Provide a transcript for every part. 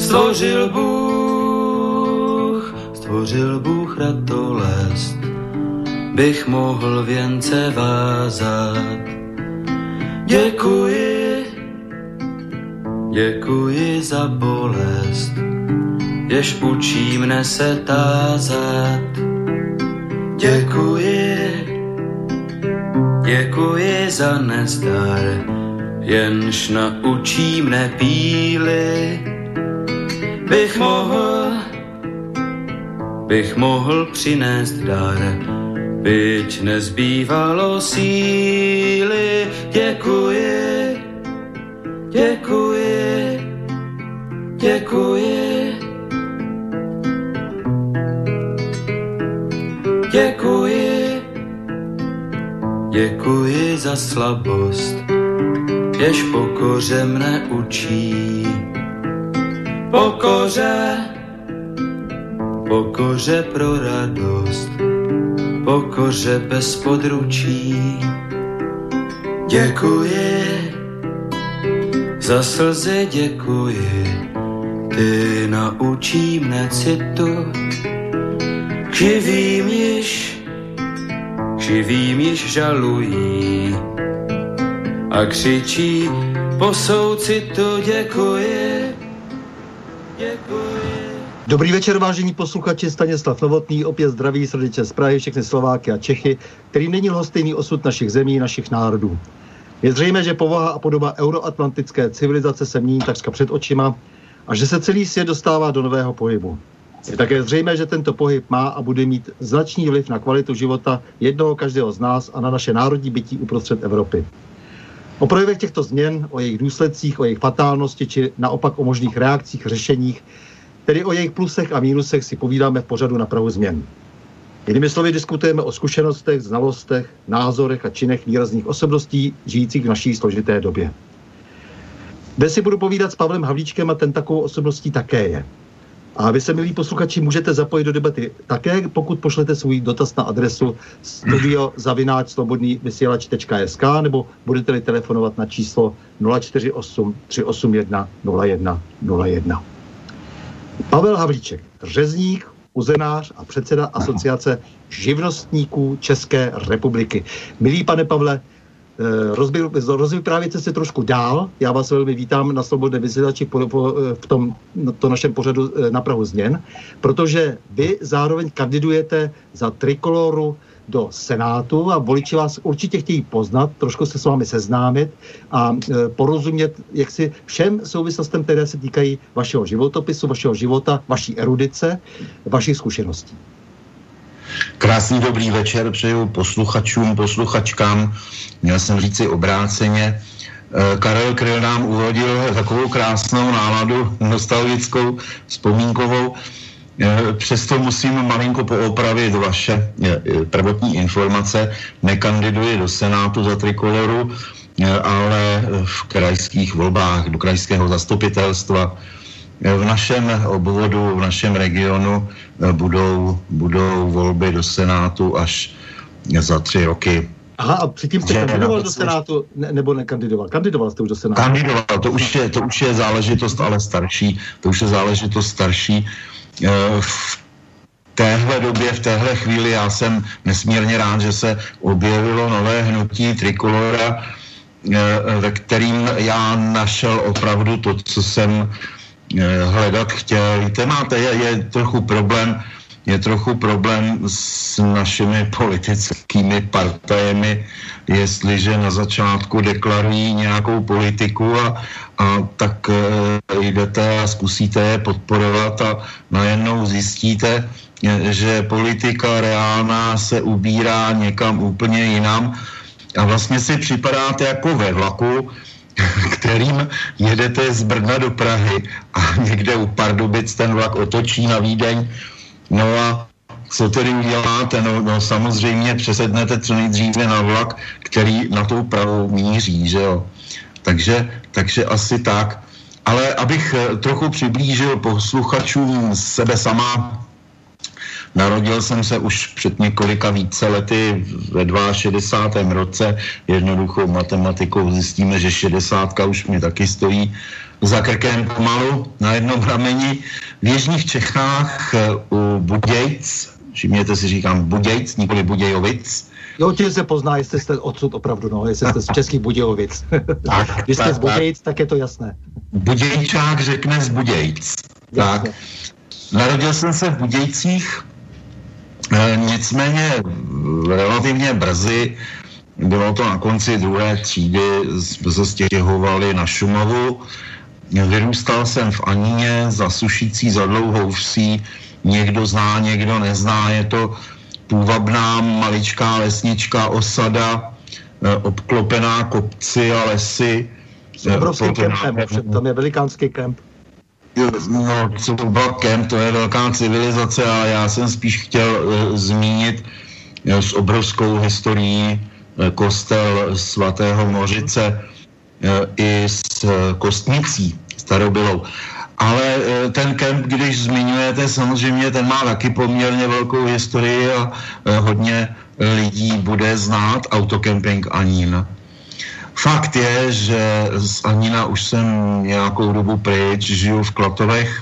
Stvořil Bůh ratolest, bych mohl věnce vázat. Děkuji za bolest, jež učí mne se tázat. Děkuji za nezdar, jenž naučí mne píly. Bych mohl přinést dar, byť nezbývalo síly. Děkuji za slabost, jež pokoře mne učí. Pokoře pro radost, pokoře bez područí. Děkuji za slzy, děkuji, ty naučí mne citu. Živým již žalují a křičí po soucitu. Děkuji. Dobrý večer, vážení posluchači, Stanislav Novotný opět zdraví srdečně z Prahy všechny Slováky a Čechy, kterým není lhostejný osud našich zemí, našich národů. Je zřejmé, že povaha a podoba euroatlantické civilizace se mění takřka před očima a že se celý svět dostává do nového pohybu. Je také zřejmé, že tento pohyb má a bude mít značný vliv na kvalitu života jednoho každého z nás a na naše národní bytí uprostřed Evropy. O projevech těchto změn, o jejich důsledcích, o jejich fatálnosti či naopak o možných reakcích, řešeních, tedy o jejich plusech a mínusech si povídáme v pořadu Na prahu změn. Jinými slovy diskutujeme o zkušenostech, znalostech, názorech a činech výrazných osobností žijících v naší složité době. Dnes si budu povídat s Pavlem Havlíčkem a ten takovou osobností také je. A vy se, milí posluchači, můžete zapojit do debaty také, pokud pošlete svůj dotaz na adresu studio@slobodnyvysielac.sk nebo budete-li telefonovat na číslo 048 381 0101. Pavel Havlíček, řezník, uzenář a předseda Asociace živnostníků České republiky. Milý pane Pavle, rozvyprávějte se trošku dál. Já vás velmi vítám na Slobodné vysílači v tomto našem pořadu Na prahu změn, protože vy zároveň kandidujete za Trikoloru do Senátu a voliči vás určitě chtějí poznat, trošku se s vámi seznámit a porozumět jaksi všem souvislostem, které se týkají vašeho životopisu, vašeho života, vaší erudice, vašich zkušeností. Krásný dobrý večer přeju posluchačům, posluchačkám. Měl jsem říci obráceně. Karel Kryl nám uhodil takovou krásnou náladu, nostalgickou, vzpomínkovou. Přesto musím malinko poopravit vaše prvotní informace. Nekandiduji do Senátu za Trikoloru, ale v krajských volbách do krajského zastupitelstva. V našem obvodu, v našem regionu budou volby do Senátu až za 3 roky. Aha, a předtím jste kandidoval do Senátu, nebo nekandidoval? Kandidoval jste už do Senátu? Kandidoval, to už je záležitost ale starší. To už je záležitost starší. V téhle době, v téhle chvíli já jsem nesmírně rád, že se objevilo nové hnutí Trikolora, ve kterým já našel opravdu to, co jsem hledat chtěl. Víte, je trochu problém s našimi politickými partajemi, jestliže na začátku deklarují nějakou politiku a tak jdete a zkusíte je podporovat a najednou zjistíte, že politika reálná se ubírá někam úplně jinam a vlastně si připadáte jako ve vlaku, kterým jedete z Brna do Prahy a někde u Pardubic ten vlak otočí na Vídeň. No a co tedy uděláte? No samozřejmě přesednete co nejdříve na vlak, který na tou Prahu míří, že jo? Takže asi tak. Ale abych trochu přiblížil posluchačům sebe sama, narodil jsem se už před několika více lety ve 62. roce. Jednoduchou matematikou zjistíme, že 60 už mi taky stojí za krkem pomalu na jednom rameni. V jižních Čechách u Budějc, všimněte si, říkám Budějc, nikoli Budějovic. Jo, tím se pozná, jestli jste odsud opravdu, no, jestli jste z Českých Budějovic. Tak, když jste z Budějc, tak je to jasné. Budějčák řekne z Budějc. Tak. Narodil jsem se v Budějcích, nicméně relativně brzy, bylo to na konci 2. třídy, jsme se stěhovali na Šumavu. Vyrůstal jsem v Aníně za Sušicí, za Dlouhou Vsí. Někdo zná, někdo nezná. Je to půvabná maličká lesnička, osada, obklopená kopci a lesy. S obrovským kempem, tam je velikánský kemp. No, co to byl kemp, to je velká civilizace, ale já jsem spíš chtěl zmínit s obrovskou historií kostel svatého Mořice i s Kostnicí starobylou. Ale ten kemp, když zmiňujete, samozřejmě ten má taky poměrně velkou historii a hodně lidí bude znát autokemping Anín. Fakt je, že z Anína už jsem nějakou dobu pryč, žiju v Klatovech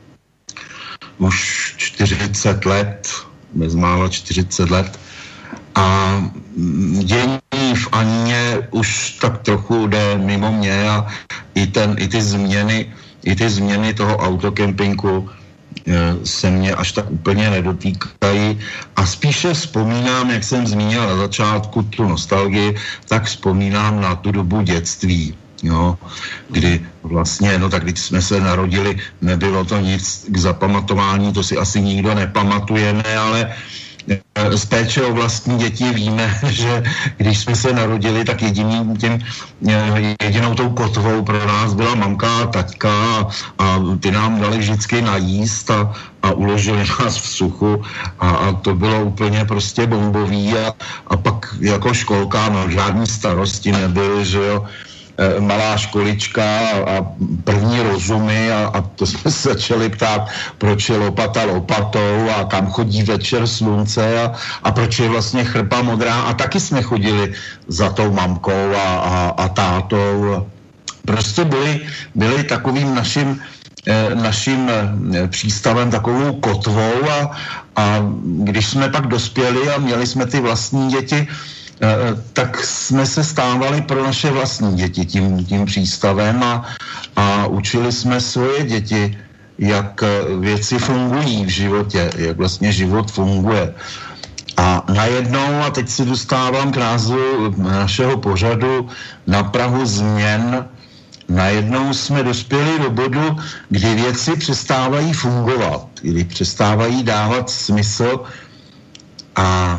už 40 let, bezmála 40 let. A dění v Aníně už tak trochu jde mimo mě a i ty změny toho autokempingu se mě až tak úplně nedotýkají a spíše vzpomínám, jak jsem zmínil na začátku tu nostalgii, tak vzpomínám na tu dobu dětství, jo, kdy vlastně, no tak když jsme se narodili, nebylo to nic k zapamatování, to si asi nikdo nepamatujeme, ale z péče o vlastní děti víme, že když jsme se narodili, tak jedinou tou kotvou pro nás byla mamka a taťka a ty nám dali vždycky najíst a uložili nás v suchu a to bylo úplně prostě bombový a pak jako školka, no žádný starosti nebyly, že jo, malá školička a první rozumy a to jsme se začali ptát, proč je lopata lopatou a kam chodí večer slunce a proč je vlastně chrpa modrá a taky jsme chodili za tou mamkou a tátou. Prostě byli takovým naším přístavem, takovou kotvou a když jsme pak dospěli a měli jsme ty vlastní děti, tak jsme se stávali pro naše vlastní děti tím přístavem a učili jsme svoje děti, jak věci fungují v životě, jak vlastně život funguje. A najednou, a teď si dostávám k názvu našeho pořadu, na prahu změn, najednou jsme dospěli do bodu, kdy věci přestávají fungovat, kdy přestávají dávat smysl a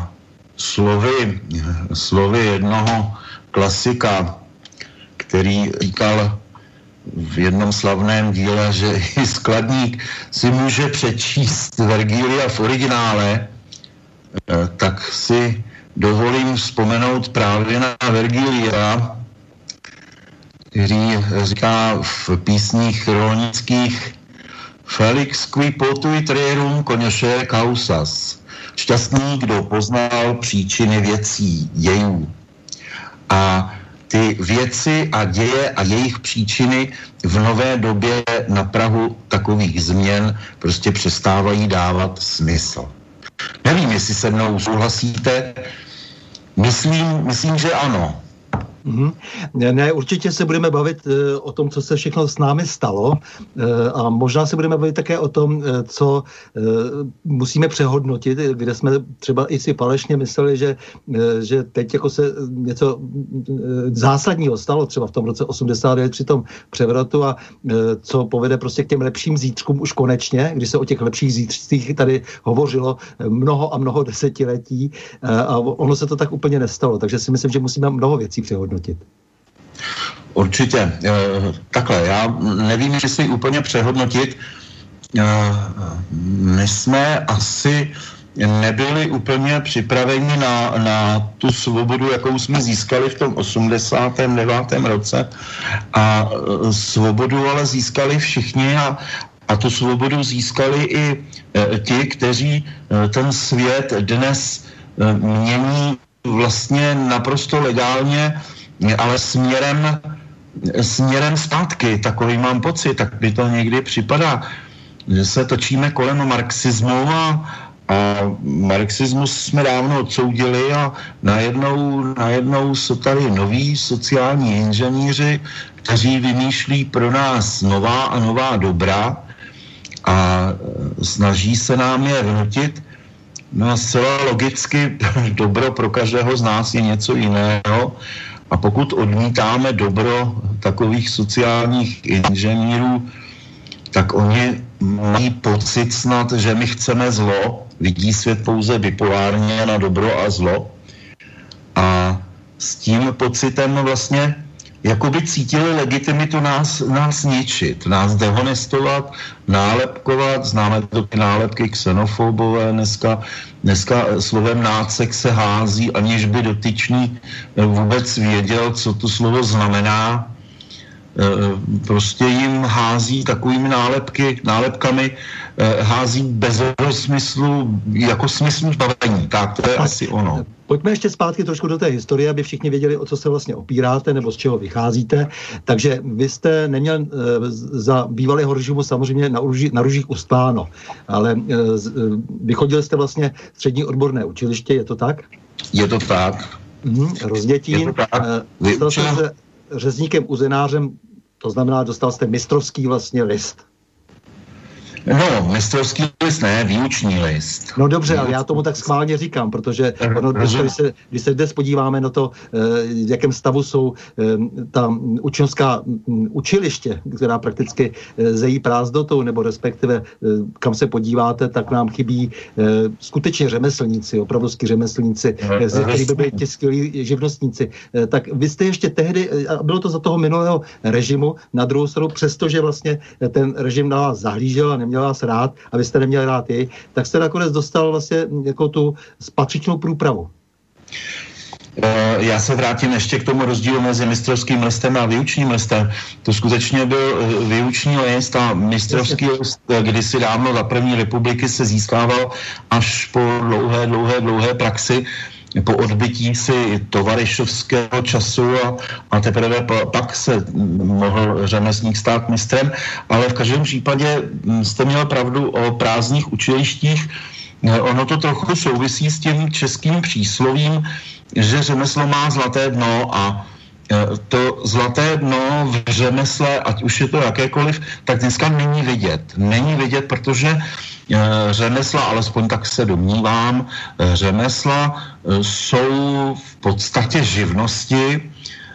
slovy jednoho klasika, který říkal v jednom slavném díle, že i skladník si může přečíst Vergilia v originále, tak si dovolím vzpomenout právě na Vergilia, který říká v písních rolnických Felix qui potuit rerum conoscere causas. Šťastný, kdo poznal příčiny věcí, dějů. A ty věci a děje a jejich příčiny v nové době na prahu takových změn prostě přestávají dávat smysl. Nevím, jestli se mnou souhlasíte. Myslím, že ano. Ne, určitě se budeme bavit o tom, co se všechno s námi stalo a možná se budeme bavit také o tom, co musíme přehodnotit, kde jsme třeba i si falešně mysleli, že teď jako se něco zásadního stalo třeba v tom roce 89 při tom převratu a co povede prostě k těm lepším zítřkům už konečně, když se o těch lepších zítřcích tady hovořilo mnoho a mnoho desetiletí a ono se to tak úplně nestalo, takže si myslím, že musíme mnoho věcí přehodnotit. Určitě. Takhle, já nevím, jestli úplně přehodnotit. My jsme asi nebyli úplně připraveni na tu svobodu, jakou jsme získali v tom 89. roce. A svobodu ale získali všichni a tu svobodu získali i ti, kteří ten svět dnes mění vlastně naprosto legálně, ale směrem směrem zpátky, takový mám pocit, tak mi to někdy připadá, že se točíme kolem marxismu a marxismus jsme dávno odsoudili a najednou jsou tady noví sociální inženýři, kteří vymýšlí pro nás nová a nová dobra a snaží se nám je vnutit. No a zcela logicky dobro pro každého z nás je něco jiného a pokud odmítáme dobro takových sociálních inženýrů, tak oni mají pocit snad, že my chceme zlo, vidí svět pouze bipolárně na dobro a zlo a s tím pocitem vlastně jakoby cítili legitimitu nás ničit, nás dehonestovat, nálepkovat, známe to ty nálepky xenofobové, dneska slovem nácek se hází, aniž by dotyčný vůbec věděl, co to slovo znamená. Prostě jim hází takovými nálepkami, hází bez smyslu, jako smyslu zbavení. Tak to je asi ono. Pojďme ještě zpátky trošku do té historie, aby všichni věděli, o co se vlastně opíráte nebo z čeho vycházíte. Takže vy jste neměl za bývalého režimu samozřejmě na Ružích ustváno, ale vychodil jste vlastně střední odborné učiliště, je to tak? Je to tak. Rozdětín. Stal jste se řezníkem uzenářem, to znamená, dostal jste mistrovský vlastně list. No, mistrovský list ne, výuční list. No dobře, ale já tomu tak schválně říkám, protože když se dnes podíváme na to, v jakém stavu jsou ta učňovská učiliště, která prakticky zejí prázdnotou, nebo respektive kam se podíváte, tak nám chybí skutečně řemeslníci, opravdovský řemeslníci, kteří by byli ti skvělí živnostníci. Tak vy jste ještě tehdy, a bylo to za toho minulého režimu, na druhou stranu, přestože vlastně ten režim na vás zahlížel a neměl vás rád a vy jste neměli rád jej, tak jste nakonec dostal vlastně jako tu patřičnou průpravu. Já se vrátím ještě k tomu rozdílu mezi mistrovským listem a výučním listem. To skutečně byl výuční list a mistrovský list kdysi dávno za první republiky se získával až po dlouhé praxi, po odbytí si tovarišovského času a teprve pak se mohl řemeslník stát mistrem, ale v každém případě jste měl pravdu o prázdných učilištích. Ono to trochu souvisí s tím českým příslovím, že řemeslo má zlaté dno a to zlaté dno v řemesle, ať už je to jakékoliv, tak dneska není vidět. Není vidět, protože řemesla, alespoň tak se domnívám, řemesla jsou v podstatě živnosti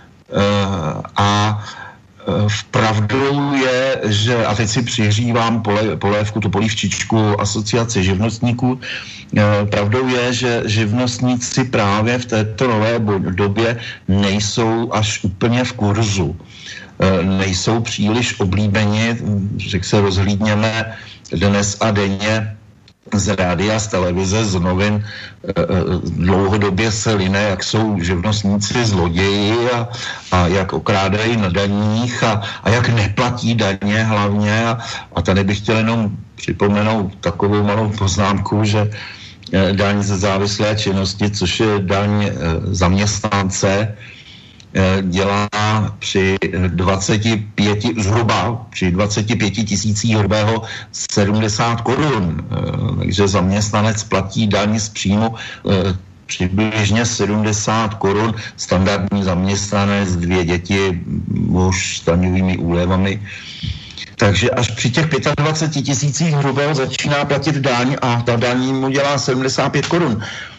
a pravdou je, že, a teď si přihřívám polévku, tu polívčičku asociace živnostníků, pravdou je, že živnostníci právě v této nové době nejsou až úplně v kurzu. Nejsou příliš oblíbeni, že se rozhlídněme dnes a denně z rádia, z televize, z novin, dlouhodobě se line, jak jsou živnostníci zloději a jak okrádají na daních a jak neplatí daně hlavně. A tady bych chtěl jenom připomenout takovou malou poznámku, že daň ze závislé činnosti, což je daň zaměstnance, dělá při 25 tisících hrubého 70 korun. Takže zaměstnanec platí daň z příjmu přibližně 70 korun, standardní zaměstnanec, 2 děti, muž s daňovými úlevami. Takže až při těch 25 tisících hrubého začíná platit daň a ta daň mu dělá 75 korun.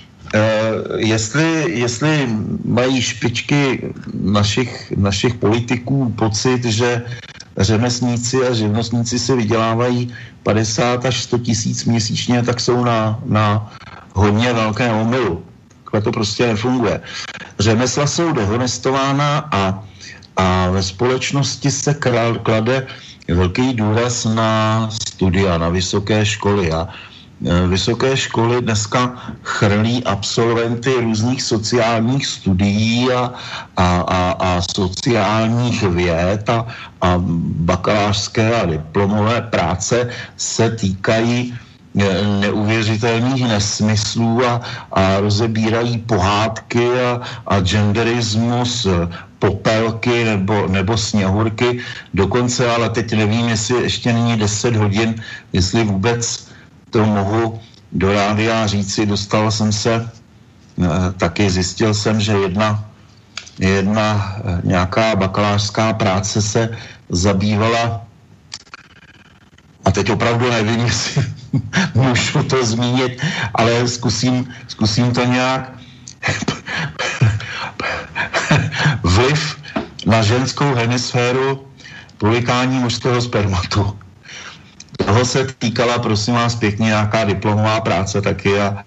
Jestli mají špičky našich politiků pocit, že řemeslníci a živnostníci si vydělávají 50 až 100 tisíc měsíčně, tak jsou na hodně velkém omylu. Takhle to prostě nefunguje. Řemesla jsou dehonestována a ve společnosti se klade velký důraz na studia, na vysoké školy a vysoké školy dneska chrlí absolventy různých sociálních studií a sociálních věd a bakalářské a diplomové práce se týkají neuvěřitelných nesmyslů a rozebírají pohádky a genderismus, popelky nebo sněhurky. Dokonce, ale teď nevím, jestli ještě není 10 hodin, jestli vůbec to mohu do rádia říci. Dostal jsem se, taky zjistil jsem, že jedna nějaká bakalářská práce se zabývala, a teď opravdu nevím, jestli můžu to zmínit, ale zkusím to nějak. Vliv na ženskou hemisféru polikání mužského spermatu. Toho se týkala, prosím vás, pěkně nějaká diplomová práce taky a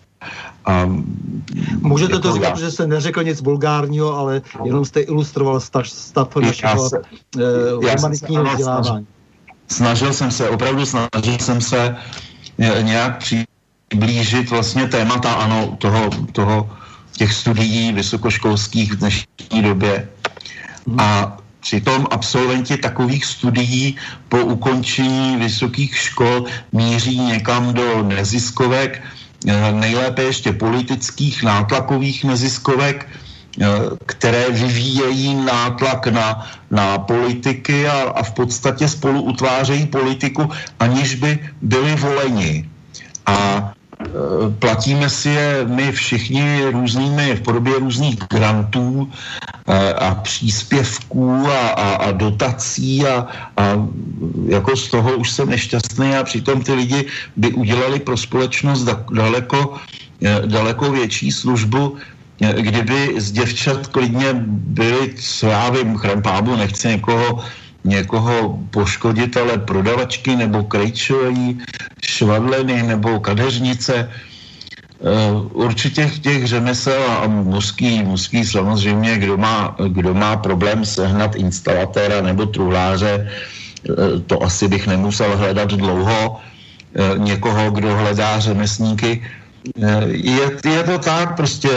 můžete to říkat, že jste neřekl nic vulgárního, ale jenom jste ilustroval stav našeho humanitního vzdělávání. Snažil jsem se nějak přiblížit vlastně témata, ano, těch studií vysokoškolských v dnešní době. A přitom absolventi takových studií po ukončení vysokých škol míří někam do neziskovek, nejlépe ještě politických nátlakových neziskovek, které vyvíjejí nátlak na politiky a v podstatě spolu utvářejí politiku, aniž by byli voleni. A platíme si je my všichni v podobě různých grantů a příspěvků a dotací a jako z toho už jsem nešťastný a přitom ty lidi by udělali pro společnost daleko větší službu, kdyby z děvčat klidně byly, co já vím, chrampábu, nechci někoho poškodit, ale prodavačky nebo krejčoví, švadleny nebo kadeřnice. Určitě těch řemesel a mužský samozřejmě, kdo má problém sehnat instalatéra nebo truhláře, to asi bych nemusel hledat dlouho, někoho, kdo hledá řemeslníky. Je to tak, prostě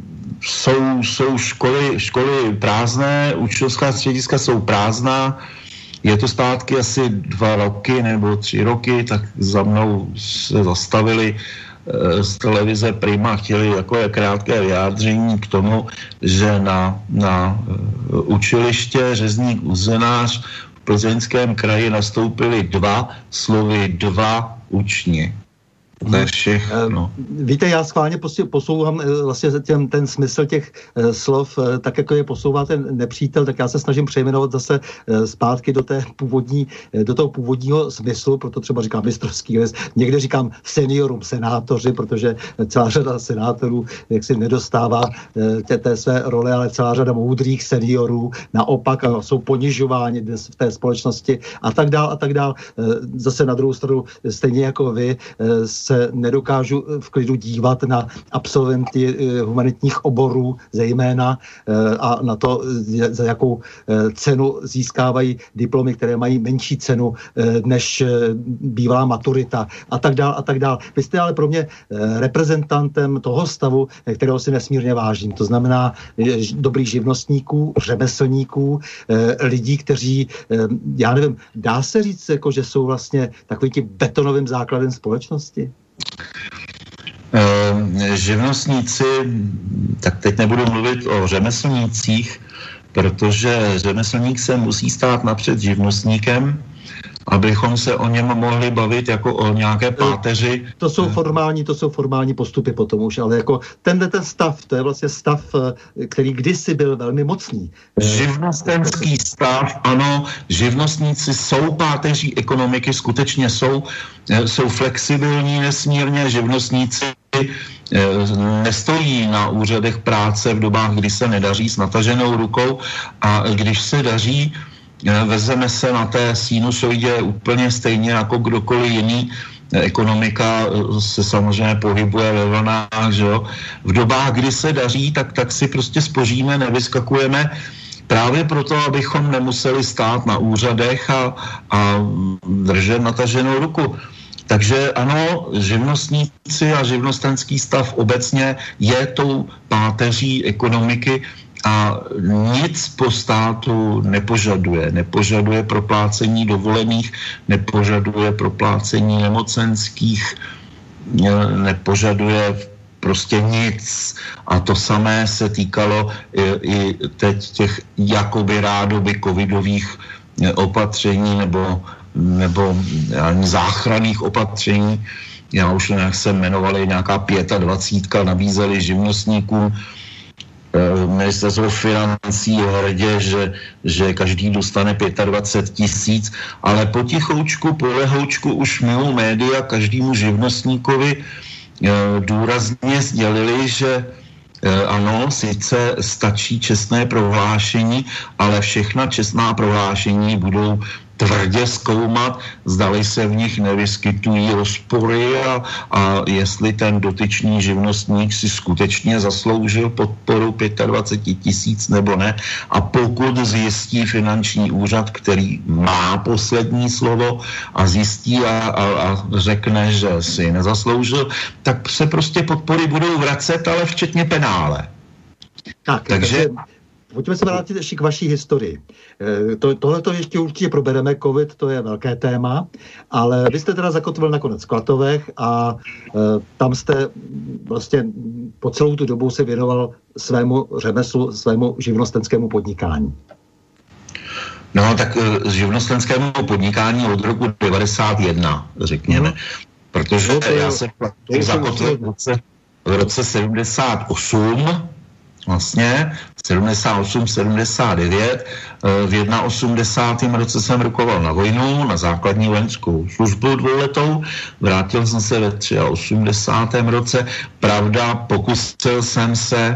jsou školy prázdné, učitelská střediska jsou prázdná, je to zpátky asi 2 roky nebo 3 roky, tak za mnou se zastavili z televize Prima, chtěli takové krátké vyjádření k tomu, že na učiliště Řezník Uzenář v Plzeňském kraji nastoupili 2 učni. Víte, já schválně posouvám vlastně ten smysl těch slov, tak jako je posouvá ten nepřítel, tak já se snažím přejmenovat zase zpátky do toho původního smyslu, proto třeba říkám mistrovský les, někde říkám seniorům, senátoři, protože celá řada senátorů jaksi nedostává té své role, ale celá řada moudrých seniorů naopak jsou ponižováni dnes v té společnosti a tak dál. Zase na druhou stranu, stejně jako vy, se nedokážu v klidu dívat na absolventy humanitních oborů zejména a na to, za jakou cenu získávají diplomy, které mají menší cenu než bývalá maturita a tak dál. Vy jste ale pro mě reprezentantem toho stavu, kterého si nesmírně vážím. To znamená dobrých živnostníků, řemeslníků, lidí, kteří, já nevím, dá se říct, jako, že jsou vlastně takový tím betonovým základem společnosti? Živnostníci, tak teď nebudu mluvit o řemeslnících, protože řemeslník se musí stát napřed živnostníkem, abychom se o něm mohli bavit jako o nějaké páteři. To jsou formální postupy potom už, ale jako ten stav, to je vlastně stav, který kdysi byl velmi mocný. Živnostenský stav, ano, živnostníci jsou páteří ekonomiky, skutečně jsou flexibilní nesmírně, živnostníci nestojí na úřadech práce v dobách, kdy se nedaří s nataženou rukou a když se daří, vezeme se na té sinusoidě úplně stejně jako kdokoliv jiný. Ekonomika se samozřejmě pohybuje ve vlnách, že jo. V dobách, kdy se daří, tak si prostě spoříme, nevyskakujeme, právě proto, abychom nemuseli stát na úřadech a držet nataženou ruku. Takže ano, živnostníci a živnostenský stav obecně je tou páteří ekonomiky a nic po státu nepožaduje. Nepožaduje proplácení dovolených, nepožaduje proplácení nemocenských, nepožaduje v prostě nic. A to samé se týkalo i teď těch jakoby rádoby covidových opatření nebo záchranných opatření. Já už jak se jmenovali, nějaká 25 nabízeli živnostníkům. Ministerstvo financí hrdě, že každý dostane 25 000, ale potichoučku, polehoučku už mimo média každému živnostníkovi důrazně sdělili, že ano, sice stačí čestné prohlášení, ale všechna čestná prohlášení budou tvrdě zkoumat, zdali se v nich nevyskytují rozpory a jestli ten dotyčný živnostník si skutečně zasloužil podporu 25 000 nebo ne. A pokud zjistí finanční úřad, který má poslední slovo a zjistí a řekne, že si neszasloužil, tak se prostě podpory budou vracet, ale včetně penále. Takže pojďme se vrátit ještě k vaší historii. Tohleto ještě určitě probereme, covid, to je velké téma, ale vy jste teda zakotvil nakonec v Klatovech a tam jste vlastně po celou tu dobu se věnoval svému řemeslu, svému živnostenskému podnikání. No, tak živnostenskému podnikání od roku 91, řekněme. Protože já se zakotvil v roce 78, vlastně 78, 79. V 81. roce jsem rukoval na vojnu, na základní vojenskou službu 2letou. Vrátil jsem se ve 83. roce. Pravda, pokusil jsem se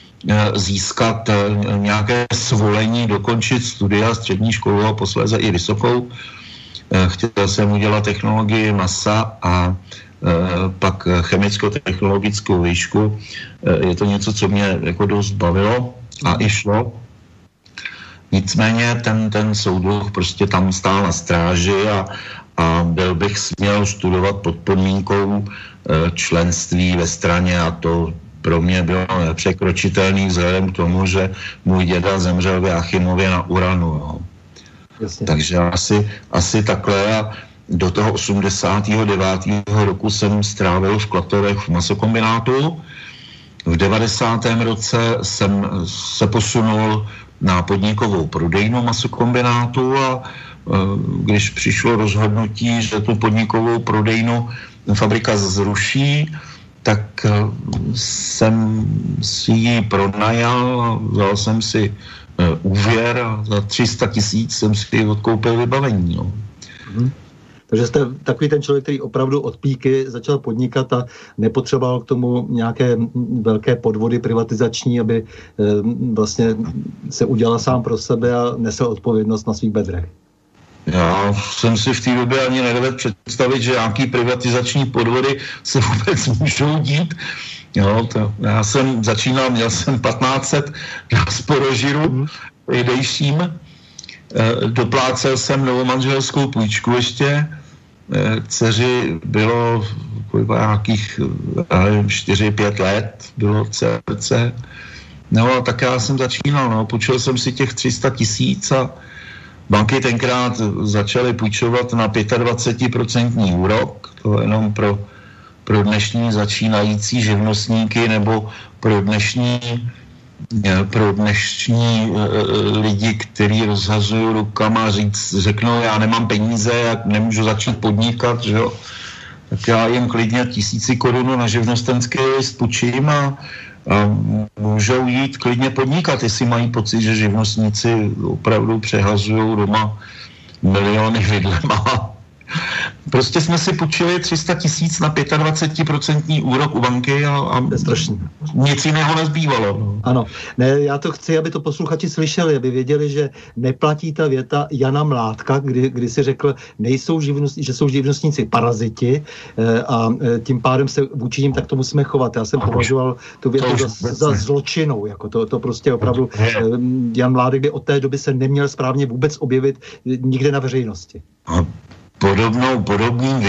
získat nějaké svolení, dokončit studia střední školu a posléze i vysokou. Chtěl jsem udělat technologii masa a pak chemicko-technologickou výšku. Je to něco, co mě jako dost bavilo a i šlo. Nicméně ten soudruh prostě tam stál na stráži a byl bych směl studovat pod podmínkou členství ve straně a to pro mě bylo nepřekročitelný vzhledem k tomu, že můj děda zemřel v Jáchymově na uranu. Jo. Takže asi takhle a do toho 89. roku jsem strávil v Klatovech v masokombinátu. V 90. roce jsem se posunul na podnikovou prodejnu masokombinátu a když přišlo rozhodnutí, že tu podnikovou prodejnu fabrika zruší, tak jsem si ji pronajal a vzal jsem si úvěr a za 300 000 jsem si odkoupil vybavení. No. Takže jste takový ten člověk, který opravdu od píky začal podnikat a nepotřeboval k tomu nějaké velké podvody privatizační, aby vlastně se udělal sám pro sebe a nesl odpovědnost na svých bedrech. Já jsem si v té době ani nedovedl představit, že nějaký privatizační podvody se vůbec můžou dít. Jo, já jsem začínal, měl jsem 1500 na sporožiru jdejším. Doplácel jsem novomanželskou půjčku ještě. Dceři bylo nějakých 4-5 let, bylo CRC. No a tak já jsem začínal, půjčil jsem si těch 300 000 a banky tenkrát začaly půjčovat na 25% úrok, to jenom pro dnešní začínající živnostníky nebo pro dnešní lidi, kteří rozhazují rukama a řeknou, já nemám peníze, já nemůžu začít podnikat, že jo? Tak já jim klidně 1000 korun na živnostenský list půjčím a můžou jít klidně podnikat, jestli mají pocit, že živnostníci opravdu přehazují doma miliony vidlema. Prostě jsme si půjčili 300 000 na 25% úrok u banky a nic jiného nezbývalo. No. Ano, ne, já to chci, aby to posluchači slyšeli, aby věděli, že neplatí ta věta Jana Mládka, kdy si řekl, že jsou živnostníci paraziti a tím pádem se vůči nim takto musíme chovat. Já jsem považoval tu větu za zločinou, jako to prostě opravdu Jan Mládek by od té doby se neměl správně vůbec objevit nikde na veřejnosti. Podobným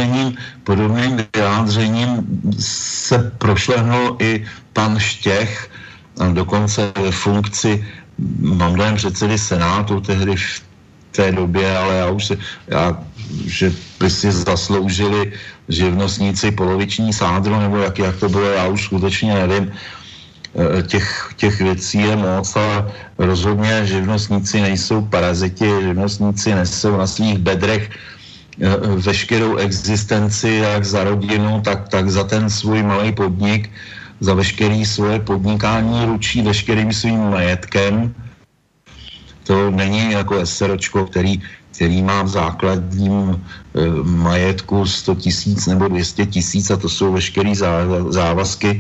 vyjádřením se prošlehnul i pan Štěch, a dokonce ve funkci, mám dojem, předsedy Senátu, tehdy v té době, ale že by si zasloužili živnostníci poloviční sádro, nebo jak to bylo, já už skutečně nevím. Těch věcí je moc, ale rozhodně živnostníci nejsou paraziti, živnostníci nesou na svých bedrech veškerou existenci, jak za rodinu, tak za ten svůj malý podnik, za veškerý svoje podnikání ručí veškerým svým majetkem. To není jako SROčko, který má v základním majetku 100 000 nebo 200 000 a to jsou veškerý závazky,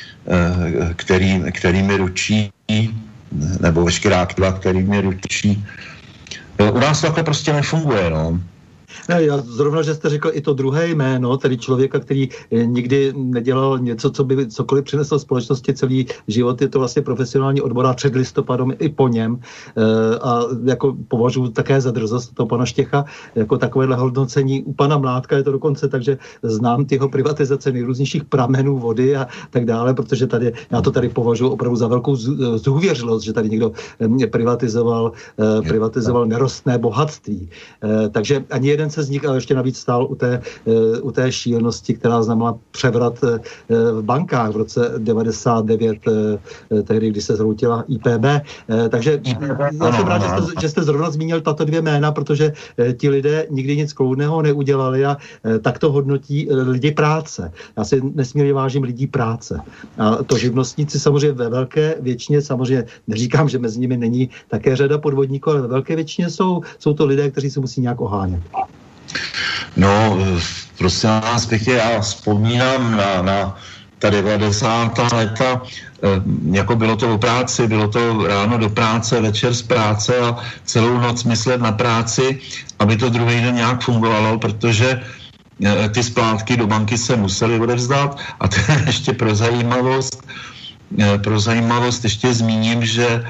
kterými ručí, nebo veškerá aktiva, kterými ručí. U nás to prostě nefunguje, no. Ne, já zrovna, že jste řekl i to druhé jméno, tedy člověka, který nikdy nedělal něco, co by cokoliv přineslo společnosti celý život, je to vlastně profesionální odborář před listopadem i po něm. A jako považuji také za drzost toho pana Štěcha, jako takovéhle hodnocení. U pana Mládka je to dokonce, takže znám tyho privatizace nejrůznějších pramenů vody a tak dále, protože já to tady považuji opravdu za velkou zhůvěřilost, že tady někdo privatizoval nerostné bohatství. Takže ani jeden se z nich ale ještě navíc stál u té šílenosti, která znamenala převrat v bankách v roce 99, tehdy, kdy se zhroutila IPB. Takže já jsem rád, že jste zrovna zmínil tato dvě jména, protože ti lidé nikdy nic kloudného neudělali a tak to hodnotí lidi práce. Já si nesmírně vážím lidí práce. A to živnostníci samozřejmě ve velké většině, samozřejmě neříkám, že mezi nimi není také řada podvodníků, ale ve velké většině jsou to lidé, kteří se musí nějak ohánět. No, prosím vás pěkně, já vzpomínám na ta 90. leta, jako bylo to o práci, bylo to ráno do práce, večer z práce a celou noc myslet na práci, aby to druhý den nějak fungovalo, protože ty splátky do banky se musely odevzdat a to je ještě pro zajímavost ještě zmíním, že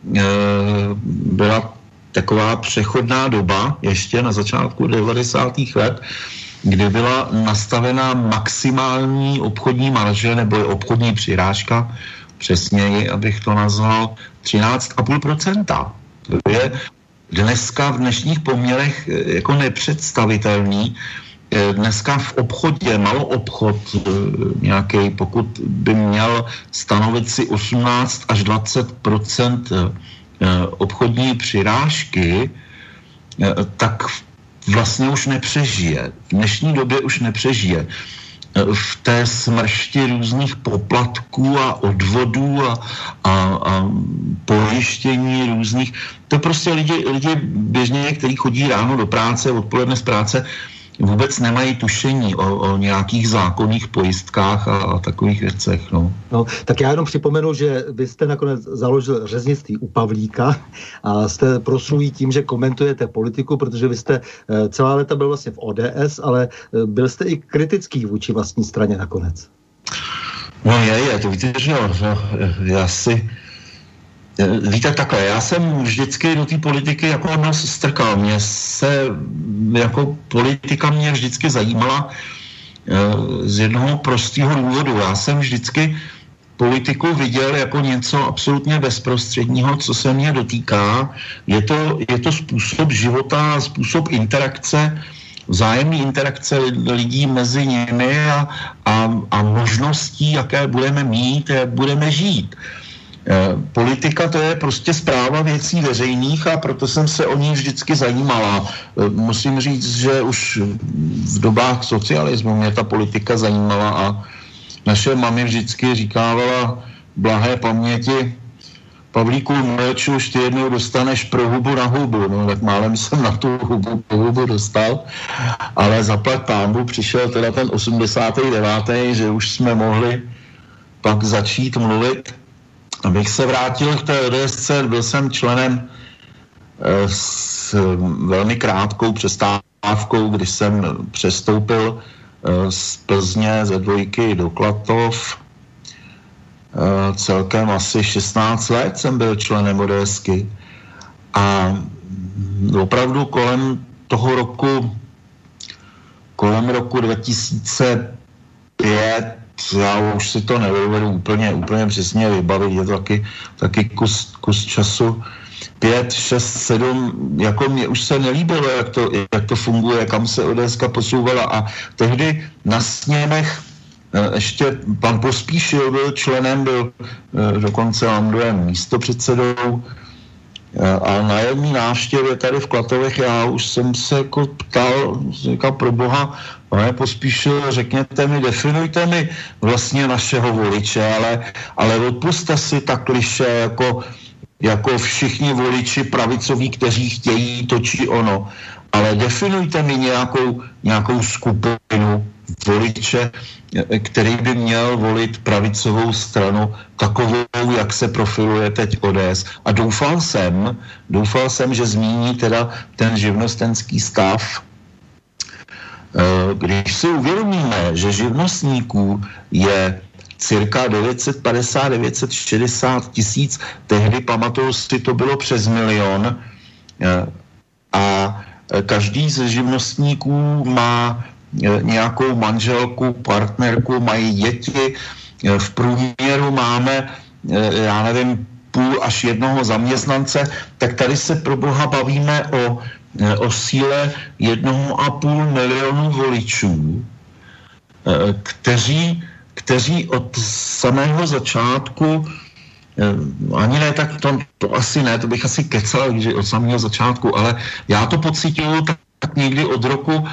byla taková přechodná doba ještě na začátku 90. let, kdy byla nastavená maximální obchodní marže nebo obchodní přirážka, přesněji, abych to nazval, 13,5%. To je dneska v dnešních poměrech jako nepředstavitelný. Dneska v obchodě, maloobchod nějaký, pokud by měl stanovit si 18 až 20% obchodní přirážky, tak vlastně už nepřežije. V dnešní době už nepřežije. V té smršti různých poplatků a odvodů a pojištění různých. To prostě lidi běžně, kteří chodí ráno do práce, odpoledne z práce, vůbec nemají tušení o nějakých zákonných pojistkách a takových věcech. No, tak já jenom připomenu, že vy jste nakonec založil řeznictví u Pavlíka a jste proslulí tím, že komentujete politiku, protože vy jste celá léta byl vlastně v ODS, ale byl jste i kritický vůči vlastní straně nakonec. No to víte, že já si... Víte, takhle, já jsem vždycky do té politiky jako nos strkal. Politika mě vždycky zajímala z jednoho prostého důvodu. Já jsem vždycky politiku viděl jako něco absolutně bezprostředního, co se mě dotýká. Je to způsob života, způsob interakce, vzájemné interakce lidí mezi nimi a možností, jaké budeme mít, jak budeme žít. Politika to je prostě správa věcí veřejných a proto jsem se o ní vždycky zajímala. Musím říct, že už v dobách socialismu mě ta politika zajímala a naše mami vždycky říkávala blahé paměti: Pavlíku, mlču, už ty jednou dostaneš pro hubu na hubu. No tak málem jsem na tu hubu dostal, ale zaplať pánbu přišel teda ten 89., že už jsme mohli pak začít mluvit. Abych se vrátil k té ODS, byl jsem členem s velmi krátkou přestávkou, když jsem přestoupil z Plzně ze 2 do Klatov. Celkem asi 16 let jsem byl členem ODSky a opravdu kolem roku 2005, já už si to nedovedu úplně přesně vybavit, je to taky kus času, 5, 6, 7, jako mě už se nelíbilo, jak to funguje, kam se ODSka posouvala a tehdy na sněmech ještě pan Pospíšil byl členem, byl dokonce mám dojem místopředsedou a na jedné návštěvě tady v Klatovech já už jsem se jako ptal, říkal pro boha, pane Pospíšil, řekněte mi, definujte mi vlastně našeho voliče, ale odpuste si ta klišé jako všichni voliči pravicoví, kteří chtějí to či ono, ale definujte mi nějakou skupinu voliče, který by měl volit pravicovou stranu takovou, jak se profiluje teď ODS. A doufal jsem, že zmíní teda ten živnostenský stav. Když si uvědomíme, že živnostníků je cirka 950-960 tisíc, tehdy pamatuju si, to bylo přes 1 milion a každý z živnostníků má nějakou manželku, partnerku, mají děti. V průměru máme, já nevím, 0,5 až 1 zaměstnance, tak tady se pro boha bavíme o síle 1,5 milionu voličů, kteří od samého začátku, ani ne, tak to asi ne, to bych asi kecal, že od samého začátku, ale já to pocituju tak někdy od roku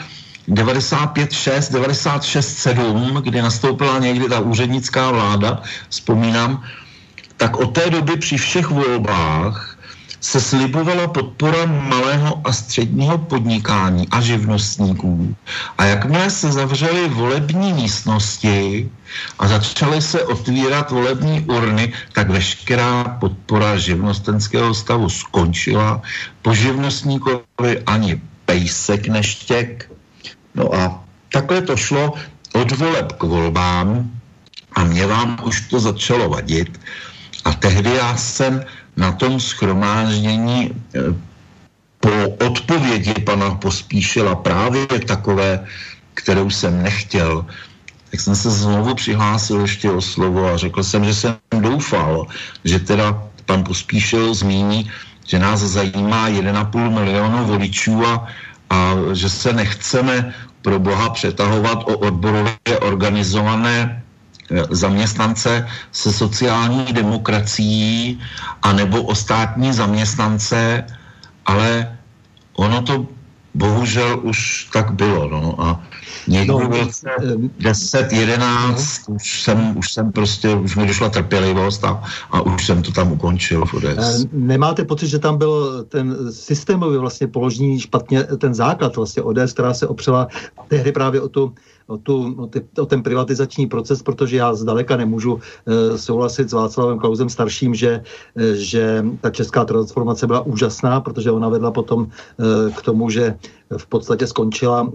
95-6, 96-7, kdy nastoupila někdy ta úřednická vláda, vzpomínám, tak od té doby při všech volbách se slibovala podpora malého a středního podnikání a živnostníků. A jakmile se zavřely volební místnosti a začaly se otvírat volební urny, tak veškerá podpora živnostenského stavu skončila. Po živnostníkovi ani pejsek neštěk. No a takhle to šlo od voleb k volbám a mě vám už to začalo vadit. A tehdy já jsem na tom shromáždění po odpovědi pana Pospíšila právě takové, kterou jsem nechtěl, tak jsem se znovu přihlásil ještě o slovo a řekl jsem, že jsem doufal, že teda pan Pospíšil zmíní, že nás zajímá 1,5 milionu voličů a že se nechceme pro boha přetahovat o odborově organizované zaměstnance se sociální demokracií anebo o státní zaměstnance, ale ono to bohužel už tak bylo. No. A někdy v roce 10, 11 už jsem prostě, už mi došla trpělivost a už jsem to tam ukončil v ODS. Nemáte pocit, že tam byl ten systémový vlastně položení špatně, ten základ vlastně ODS, která se opřela tehdy právě o ten privatizační proces, protože já zdaleka nemůžu souhlasit s Václavem Klausem starším, že ta česká transformace byla úžasná, protože ona vedla potom k tomu, že v podstatě skončila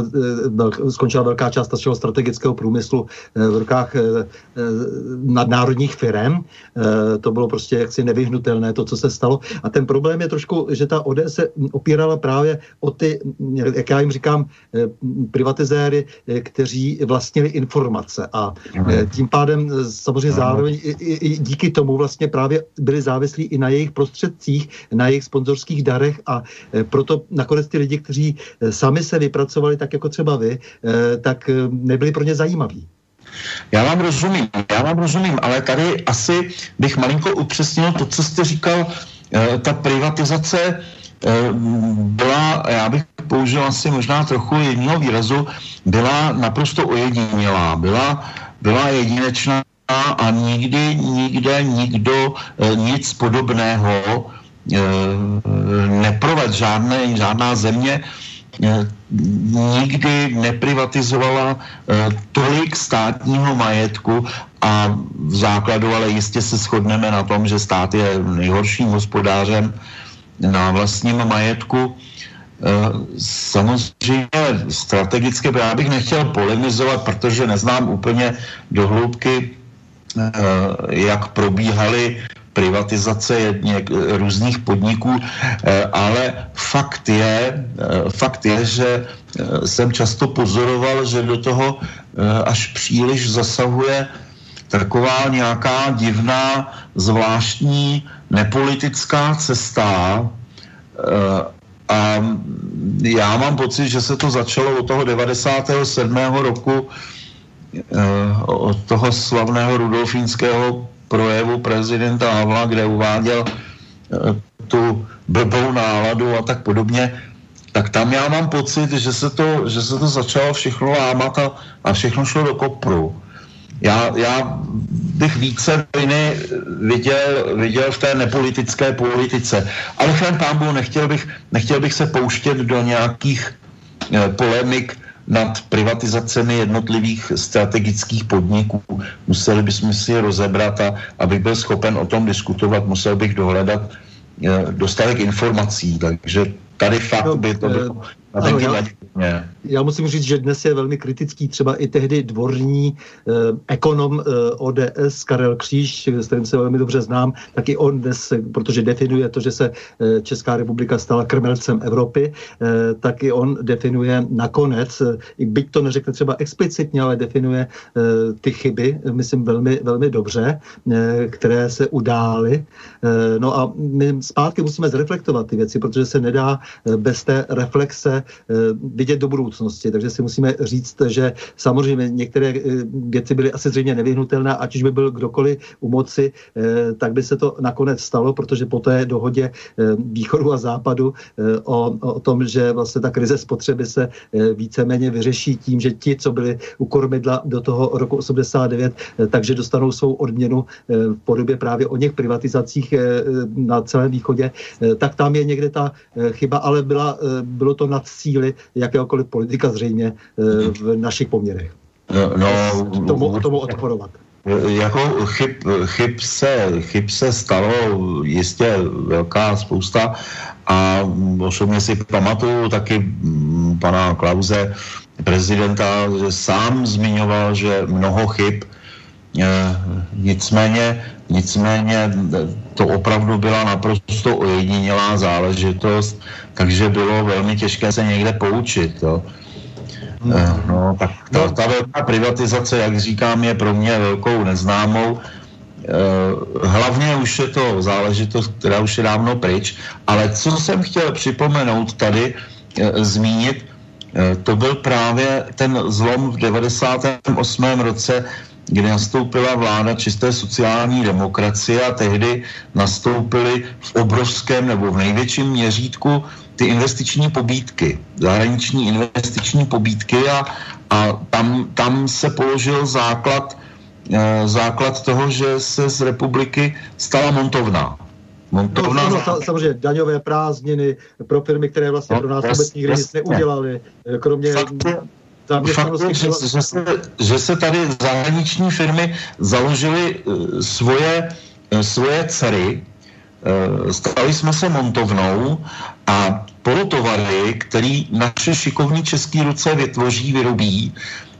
velká část našeho strategického průmyslu v rukách nadnárodních firem. To bylo prostě jaksi nevyhnutelné, to, co se stalo. A ten problém je trošku, že ta ODS se opírala právě o ty, jak já jim říkám, privatizéry, kteří vlastnili informace. A tím pádem samozřejmě zároveň i díky tomu vlastně právě byli závislí i na jejich prostředcích, na jejich sponzorských darech a proto nakonec ty lidi, kteří sami se vypracovali tak jako třeba vy, tak nebyli pro ně zajímaví. Já vám rozumím, ale tady asi bych malinko upřesnil to, co jste říkal, ta privatizace byla, já bych použil asi možná trochu jiného výrazu, byla naprosto ojedinělá, byla jedinečná a nikde nikdo nic podobného neprovedl, žádná země nikdy neprivatizovala tolik státního majetku a v základu, ale jistě se shodneme na tom, že stát je nejhorším hospodářem na vlastním majetku. Samozřejmě strategicky já bych nechtěl polemizovat, protože neznám úplně do hloubky, jak probíhaly privatizace různých podniků, ale fakt je, že jsem často pozoroval, že do toho až příliš zasahuje taková nějaká divná, zvláštní nepolitická cesta a já mám pocit, že se to začalo od toho 97. roku, od toho slavného rudolfínského projevu prezidenta Havla, kde uváděl tu blbou náladu a tak podobně, tak tam já mám pocit, že se to začalo všechno lámat a všechno šlo do kopru. Já bych více viny viděl v té nepolitické politice. Ale chráň pánbůh, nechtěl bych se pouštět do nějakých polemik nad privatizacemi jednotlivých strategických podniků. Museli bychom si je rozebrat a abych byl schopen o tom diskutovat, musel bych dohledat dostatek informací, takže tady fakt by to bylo já musím říct, že dnes je velmi kritický třeba i tehdy dvorní ekonom ODS Karel Kříž, s kterým se velmi dobře znám, tak i on dnes, protože definuje to, že se Česká republika stala krmelcem Evropy, tak i on definuje nakonec, i byť to neřekne třeba explicitně, ale definuje ty chyby, myslím velmi, velmi dobře, které se udály. No a my zpátky musíme zreflektovat ty věci, protože se nedá bez té reflexe vidět do budoucnosti. Takže si musíme říct, že samozřejmě některé věci byly asi zřejmě nevyhnutelné, ať už by byl kdokoliv u moci, tak by se to nakonec stalo, protože po té dohodě východu a západu o tom, že vlastně ta krize spotřeby se víceméně vyřeší tím, že ti, co byli u kormidla do toho roku 89, takže dostanou svou odměnu v podobě právě o něch privatizacích na celém východě, tak tam je někde ta chyba, ale bylo to nad cíli jakéhokoliv politika zřejmě v našich poměrech. Tomu odporovat. Jako chyb se stalo jistě velká spousta a osobně si pamatuju taky pana Klause, prezidenta, že sám zmiňoval, že mnoho chyb, nicméně to opravdu byla naprosto ojedinělá záležitost, takže bylo velmi těžké se někde poučit. Jo. No, tak ta velká privatizace, jak říkám, je pro mě velkou neznámou. Hlavně už je to záležitost, která už je dávno pryč, ale co jsem chtěl připomenout tady, zmínit, to byl právě ten zlom v 98. roce, kdy nastoupila vláda čisté sociální demokracie a tehdy nastoupily v obrovském nebo v největším měřítku ty investiční pobídky, zahraniční investiční pobídky a tam se položil základ toho, že se z republiky stala montovna. Samozřejmě daňové prázdniny pro firmy, které vlastně pro nás vůbec nikdy nic neudělali, kromě... Fakt, že se tady zahraniční firmy založily svoje dcery, stali jsme se montovnou a polotovary, který naše šikovní český ruce vyrobí,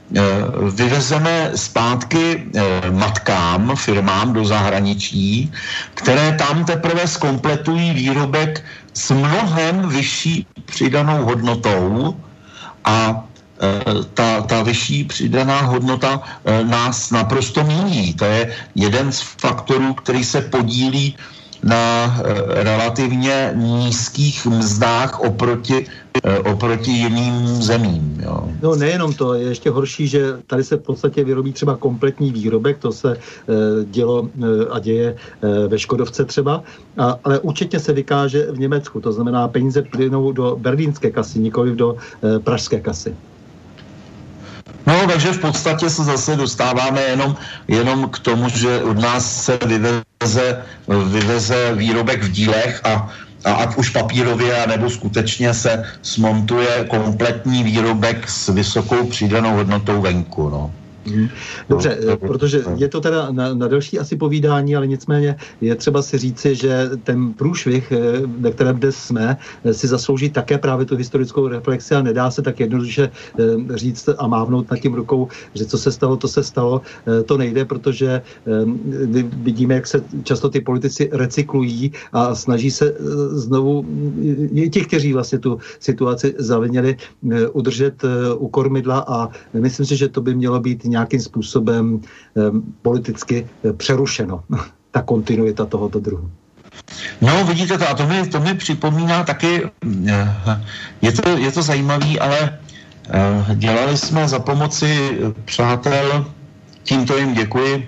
vyvezeme zpátky matkám, firmám do zahraničí, které tam teprve zkompletují výrobek s mnohem vyšší přidanou hodnotou a ta vyšší přidaná hodnota nás naprosto míjí. To je jeden z faktorů, který se podílí na relativně nízkých mzdách oproti jiným zemím. Jo. No nejenom to, je ještě horší, že tady se v podstatě vyrobí třeba kompletní výrobek, to se dělo a děje ve Škodovce třeba, ale určitě se vykáže v Německu, to znamená peníze plynou do berlínské kasy, nikoliv do pražské kasy. No, takže v podstatě se zase dostáváme jenom k tomu, že od nás se vyveze výrobek v dílech a ať už papírově, anebo skutečně se smontuje kompletní výrobek s vysokou přidanou hodnotou venku, no. Dobře, protože je to teda na další asi povídání, ale nicméně je třeba si říci, že ten průšvih, ve kterém dnes jsme, si zaslouží také právě tu historickou reflexi a nedá se tak jednoduše říct a mávnout nad tím rukou, že co se stalo, to se stalo. To nejde, protože vidíme, jak se často ty politici recyklují a snaží se znovu ti, kteří vlastně tu situaci zavinili, udržet u kormidla a myslím si, že to by mělo být nějakým způsobem politicky přerušeno. Ta kontinuita tohoto druhu. No, vidíte to, a to mi připomíná taky, je to zajímavý, ale dělali jsme za pomoci přátel, tímto jim děkuji,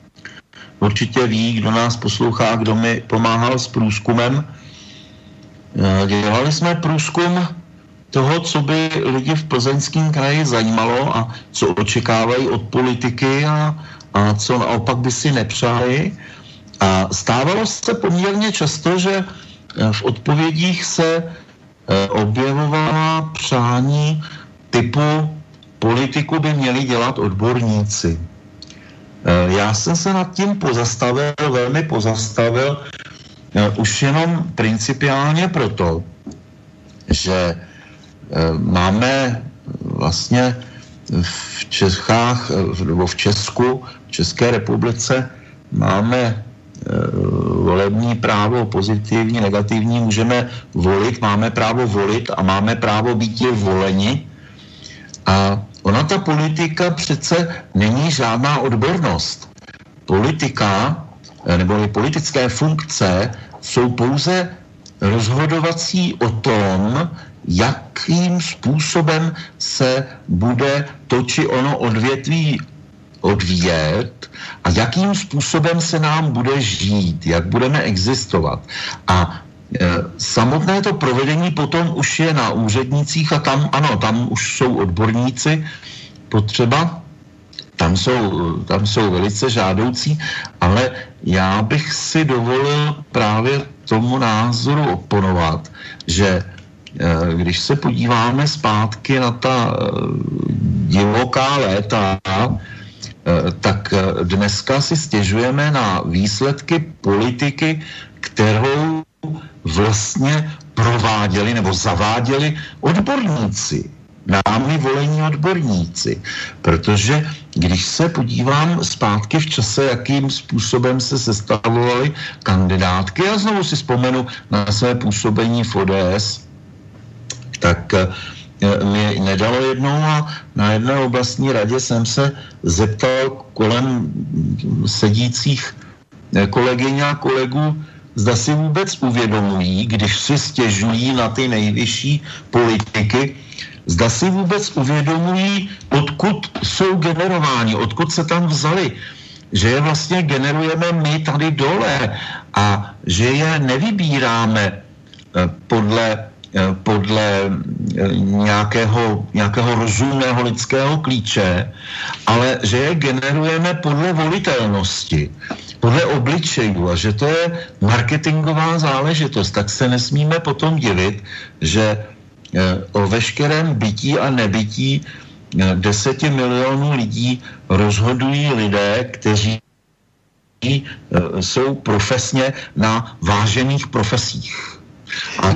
určitě ví, kdo nás poslouchá, kdo mi pomáhal s průzkumem. Dělali jsme průzkum toho, co by lidi v Plzeňském kraji zajímalo a co očekávají od politiky a co naopak by si nepřáli. A stávalo se poměrně často, že v odpovědích se objevovala přání typu politiku by měli dělat odborníci. Já jsem se nad tím velmi pozastavil, už jenom principiálně proto, že máme vlastně v Čechách, nebo v Česku, v České republice máme volební právo pozitivní, negativní, můžeme volit, máme právo volit a máme právo být voleni. A ona ta politika přece není žádná odbornost. Politika, nebo politické funkce jsou pouze rozhodovací o tom, jakým způsobem se bude to či ono odvětví odvíjet a jakým způsobem se nám bude žít, jak budeme existovat. A samotné to provedení potom už je na úřednicích a tam už jsou odborníci potřeba, tam jsou velice žádoucí, ale já bych si dovolil právě tomu názoru oponovat, že když se podíváme zpátky na ta divoká léta, tak dneska si stěžujeme na výsledky politiky, kterou vlastně prováděli nebo zaváděli odborníci, námi volení odborníci. Protože když se podívám zpátky v čase, jakým způsobem se sestavovaly kandidátky, a znovu si vzpomenu na své působení v ODS, tak mi nedalo jednou a na jedné oblastní radě jsem se zeptal kolem sedících kolegyň a kolegů, zda si vůbec uvědomují, když si stěžují na ty nejvyšší politiky, zda si vůbec uvědomují, odkud jsou generováni, odkud se tam vzali, že je vlastně generujeme my tady dole a že je nevybíráme podle nějakého rozumného lidského klíče, ale že je generujeme podle volitelnosti, podle obličejů a že to je marketingová záležitost. Tak se nesmíme potom divit, že o veškerém bytí a nebytí 10 milionů lidí rozhodují lidé, kteří jsou profesně na vážených profesích. A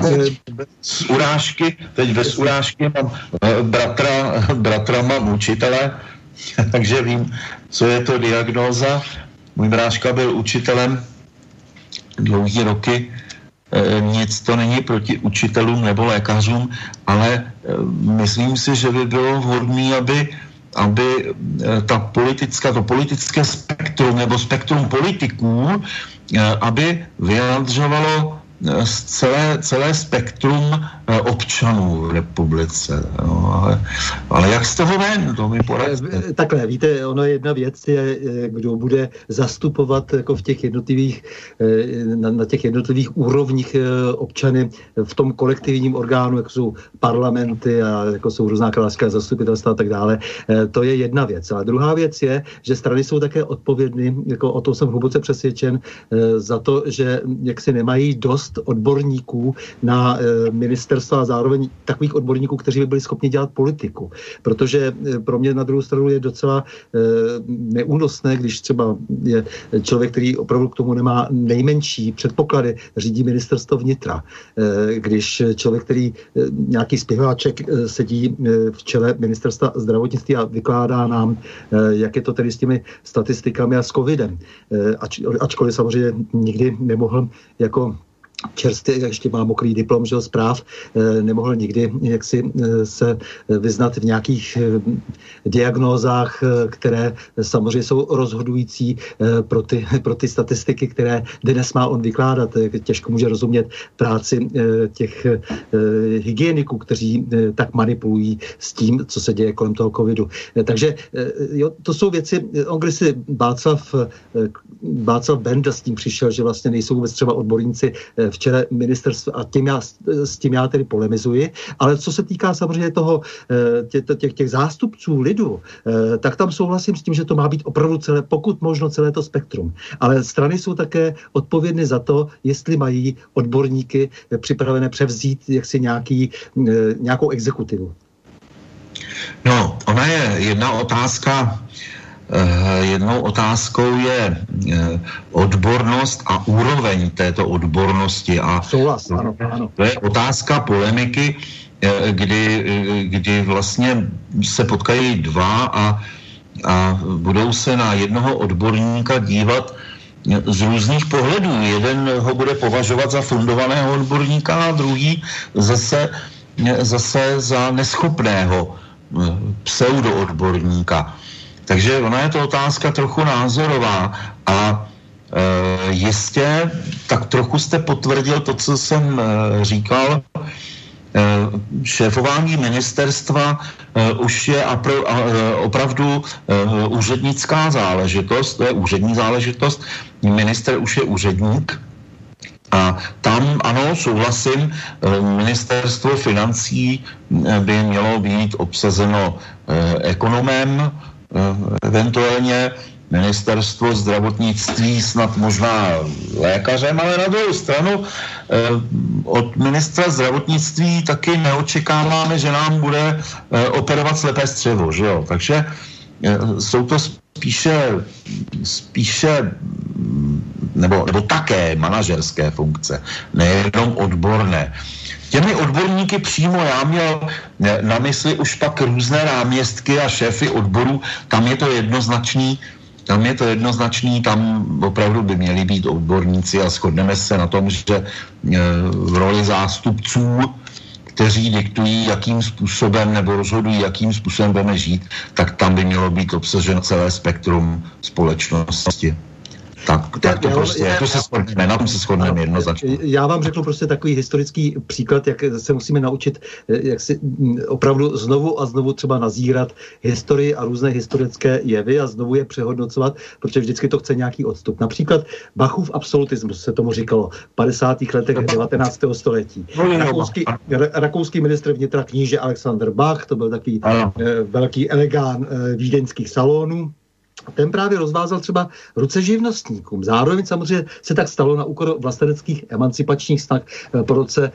teď bez urážky mám bratra mám učitele, takže vím, co je to diagnóza. Můj bráška byl učitelem dlouhé roky, nic to není proti učitelům nebo lékařům, ale myslím si, že by bylo vhodné, aby to politické spektrum nebo spektrum politiků, aby vyjadřovalo celé spektrum občanů v republice. No, ale jak z toho ven? To mi poradíte. Takhle, víte, ono jedna věc je, kdo bude zastupovat jako v těch jednotlivých, na těch jednotlivých úrovních občany v tom kolektivním orgánu, jako jsou parlamenty a jako jsou různá královská zastupitelstva a tak dále. To je jedna věc. A druhá věc je, že strany jsou také odpovědny, jako o tom jsem hluboce přesvědčen, za to, že jaksi nemají dost odborníků na ministerstva a zároveň takových odborníků, kteří by byli schopni dělat politiku. Protože pro mě na druhou stranu je docela neúnosné, když třeba je člověk, který opravdu k tomu nemá nejmenší předpoklady, řídí ministerstvo vnitra. Když člověk, který nějaký zpěváček sedí v čele ministerstva zdravotnictví a vykládá nám, jak je to tedy s těmi statistikami a s covidem. Ačkoliv samozřejmě nikdy nemohl jako čerstvě, ještě má mokrý diplom, že zpráv, nemohl nikdy jaksi se vyznat v nějakých diagnózách, které samozřejmě jsou rozhodující pro ty statistiky, které dnes má on vykládat. Těžko může rozumět práci těch hygieniků, Čechů, kteří tak manipulují s tím, co se děje kolem toho covidu. Takže jo, to jsou věci, on kdysi Václav Benda s tím přišel, že vlastně nejsou vůbec třeba odborníci v čele ministerstva a s tím já tedy polemizuji, ale co se týká samozřejmě toho, těch zástupců lidu, tak tam souhlasím s tím, že to má být opravdu celé, pokud možno celé to spektrum. Ale strany jsou také odpovědny za to, jestli mají odborníky připravené převzít jaksi nějakou exekutivu. No, ona je jedna otázka. Jednou otázkou je odbornost a úroveň této odbornosti. A souhlas, ano. To je otázka polemiky, kdy vlastně se potkají dva a budou se na jednoho odborníka dívat z různých pohledů. Jeden ho bude považovat za fundovaného odborníka a druhý zase za neschopného pseudoodborníka. Takže ona je to otázka trochu názorová a jistě tak trochu jste potvrdil to, co jsem říkal. Šéfování ministerstva už je opravdu úřednická záležitost, to je úřední záležitost. Minister už je úředník. A tam, ano, souhlasím, ministerstvo financí by mělo být obsazeno ekonomem, eventuálně ministerstvo zdravotnictví snad možná lékařem, ale na druhou stranu od ministra zdravotnictví taky neočekáváme, že nám bude operovat slepé střevo, že jo? Takže jsou to spíše nebo také manažerské funkce, nejenom odborné. Těmi odborníky přímo já měl na mysli už pak různé náměstky a šéfy odborů, tam je to jednoznačný, tam opravdu by měli být odborníci a shodneme se na tom, že v roli zástupců, kteří diktují, jakým způsobem nebo rozhodují, jakým způsobem budeme žít, tak tam by mělo být obsaženo celé spektrum společnosti. Tak to prostě, to se shodneme, na tom se shodneme jednoznačně. Já vám řeknu prostě takový historický příklad, jak se musíme naučit, jak si opravdu znovu a znovu třeba nazírat historii a různé historické jevy a znovu je přehodnocovat, protože vždycky to chce nějaký odstup. Například Bachův absolutismus se tomu říkalo v 50. letech 19. století. Rakouský ministr vnitra kníže Alexander Bach, to byl takový velký elegán vídeňských salonů. Ten právě rozvázal třeba ruce živnostníkům. Zároveň samozřejmě se tak stalo na úkor vlasteneckých emancipačních snah po roce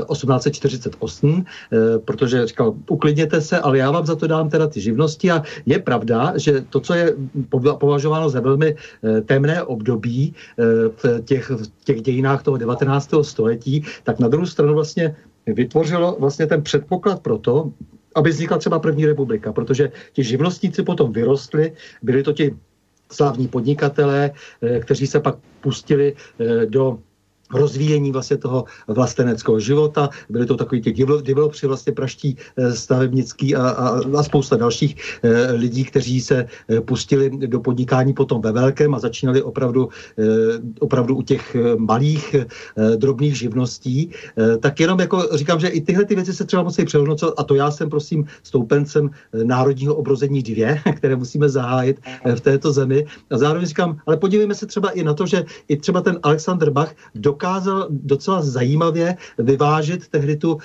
1848, protože říkal, uklidněte se, ale já vám za to dám teda ty živnosti a je pravda, že to, co je považováno za velmi temné období v těch dějinách toho 19. století, tak na druhou stranu vlastně vytvořilo vlastně ten předpoklad pro to, aby vznikla třeba první republika, protože ti živnostníci potom vyrostli, byli to ti slavní podnikatelé, kteří se pak pustili do rozvíjení vlastně toho vlasteneckého života. Byli to takový ti developři vlastně praští stavebnický a spousta dalších lidí, kteří se pustili do podnikání potom ve velkém a začínali opravdu u těch malých drobných živností. Tak jenom jako říkám, že i tyhle ty věci se třeba musí přehodnocovat a to já jsem prosím stoupencem národního obrození 2, které musíme zahájit v této zemi. A zároveň říkám, ale podívejme se třeba i na to, že i třeba ten Alexander Bach dokázal docela zajímavě vyvážit tehdy tu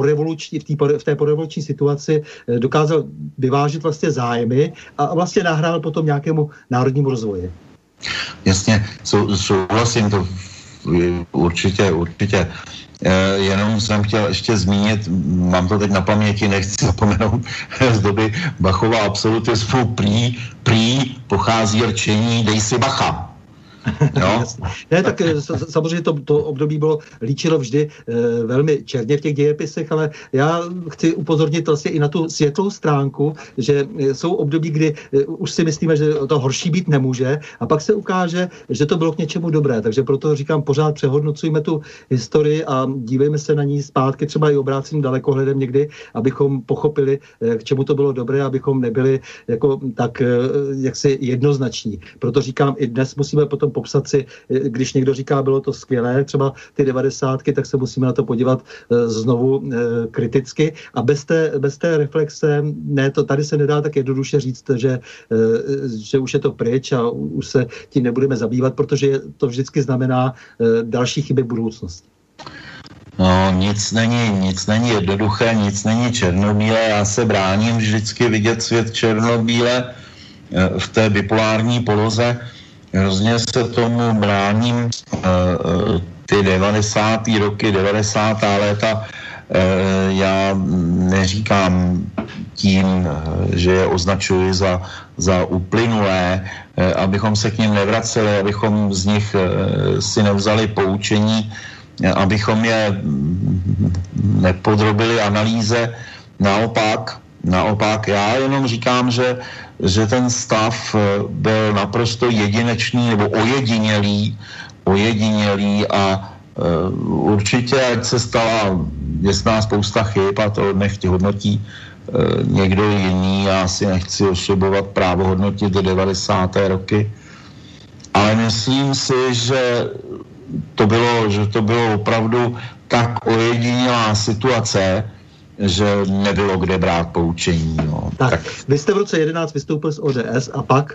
v té porevoluční situaci, dokázal vyvážit vlastně zájmy a vlastně nahrál potom nějakému národnímu rozvoji. Jasně, souhlasím to určitě. Jenom jsem chtěl ještě zmínit, mám to teď na paměti, nechci zapomenout, z doby Bachova absolutismu prý pochází rčení dej si bacha. No. Ne, tak samozřejmě to období bylo líčeno vždy velmi černě v těch dějepisech, ale já chci upozornit vlastně i na tu světlou stránku, že jsou období, kdy už si myslíme, že to horší být nemůže a pak se ukáže, že to bylo k něčemu dobré. Takže proto říkám, pořád přehodnocujme tu historii a dívejme se na ní zpátky, třeba i obráceným dalekohledem někdy, abychom pochopili, k čemu to bylo dobré, abychom nebyli jako tak jaksi jednoznační. Proto říkám, i dnes musíme potom popsat si, když někdo říká, bylo to skvělé, třeba ty 90, tak se musíme na to podívat znovu kriticky a bez té reflexe, ne, to tady se nedá tak jednoduše říct, že už je to pryč a už se tím nebudeme zabývat, protože to vždycky znamená další chyby v budoucnosti. No, nic není jednoduché, nic není černobílé, já se bráním vždycky vidět svět černobíle v té bipolární poloze. Hrozně se tomu bráním ty 90. roky, 90. léta. Já neříkám tím, že je označuji za uplynulé, abychom se k nim nevraceli, abychom z nich si nevzali poučení, abychom je nepodrobili analýze. Naopak, já jenom říkám, že ten stav byl naprosto jedinečný nebo ojedinělý a určitě, ať se stala jasná spousta chyb a to nechť hodnotí někdo jiný, já si nechci osobovat právo hodnotit do 90. roky, ale myslím si, že to bylo opravdu tak ojedinělá situace, že nebylo kde brát poučení. No. Tak, vy jste v roce 11 vystoupil z ODS a pak?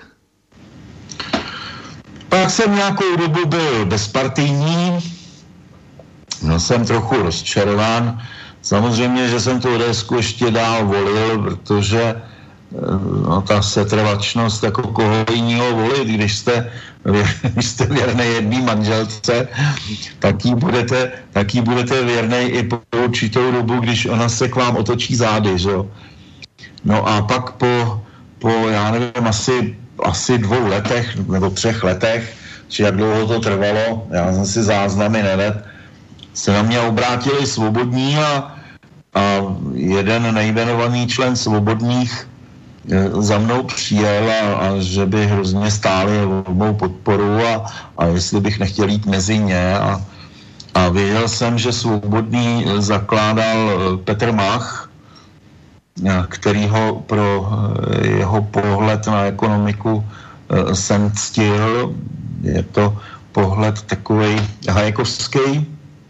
Pak jsem nějakou dobu byl bezpartijní, byl jsem trochu rozčarován. Samozřejmě, že jsem tu ODSku ještě dál volil, protože ta setrvačnost, jako koho jiného volit, když jste věrný jedný manželce, tak jí budete věrný i po určitou dobu, když ona se k vám otočí zády, že jo. No a pak po já nevím, asi 2 letech nebo 3 letech, či jak dlouho to trvalo, já jsem si záznamy nevedl, se na mě obrátili Svobodní a jeden nejmenovaný člen Svobodných za mnou přijel a že by hrozně stáli o mou podporu a jestli bych nechtěl jít mezi ně a věděl jsem, že Svobodný zakládal Petr Mach, který ho pro jeho pohled na ekonomiku jsem ctil. Je to pohled takovej hajekovský.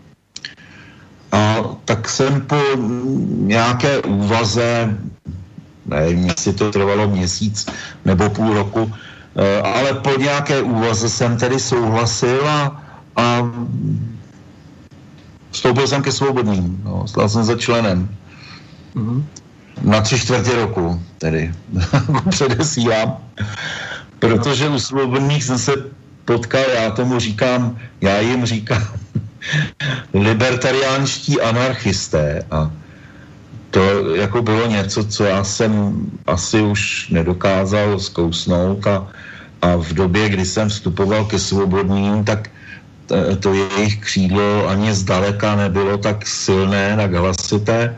A tak jsem po nějaké úvaze, nevím, jestli to trvalo měsíc nebo půl roku, ale po nějaké úvaze jsem tedy souhlasil a vstoupil jsem ke Svobodným. No, stal jsem se členem. Mm-hmm. Na 3/4 roku tedy. Předesílám. Protože u Svobodných jsem se potkal, já jim říkám libertariánští anarchisté a to jako bylo něco, co já jsem asi už nedokázal zkousnout a v době, kdy jsem vstupoval ke Svobodným, tak to jejich křídlo ani zdaleka nebylo tak silné, tak hlasité.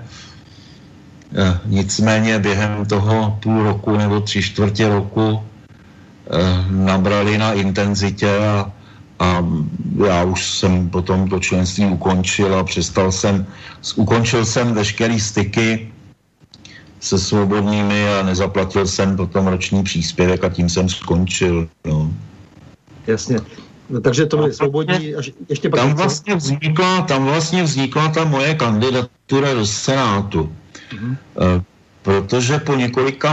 Nicméně během toho půl roku nebo 3/4 roku nabrali na intenzitě a já už jsem potom to členství ukončil a ukončil jsem veškerý styky se Svobodnými a nezaplatil jsem potom roční příspěvek a tím jsem skončil. No. Jasně. No, takže to byly Svobodní. Ještě tam vlastně vznikla ta moje kandidatura do Senátu. Mm-hmm. Protože po několika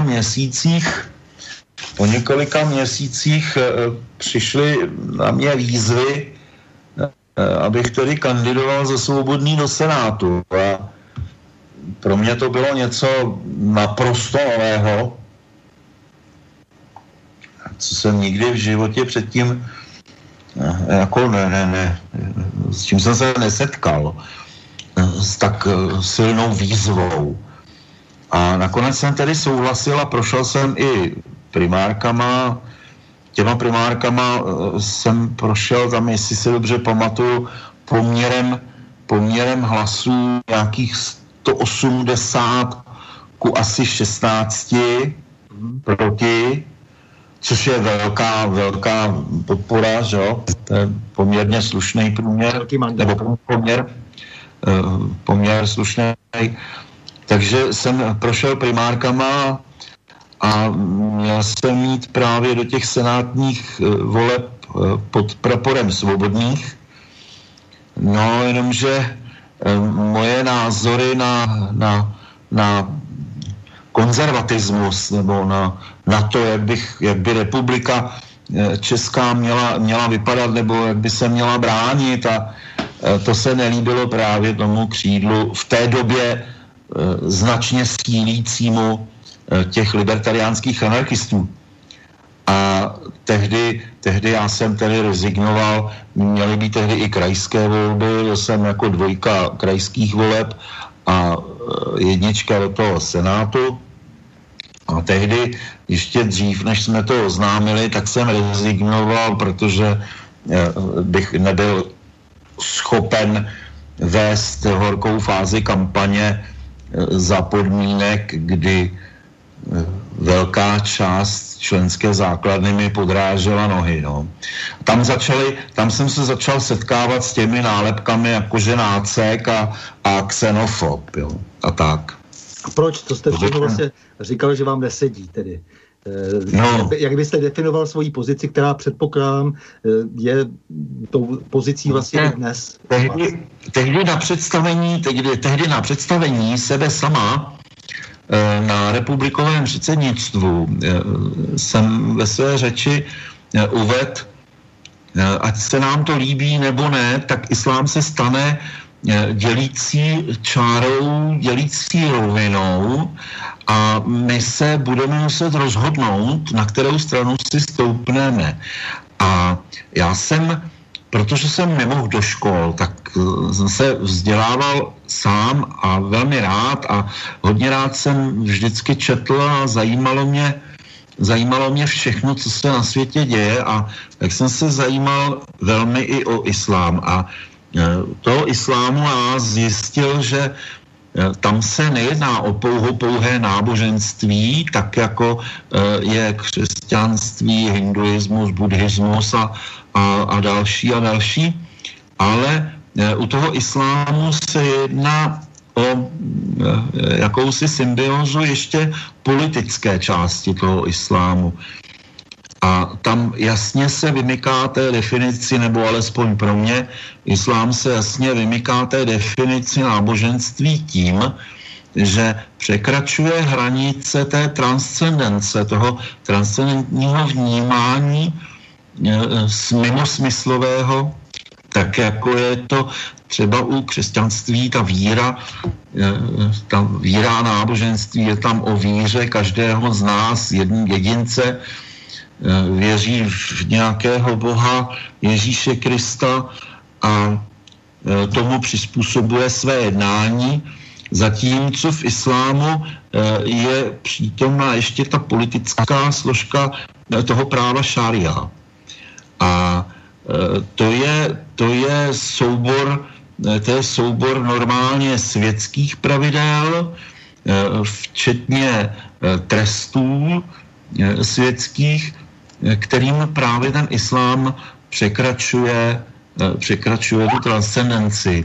měsících přišly na mě výzvy, abych tedy kandidoval za Svobodný do Senátu. A pro mě to bylo něco naprosto nového, co jsem nikdy v životě předtím jako s čím jsem se nesetkal, s tak silnou výzvou. A nakonec jsem tedy souhlasil a prošel jsem i primárkama těma primárkama jsem prošel tam, jestli se dobře pamatuju, poměrem hlasů nějakých 180 ku asi 16 proti, což je velká podpora, že jo? To je poměrně slušný průměr, nebo poměr slušný. Takže jsem prošel primárkama a měl jsem mít právě do těch senátních voleb pod praporem Svobodných. No, jenomže moje názory na konzervatismus nebo na to, jak by republika česká měla vypadat nebo jak by se měla bránit, a to se nelíbilo právě tomu křídlu v té době značně sílícímu těch libertariánských anarchistů. A tehdy já jsem tedy rezignoval, měly být tehdy i krajské volby, byl jsem jako 2 krajských voleb a 1 do toho senátu. A tehdy, ještě dřív, než jsme to oznámili, tak jsem rezignoval, protože bych nebyl schopen vést horkou fázi kampaně za podmínek, kdy velká část členské základny mi podrážela nohy. No. Tam jsem se začal setkávat s těmi nálepkami jako že nácek a xenofob, jo, a tak. A proč? To jste všechno vlastně říkal, že vám nesedí tedy. No. Jak byste definoval svoji pozici, která předpokládám je tou pozicí vlastně i dnes? Tehdy na představení sebe sama na republikovém předsednictvu jsem ve své řeči uvedl, ať se nám to líbí nebo ne, tak islám se stane dělící čárou, dělící rovinou a my se budeme muset rozhodnout, na kterou stranu si stoupneme. A já jsem, protože jsem nemohl do škol, tak jsem se vzdělával sám a velmi rád a hodně rád jsem vždycky četl a zajímalo mě všechno, co se na světě děje, a tak jsem se zajímal velmi i o islám. A toho islámu já zjistil, že tam se nejedná o pouhé náboženství, tak jako je křesťanství, hinduismus, buddhismus a další, ale u toho islámu se jedná o jakousi symbiózu ještě politické části toho islámu. A tam jasně se vymyká té definici, nebo alespoň pro mě, islám se jasně vymyká té definici náboženství tím, že překračuje hranice té transcendence, toho transcendentního vnímání mimosmyslového, tak jako je to třeba u křesťanství, ta víra a náboženství je tam o víře každého z nás, jedince, věří v nějakého Boha, Ježíše Krista, a tomu přizpůsobuje své jednání, zatímco v islámu je přítomná ještě ta politická složka toho práva šaria. A to je soubor normálně světských pravidel, včetně trestů světských, kterým právě ten islám překračuje tu transcendenci.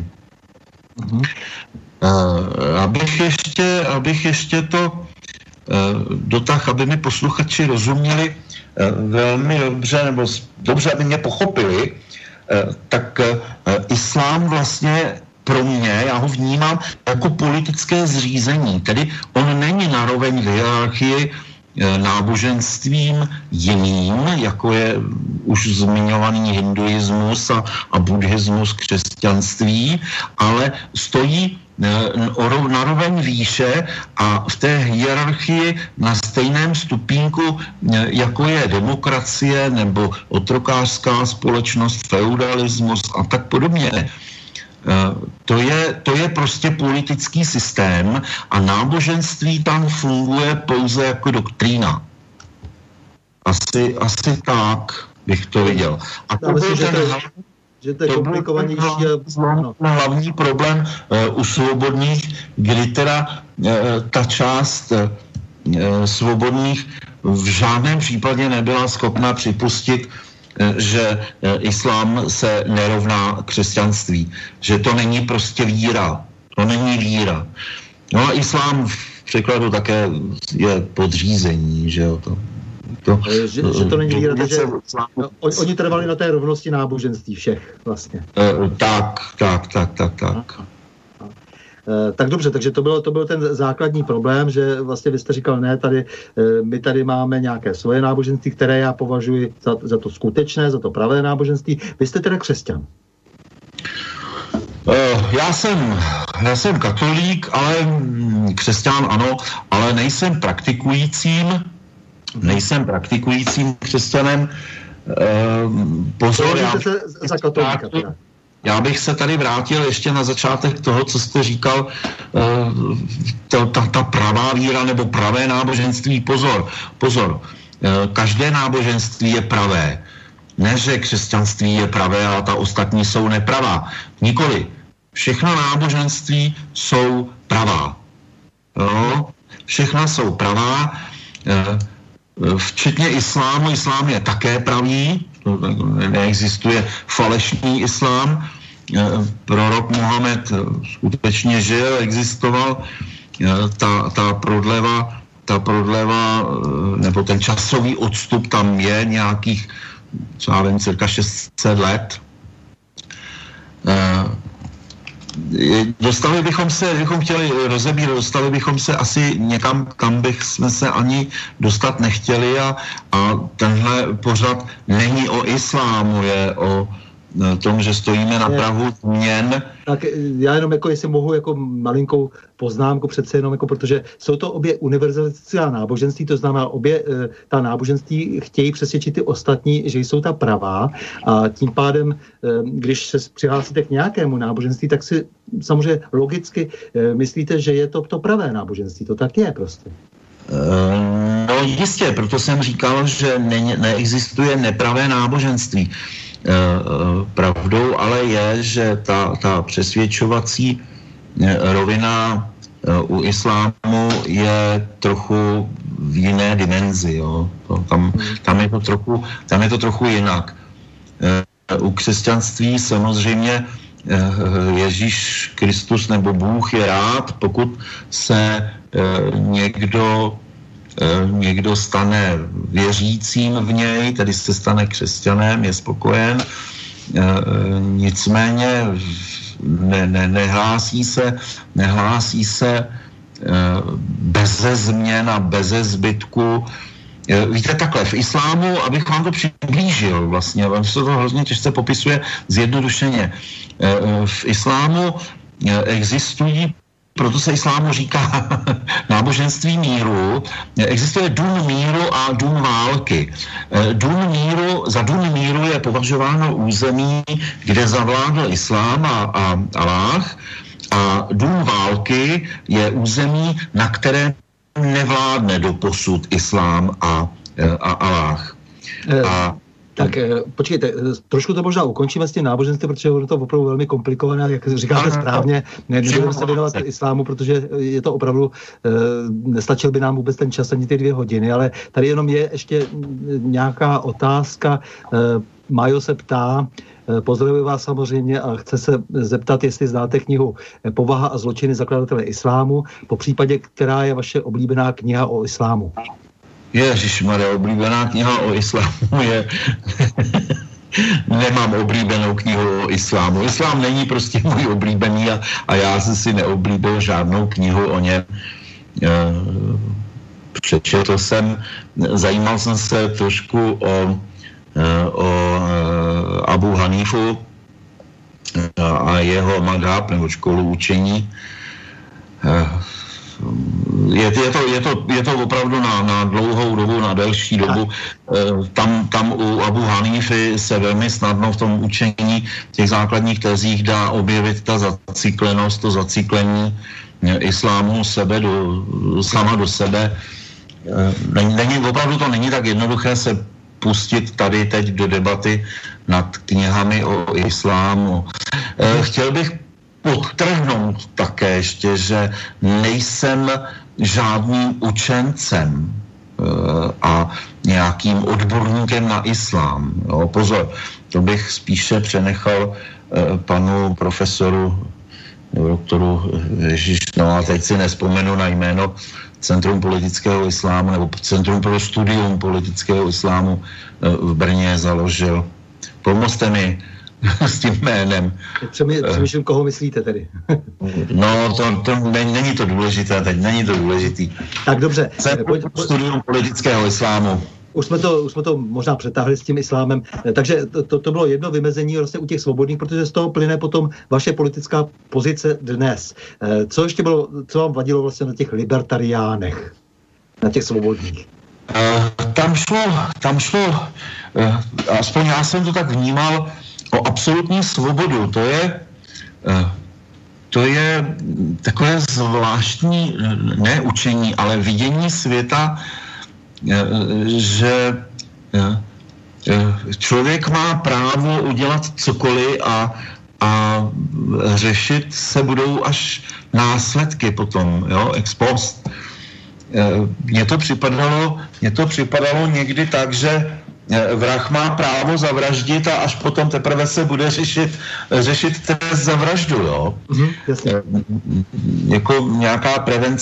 Abych ještě to dotáhl, aby mi posluchači rozuměli velmi dobře, nebo dobře, aby mě pochopili, tak islám vlastně pro mě, já ho vnímám jako politické zřízení, tedy on není naroveň v hierarchii náboženstvím jiným, jako je už zmiňovaný hinduismus a buddhismus, křesťanství, ale stojí naroveň výše a v té hierarchii na stejném stupínku, jako je demokracie nebo otrokářská společnost, feudalismus a tak podobně. To je prostě politický systém a náboženství tam funguje pouze jako doktrína. Asi tak bych to viděl. A to byl že to je komplikovanější. Hlavní problém u svobodných, kdy teda ta část svobodných v žádném případě nebyla schopna připustit, že islám se nerovná křesťanství, že to není prostě víra. To není víra. No a islám v překladu také je podřízení, že jo, že to není víra, takže oni trvali na té rovnosti náboženství všech vlastně. Tak. Tak dobře, takže to byl ten základní problém, že vlastně vy jste říkal, ne, my tady máme nějaké svoje náboženství, které já považuji za to skutečné, za to pravé náboženství. Vy jste teda křesťan. Já jsem katolík, ale křesťan ano, ale nejsem praktikujícím křesťanem. Pozor, já bych se tady vrátil ještě na začátek toho, co jste říkal, ta pravá víra nebo pravé náboženství. Pozor, každé náboženství je pravé. Ne, že křesťanství je pravé a ta ostatní jsou nepravá. Nikoli. Všechna náboženství jsou pravá. Jo? Všechna jsou pravá, včetně islámu. Islám je také pravý, neexistuje falešný islám. Prorok Mohamed skutečně žil, existoval. Ta prodleva, nebo ten časový odstup tam je nějakých, co já vím, cirka 600 let. Dostali bychom se asi někam, kam jsme se ani dostat nechtěli a tenhle pořad není o islámu, je o tom, že stojíme na prahu změn. Tak já jenom jestli mohu malinkou poznámku přece jenom, protože jsou to obě univerzalistická náboženství, to znamená obě ta náboženství chtějí přesvědčit ty ostatní, že jsou ta pravá a tím pádem, když se přihlásíte k nějakému náboženství, tak si samozřejmě logicky myslíte, že je to pravé náboženství. To tak je prostě. No jistě, proto jsem říkal, že neexistuje nepravé náboženství. Pravdou ale je, že ta přesvědčovací rovina u islámu je trochu v jiné dimenzi. Jo? Tam je to trochu jinak. U křesťanství samozřejmě Ježíš Kristus nebo Bůh je rád, pokud se někdo stane věřícím v něj, tedy se stane křesťanem, je spokojen, nicméně nehlásí se beze změn a beze zbytku. Víte, takhle, v islámu, abych vám to přiblížil vlastně, vám se to hrozně těžce popisuje zjednodušeně. V islámu existují, proto se islámu říká náboženství míru, existuje dům míru a dům války. Za dům míru je považováno území, kde zavládl islám a Alláh, a dům války je území, na kterém nevládne doposud islám a Alláh. Tak počkejte, trošku to možná ukončíme s tím náboženstvím, protože je to opravdu velmi komplikované, jak říkáte správně, nebudeme se věnovat islámu, protože je to opravdu, nestačil by nám vůbec ten čas ani ty 2 hodiny, ale tady jenom je ještě nějaká otázka. Majo se ptá, pozdravuji vás samozřejmě a chce se zeptat, jestli znáte knihu Povaha a zločiny zakladatele islámu, po případě, která je vaše oblíbená kniha o islámu. Ježišmarja, oblíbená kniha o islámu je... Nemám oblíbenou knihu o islámu. Islám není prostě můj oblíbený a já si neoblíbil žádnou knihu o něm. Přečetl jsem, zajímal jsem se trošku o Abu Hanifu a jeho madhab nebo školu učení. Je to opravdu na dlouhou dobu, na delší dobu. Tam u Abu Hanify se velmi snadno v tom učení těch základních tezích dá objevit ta zacyklenost, to zacyklení islámu sama do sebe. Opravdu to není tak jednoduché se pustit tady teď do debaty nad knihami o islámu. Chtěl bych podtrhnout také ještě, že nejsem žádným učencem a nějakým odborníkem na islám. Jo, pozor, to bych spíše přenechal panu profesoru, doktoru, a teď si nespomenu na jméno, Centrum politického islámu, nebo Centrum pro studium politického islámu v Brně založil. Pomozte mi s tím jménem. Přemýšlím, koho myslíte tedy. No, to není to důležité, teď není to důležitý. Tak dobře. Studium politického islámu. Už jsme to možná přetáhli s tím islámem, takže to bylo jedno vymezení vlastně u těch svobodných, protože z toho plyne potom vaše politická pozice dnes. Co ještě bylo, co vám vadilo vlastně na těch libertariánech, na těch svobodných? Tam šlo, aspoň já jsem to tak vnímal, o absolutní svobodu. To je takové zvláštní, ne učení, ale vidění světa, že člověk má právo udělat cokoliv a řešit se budou až následky potom, jo, ex post. Mně to připadalo někdy tak, že vrah má právo zavraždit a až potom teprve se bude řešit trest za vraždu, jo. Jasně. Jako nějaká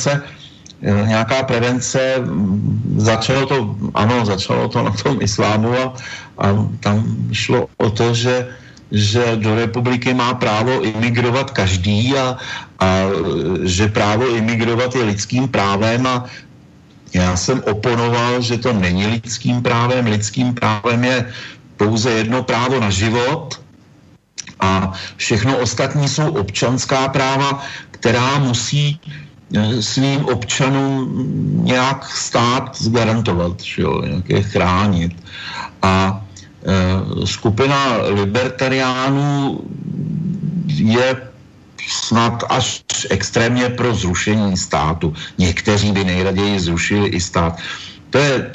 prevence, začalo to na tom islámu a tam šlo o to, že do republiky má právo imigrovat každý a že právo imigrovat je lidským právem a já jsem oponoval, že to není lidským právem. Lidským právem je pouze jedno právo na život a všechno ostatní jsou občanská práva, která musí svým občanům nějak stát garantovat, nějak je chránit. A skupina libertariánů je snad až extrémně pro zrušení státu. Někteří by nejraději zrušili i stát. To je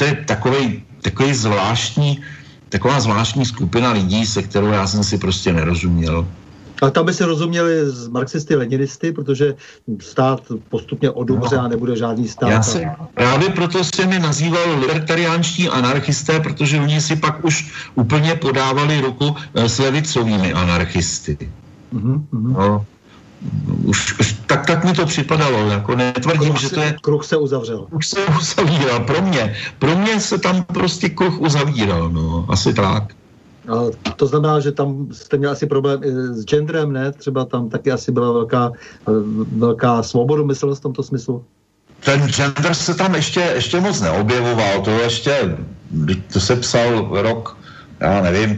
taková zvláštní skupina lidí, se kterou já jsem si prostě nerozuměl. Ale tam by se rozuměli z marxisty, leninisty, protože stát postupně odumře a nebude žádný stát. Právě proto se mi nazýval libertariánští anarchisté, protože oni si pak už úplně podávali ruku s levicovými anarchisty. No. Už tak mi to připadalo, jako netvrdím, že to je... Kruh se uzavřel. Už se uzavíral, pro mě se tam prostě kruh uzavíral, no, asi tak. A to znamená, že tam jste měl asi problém i s genderem, ne? Třeba tam taky asi byla velká svobodomyslnost v tomto smyslu? Ten gender se tam ještě moc neobjevoval, to se psal rok, já nevím,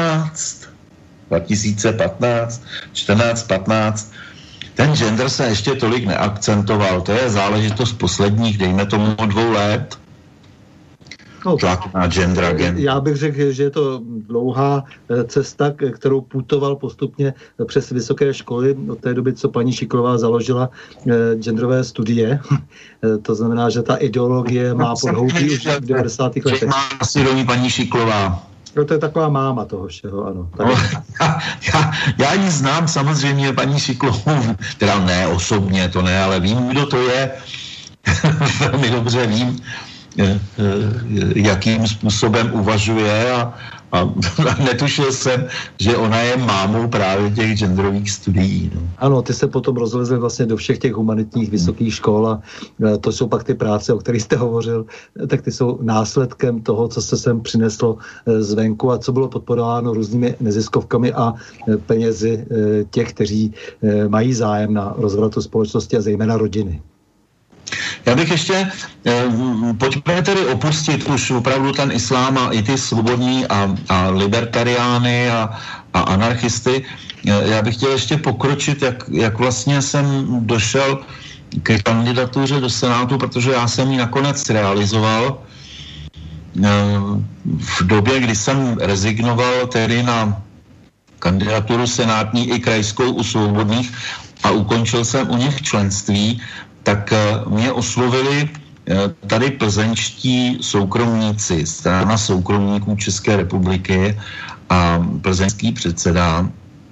2015, 14, 15. Ten gender se ještě tolik neakcentoval, to je záležitost posledních, dejme tomu 2 let. Tlak na gender agent. Já bych řekl, že je to dlouhá cesta, kterou putoval postupně přes vysoké školy od té doby, co paní Šiklová založila genderové studie. To znamená, že ta ideologie má podhoubí už v 90. letech. Má asi rovní paní Šiklová. No to je taková máma toho všeho, ano. No, já ji znám samozřejmě, paní Šiklovou, teda ne osobně, to ne, ale vím, kdo to je. Velmi dobře vím, jakým způsobem uvažuje a netušil jsem, že ona je mámou právě těch genderových studií. No. Ano, ty se potom rozlezly vlastně do všech těch humanitních vysokých škol a to jsou pak ty práce, o kterých jste hovořil, tak ty jsou následkem toho, co se sem přineslo zvenku a co bylo podporováno různými neziskovkami a penězi těch, kteří mají zájem na rozvratu společnosti a zejména rodiny. Já bych ještě, pojďme tedy opustit už opravdu ten islám a i ty svobodní a libertariány a anarchisty. Já bych chtěl ještě pokročit, jak vlastně jsem došel ke kandidatuře do Senátu, protože já jsem ji nakonec realizoval v době, kdy jsem rezignoval tedy na kandidaturu senátní i krajskou u svobodných a ukončil jsem u nich členství, tak mě oslovili tady plzeňští soukromníci, strana soukromníků České republiky a plzeňský předseda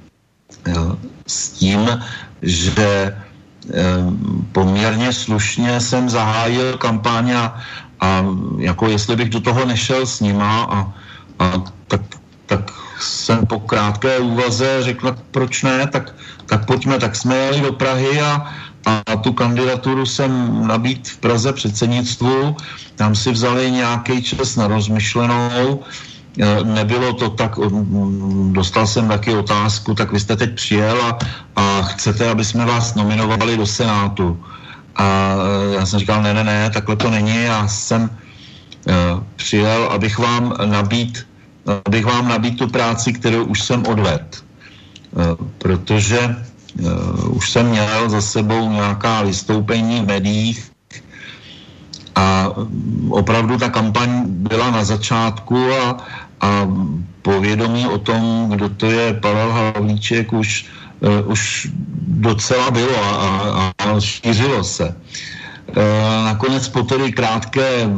s tím, že poměrně slušně jsem zahájil kampaň a jako jestli bych do toho nešel s nima tak jsem po krátké úvaze řekl, proč ne, tak pojďme, tak jsme jeli do Prahy a tu kandidaturu jsem nabít v Praze předsednictvu, tam si vzali nějaký čas na rozmyšlenou, nebylo to tak, dostal jsem taky otázku, tak vy jste teď přijel a chcete, aby jsme vás nominovali do Senátu. A já jsem říkal, ne, takhle to není, já jsem přijel, abych vám nabít tu práci, kterou už jsem odvedl. Protože už jsem měl za sebou nějaká vystoupení v médiích a opravdu ta kampaň byla na začátku a povědomí o tom, kdo to je Pavel Havlíček, už docela bylo a šířilo se. Nakonec po tedy krátké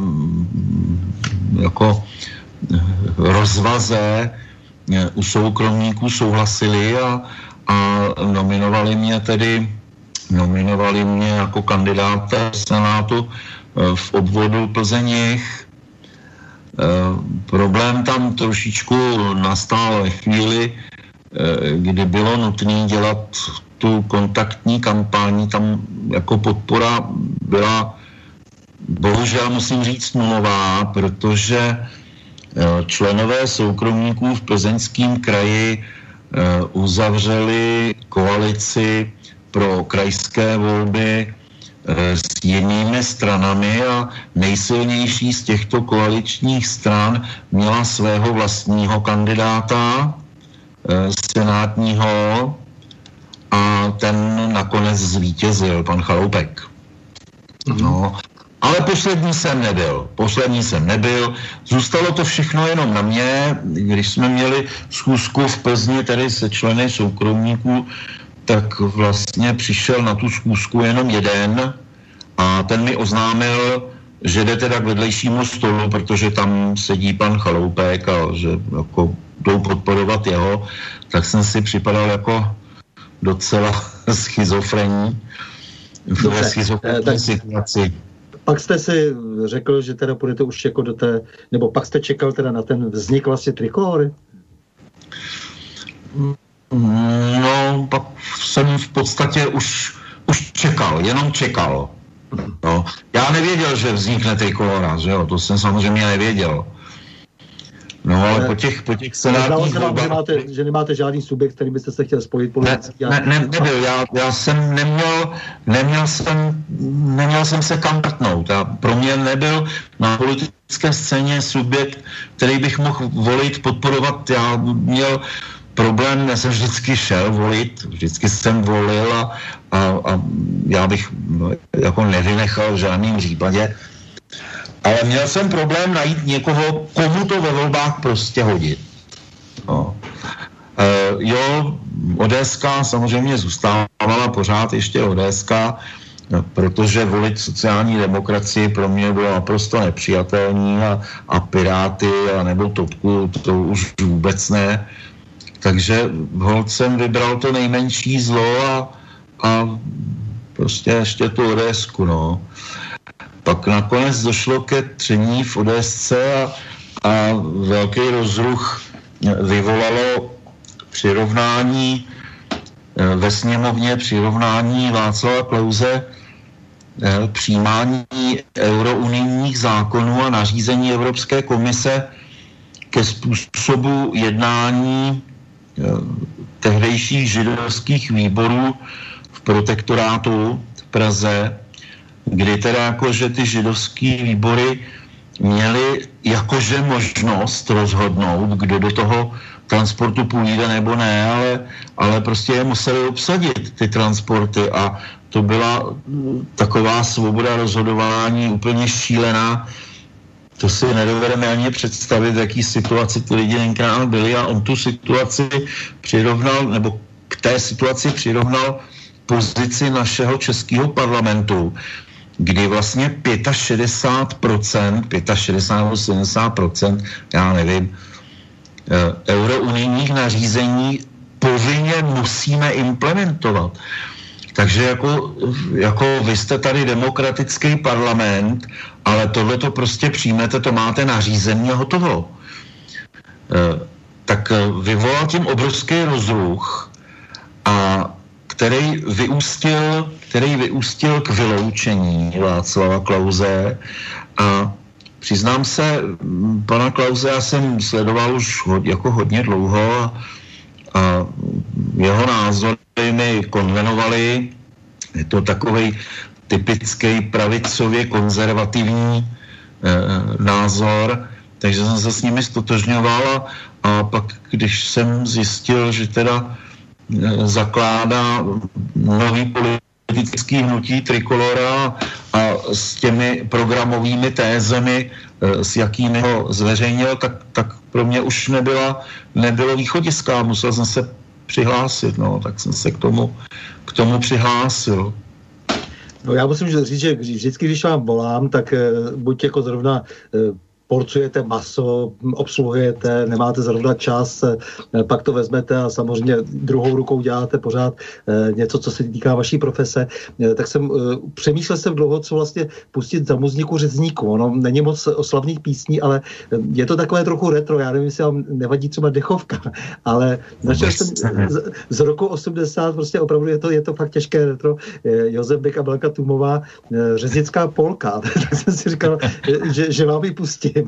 jako rozvaze u soukromníků souhlasili a nominovali mě jako kandidáta Senátu v obvodu Plzeňjih. Problém tam trošičku nastal ve chvíli, kdy bylo nutné dělat tu kontaktní kampaň. Tam jako podpora byla, bohužel musím říct, nulová, protože členové soukromníků v Plzeňském kraji uzavřeli koalici pro krajské volby s jinými stranami a nejsilnější z těchto koaličních stran měla svého vlastního kandidáta senátního a ten nakonec zvítězil, pan Chaloupek. No, ale poslední jsem nebyl. Zůstalo to všechno jenom na mě. Když jsme měli schůzku v Plzni, tedy se členy soukromníků, tak vlastně přišel na tu schůzku jenom jeden a ten mi oznámil, že jde teda k vedlejšímu stolu, protože tam sedí pan Chaloupek a že jako jdou podporovat jeho, tak jsem si připadal jako docela schizofrenní v schizofrenní situaci. Pak jste si řekl, že teda půjdete už jako do té, nebo pak jste čekal teda na ten vznik vlastně Trikóry? No, pak jsem v podstatě už jenom čekal. No. Já nevěděl, že vznikne Trikóra, že jo, to jsem samozřejmě nevěděl. No, ale po těch senátních volbách... Že nemáte žádný subjekt, který byste se chtěl spojit politicky? Nebyl, já jsem neměl jsem se kam prtnout. Pro mě nebyl na politické scéně subjekt, který bych mohl volit, podporovat. Já měl problém, já jsem vždycky šel volit, vždycky jsem volil a já bych jako nevynechal v žádném případě. Ale měl jsem problém najít někoho, komu to ve volbách prostě hodit. No. ODS samozřejmě zůstávala pořád ještě ODS, protože volit sociální demokracii pro mě bylo naprosto nepřijatelný a Piráty a nebo Topku, to už vůbec ne. Takže holt jsem vybral to nejmenší zlo a prostě ještě tu ODSku, no. Pak nakonec došlo ke tření v ODSce a velký rozruch vyvolalo přirovnání ve sněmovně, přirovnání Václava Klause, přijímání eurounijních zákonů a nařízení Evropské komise ke způsobu jednání tehdejších židovských výborů v protektorátu v Praze, kdy teda jakože ty židovský výbory měly jakože možnost rozhodnout, kdo do toho transportu půjde nebo ne, ale prostě je museli obsadit ty transporty a to byla taková svoboda rozhodování úplně šílená. To si nedovedeme ani představit, v jaký situaci ty lidi tenkrát byli a on tu situaci přirovnal, nebo k té situaci přirovnal pozici našeho českého parlamentu, kdy vlastně 65% já nevím, eurounijních nařízení povinně musíme implementovat. Takže jako vy jste tady demokratický parlament, ale tohle to prostě přijmete, to máte nařízení a hotovo. Tak vyvolal tím obrovský rozruch, a který vyústil k vyloučení Václava Klause. A přiznám se, pana Klause já jsem sledoval už jako hodně dlouho a jeho názory mi konvenovaly. Je to takovej typický pravicově konzervativní názor, takže jsem se s nimi ztotožňoval a pak, když jsem zjistil, že teda zakládá nový politický hnutí Trikolora a s těmi programovými tézemi, s jakými ho zveřejnil, tak pro mě už nebylo východiska, musel jsem se přihlásit, tak jsem se k tomu přihlásil. No já musím říct, že vždycky, když vám volám, tak buď jako zrovna porcujete maso, obsluhujete, nemáte zrovna čas, pak to vezmete a samozřejmě druhou rukou děláte pořád něco, co se týká vaší profese. Tak přemýšlel jsem dlouho, co vlastně pustit za muziku Řezníku. Ono není moc oslavných písní, ale je to takové trochu retro. Já nevím, jestli vám nevadí třeba dechovka, ale našel jsem z roku 80, prostě opravdu je to fakt těžké retro. Josef Bek a Blanka Tumová, Řeznická polka. Tak jsem si říkal, že vám ji pustím.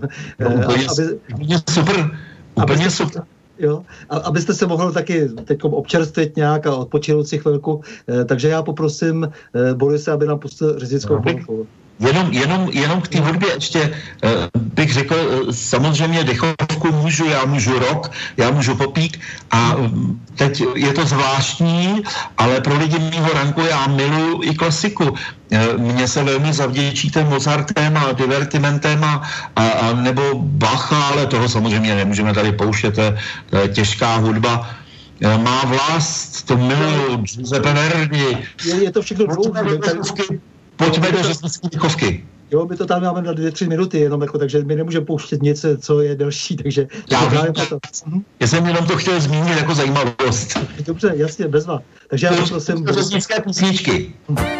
Úplně super. Jo, abyste se mohl taky teď občerstvit nějak a odpočinout si chvilku. Takže já poprosím Borise, aby nám pustil Řeznickou polku. Jenom k té hudbě ještě bych řekl, samozřejmě dechovku já můžu rock, já můžu popík a teď je to zvláštní, ale pro lidi mýho ranku já miluju i klasiku. Mně se velmi zavděčí ten Mozartem a divertimentem a nebo Bacha, ale toho samozřejmě nemůžeme tady pouštět, to je těžká hudba. Má vlast, to miluju, Giuseppe Verdi. Je to všechno dlouhé. Pojďme do řeznické dechovky. Jo, my to tam máme na 2-3 minuty jenom, takže my nemůžeme pouštět něco, co je delší, takže... Já jsem jenom to chtěl zmínit jako zajímavost. Dobře, jasně, bezva. Takže já prosím... Řeznické písničky.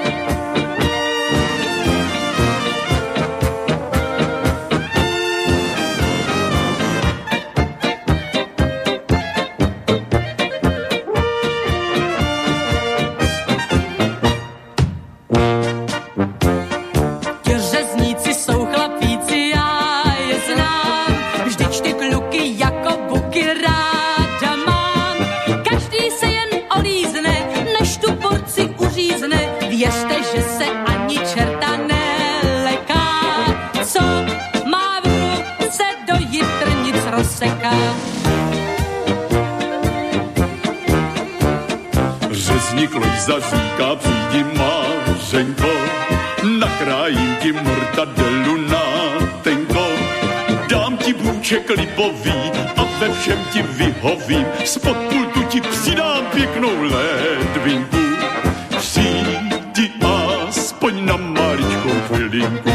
Řezník Lojza říká, přijdi Mařenko, nakrájím ti mortadelu na tenko, dám ti bůček lipový a ve všem ti vyhovím, spod pultu ti přidám pěknou ledvinku, přijdi aspoň na maličkou chvilinku.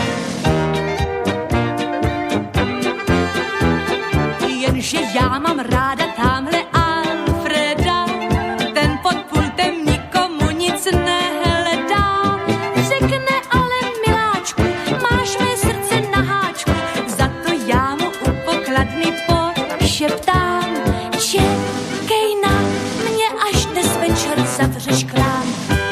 Jenže já mám ráda tamhle Alfreda, ten pod pultem nikomu nic nehledá. Řekne ale miláčku, máš mé srdce na háčku, za to já mu u pokladny pošeptám. Čekej na mě, až dnes večer zavřeš krám.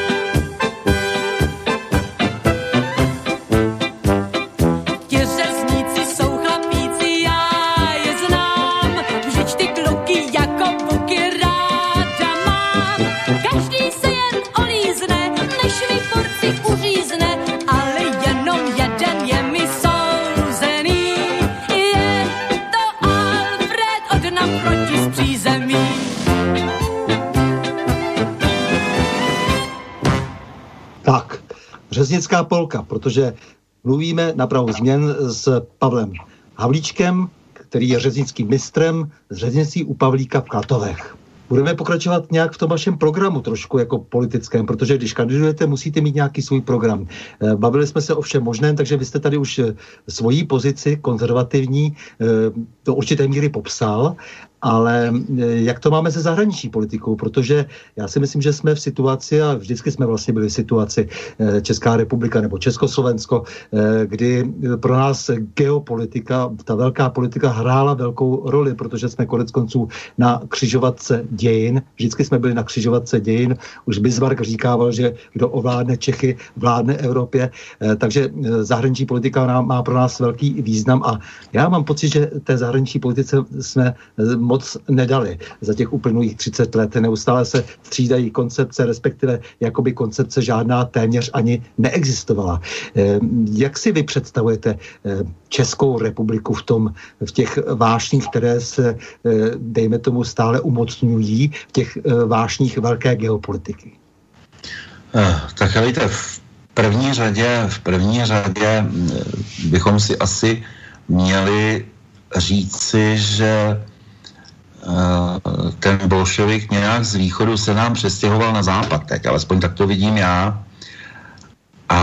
Řeznická polka, protože mluvíme na pravou změn s Pavlem Havlíčkem, který je řeznickým mistrem z řeznictví u Pavlíka v Klatovech. Budeme pokračovat nějak v tom vašem programu trošku jako politickém, protože když kandidujete, musíte mít nějaký svůj program. Bavili jsme se o všem možném, takže vy jste tady už svoji pozici konzervativní do určité míry popsal, ale jak to máme se zahraniční politikou, protože já si myslím, že jsme v situaci, a vždycky jsme vlastně byli v situaci Česká republika nebo Československo, kdy pro nás geopolitika, ta velká politika hrála velkou roli, protože jsme koneckonců na křižovatce dějin, vždycky jsme byli na křižovatce dějin, už Bismarck říkával, že kdo ovládne Čechy, vládne Evropě, takže zahraniční politika má pro nás velký význam a já mám pocit, že té zahraniční politice jsme moc nedali za těch uplynulých 30 let. Neustále se střídají koncepce, respektive jakoby koncepce žádná téměř ani neexistovala. Jak si vy představujete Českou republiku v těch vášních, které se, dejme tomu, stále umocňují, v těch vášních velké geopolitiky? Tak víte, v první řadě bychom si asi měli říci, že ten bolševik nějak z východu se nám přestěhoval na západ, tak alespoň tak to vidím já. A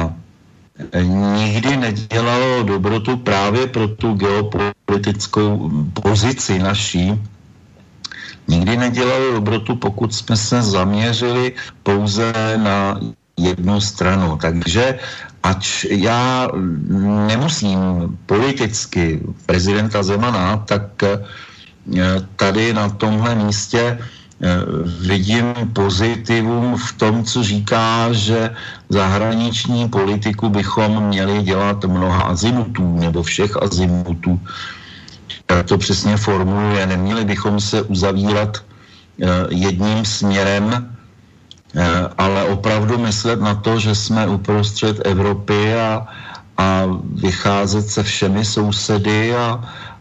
nikdy nedělalo dobrotu právě pro tu geopolitickou pozici naší. Nikdy nedělalo dobrotu, pokud jsme se zaměřili pouze na jednu stranu. Takže ač já nemusím politicky prezidenta Zemana, tak tady na tomhle místě vidím pozitivum v tom, co říká, že zahraniční politiku bychom měli dělat mnoha azimutů nebo všech azimutů. Tak to přesně formuluje. Neměli bychom se uzavírat jedním směrem, ale opravdu myslet na to, že jsme uprostřed Evropy a vycházet se všemi sousedy a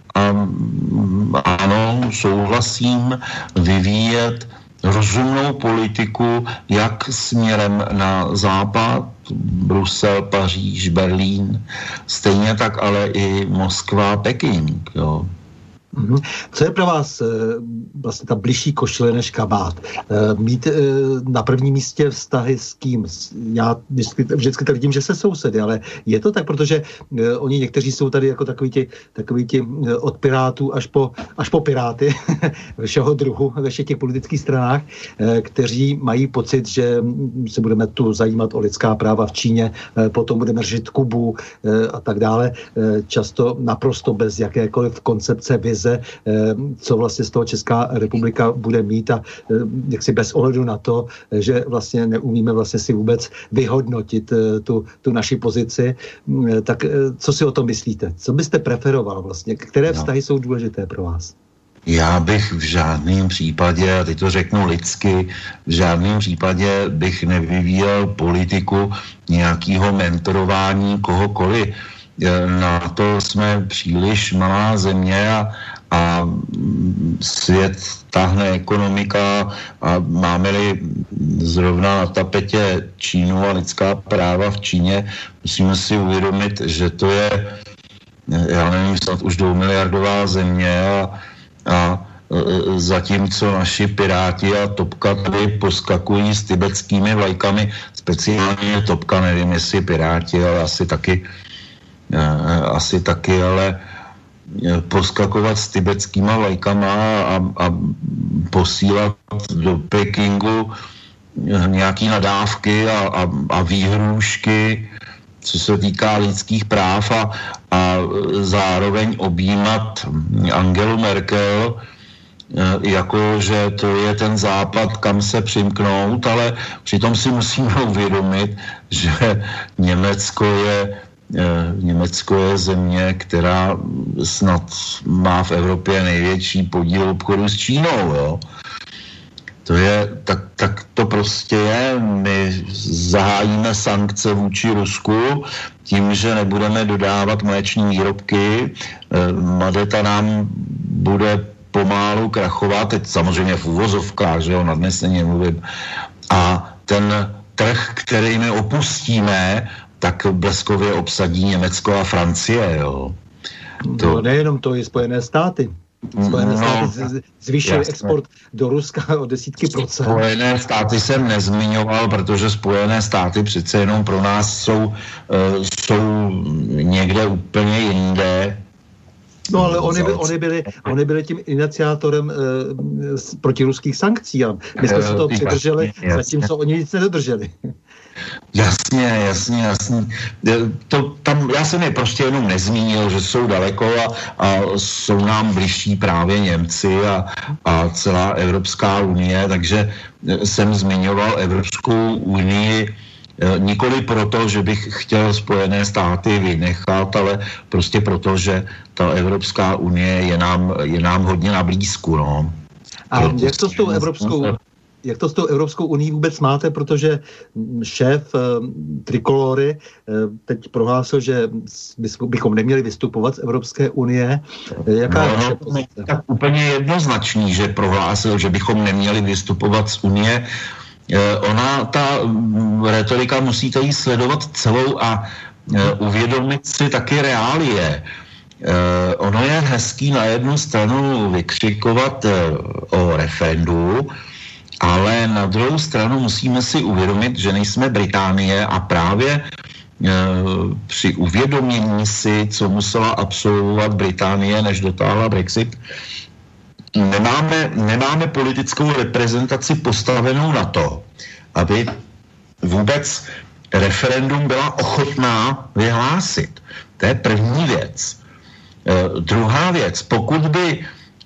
ano, souhlasím, vyvíjet rozumnou politiku jak směrem na západ, Brusel, Paříž, Berlín, stejně tak ale i Moskva, Peking, jo. Co je pro vás vlastně ta bližší košile než kabát? Mít na prvním místě vztahy s kým? Já vždycky tak vidím, že se sousedy, ale je to tak, protože oni někteří jsou tady jako takový ti od pirátů až po piráty všeho druhu ve všech těch politických stranách, kteří mají pocit, že se budeme tu zajímat o lidská práva v Číně, potom budeme řešit Kubu a tak dále. Často naprosto bez jakékoliv koncepce, vize, co vlastně z toho Česká republika bude mít a jaksi bez ohledu na to, že vlastně neumíme vlastně si vůbec vyhodnotit tu naši pozici. Tak co si o tom myslíte? Co byste preferoval vlastně? Které vztahy jsou důležité pro vás? Já bych v žádném případě, a teď to řeknu lidsky, v žádném případě bych nevyvíjel politiku nějakého mentorování kohokoliv. Na to jsme příliš malá země a svět táhne ekonomika a máme-li zrovna na tapetě Čínu a lidská práva v Číně, musíme si uvědomit, že to je, já nevím, snad už 2miliardová země a zatímco naši piráti a Topka tady poskakují s tibetskými vlajkami, speciálně Topka, nevím, jestli piráti, ale asi taky, ale poskakovat s tibetskýma vlajkama a posílat do Pekingu nějaký nadávky a výhrůžky, co se týká lidských práv a zároveň objímat Angelu Merkel, jako že to je ten západ, kam se přimknout, ale přitom si musíme uvědomit, že Německo je země, která snad má v Evropě největší podíl obchodu s Čínou, jo. To je, tak to prostě je. My zahájíme sankce vůči Rusku tím, že nebudeme dodávat mléční výrobky. Madeta nám bude pomálu krachovat, teď samozřejmě v uvozovkách, že jo, nadneseně mluvím. A ten trh, který my opustíme, tak bleskově obsadí Německo a Francie, jo. No nejenom to, i Spojené státy. Spojené státy zvýšily export do Ruska o desítky procent. Spojené státy jsem nezmiňoval, protože Spojené státy přece jenom pro nás jsou někde úplně jinde. No ale oni byli tím iniciátorem protiruských sankcí a my jsme se toho přidrželi, zatímco oni nic nedodrželi. Jasně. Já jsem je prostě jenom nezmínil, že jsou daleko a jsou nám bližší právě Němci a celá Evropská unie, takže jsem zmiňoval Evropskou unii nikoli proto, že bych chtěl Spojené státy vynechat, ale prostě proto, že ta Evropská unie je nám hodně na blízku, no. A jak to s tou Evropskou unií vůbec máte, protože šéf Trikolory teď prohlásil, že bychom neměli vystupovat z Evropské unie. Jaká je vaše pozice? Tak úplně jednoznačný, že prohlásil, že bychom neměli vystupovat z unie. Ona, ta retorika, musíte jí sledovat celou a uvědomit si taky reálie. Ono je hezký na jednu stranu vykřikovat o referendu, ale na druhou stranu musíme si uvědomit, že nejsme Británie a právě při uvědomění si, co musela absolvovat Británie, než dotáhla Brexit, nemáme politickou reprezentaci postavenou na to, aby vůbec referendum byla ochotná vyhlásit. To je první věc. Druhá věc, pokud by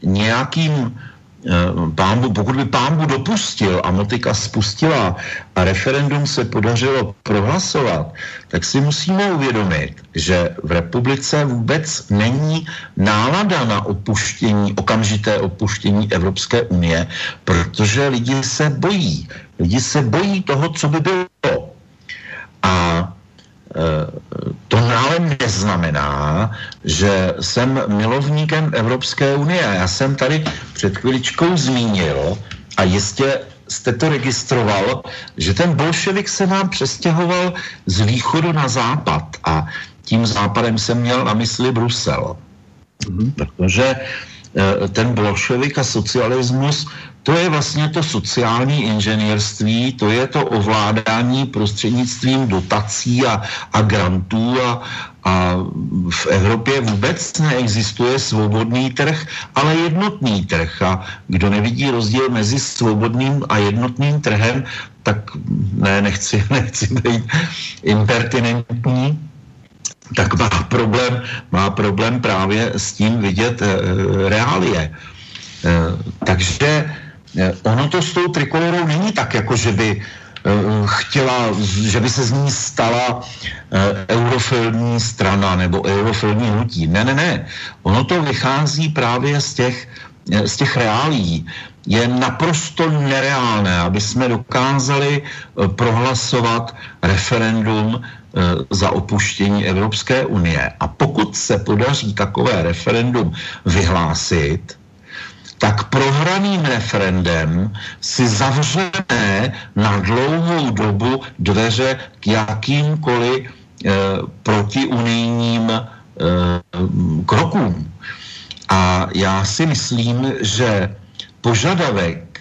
pánbu dopustil a motika spustila a referendum se podařilo prohlasovat, tak si musíme uvědomit, že v republice vůbec není nálada na okamžité opuštění Evropské unie, protože lidi se bojí. Lidi se bojí toho, co by bylo. A to ale neznamená, že jsem milovníkem Evropské unie. Já jsem tady před chviličkou zmínil, a jistě jste to registroval, že ten bolševik se nám přestěhoval z východu na západ a tím západem jsem měl na mysli Brusel. Protože ten bolševik a socialismus, to je vlastně to sociální inženýrství, to je to ovládání prostřednictvím dotací a grantů a v Evropě vůbec neexistuje svobodný trh, ale jednotný trh. A kdo nevidí rozdíl mezi svobodným a jednotným trhem, tak nechci být impertinentní, tak má problém právě s tím vidět reálie. Takže ono to s tou Trikolorou není tak, jako že by že by se z ní stala eurofilní strana nebo eurofilní hnutí. Ne. Ono to vychází právě z těch reálií. Je naprosto nereálné, aby jsme dokázali prohlasovat referendum za opuštění Evropské unie. A pokud se podaří takové referendum vyhlásit, tak prohraným referendem si zavřeme na dlouhou dobu dveře k jakýmkoliv protiunijním krokům. A já si myslím, že požadavek,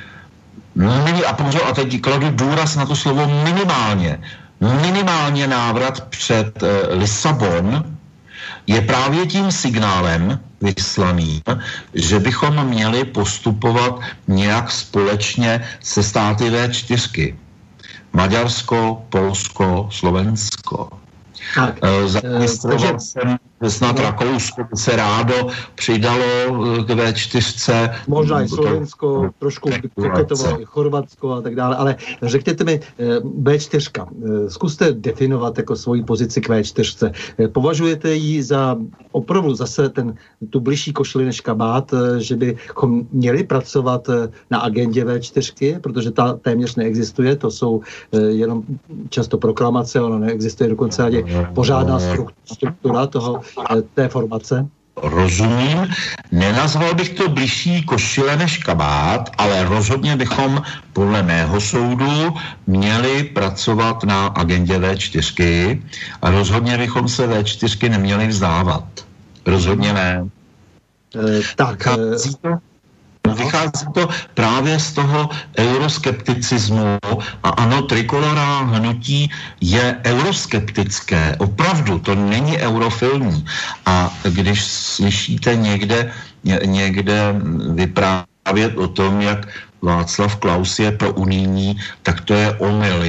a teď kladu důraz na to slovo minimálně návrat před Lisabon, je právě tím signálem vyslaným, že bychom měli postupovat nějak společně se státy V4. Maďarsko, Polsko, Slovensko. Zaregistroval jsem, že snad Rakousko se rádo přidalo k V4. Možná i Slovensko, trošku koketovalo i Chorvatsko a tak dále, ale řekněte mi, V4, zkuste definovat jako svoji pozici k V4. Považujete ji za opravdu zase tu bližší košili než kabát, že bychom měli pracovat na agendě V4, protože ta téměř neexistuje, to jsou jenom často proklamace, ono neexistuje dokonce ani pořádná struktura té formace? Rozumím. Nenazval bych to bližší košile než kabát, ale rozhodně bychom podle mého soudu měli pracovat na agendě V4 a rozhodně bychom se V4 neměli vzdávat. Rozhodně ne. Vychází to právě z toho euroskepticismu a ano, Trikolora hnutí je euroskeptické, opravdu, to není eurofilní. A když slyšíte někde vyprávět o tom, jak Václav Klaus je pro unijní, tak to je omyl,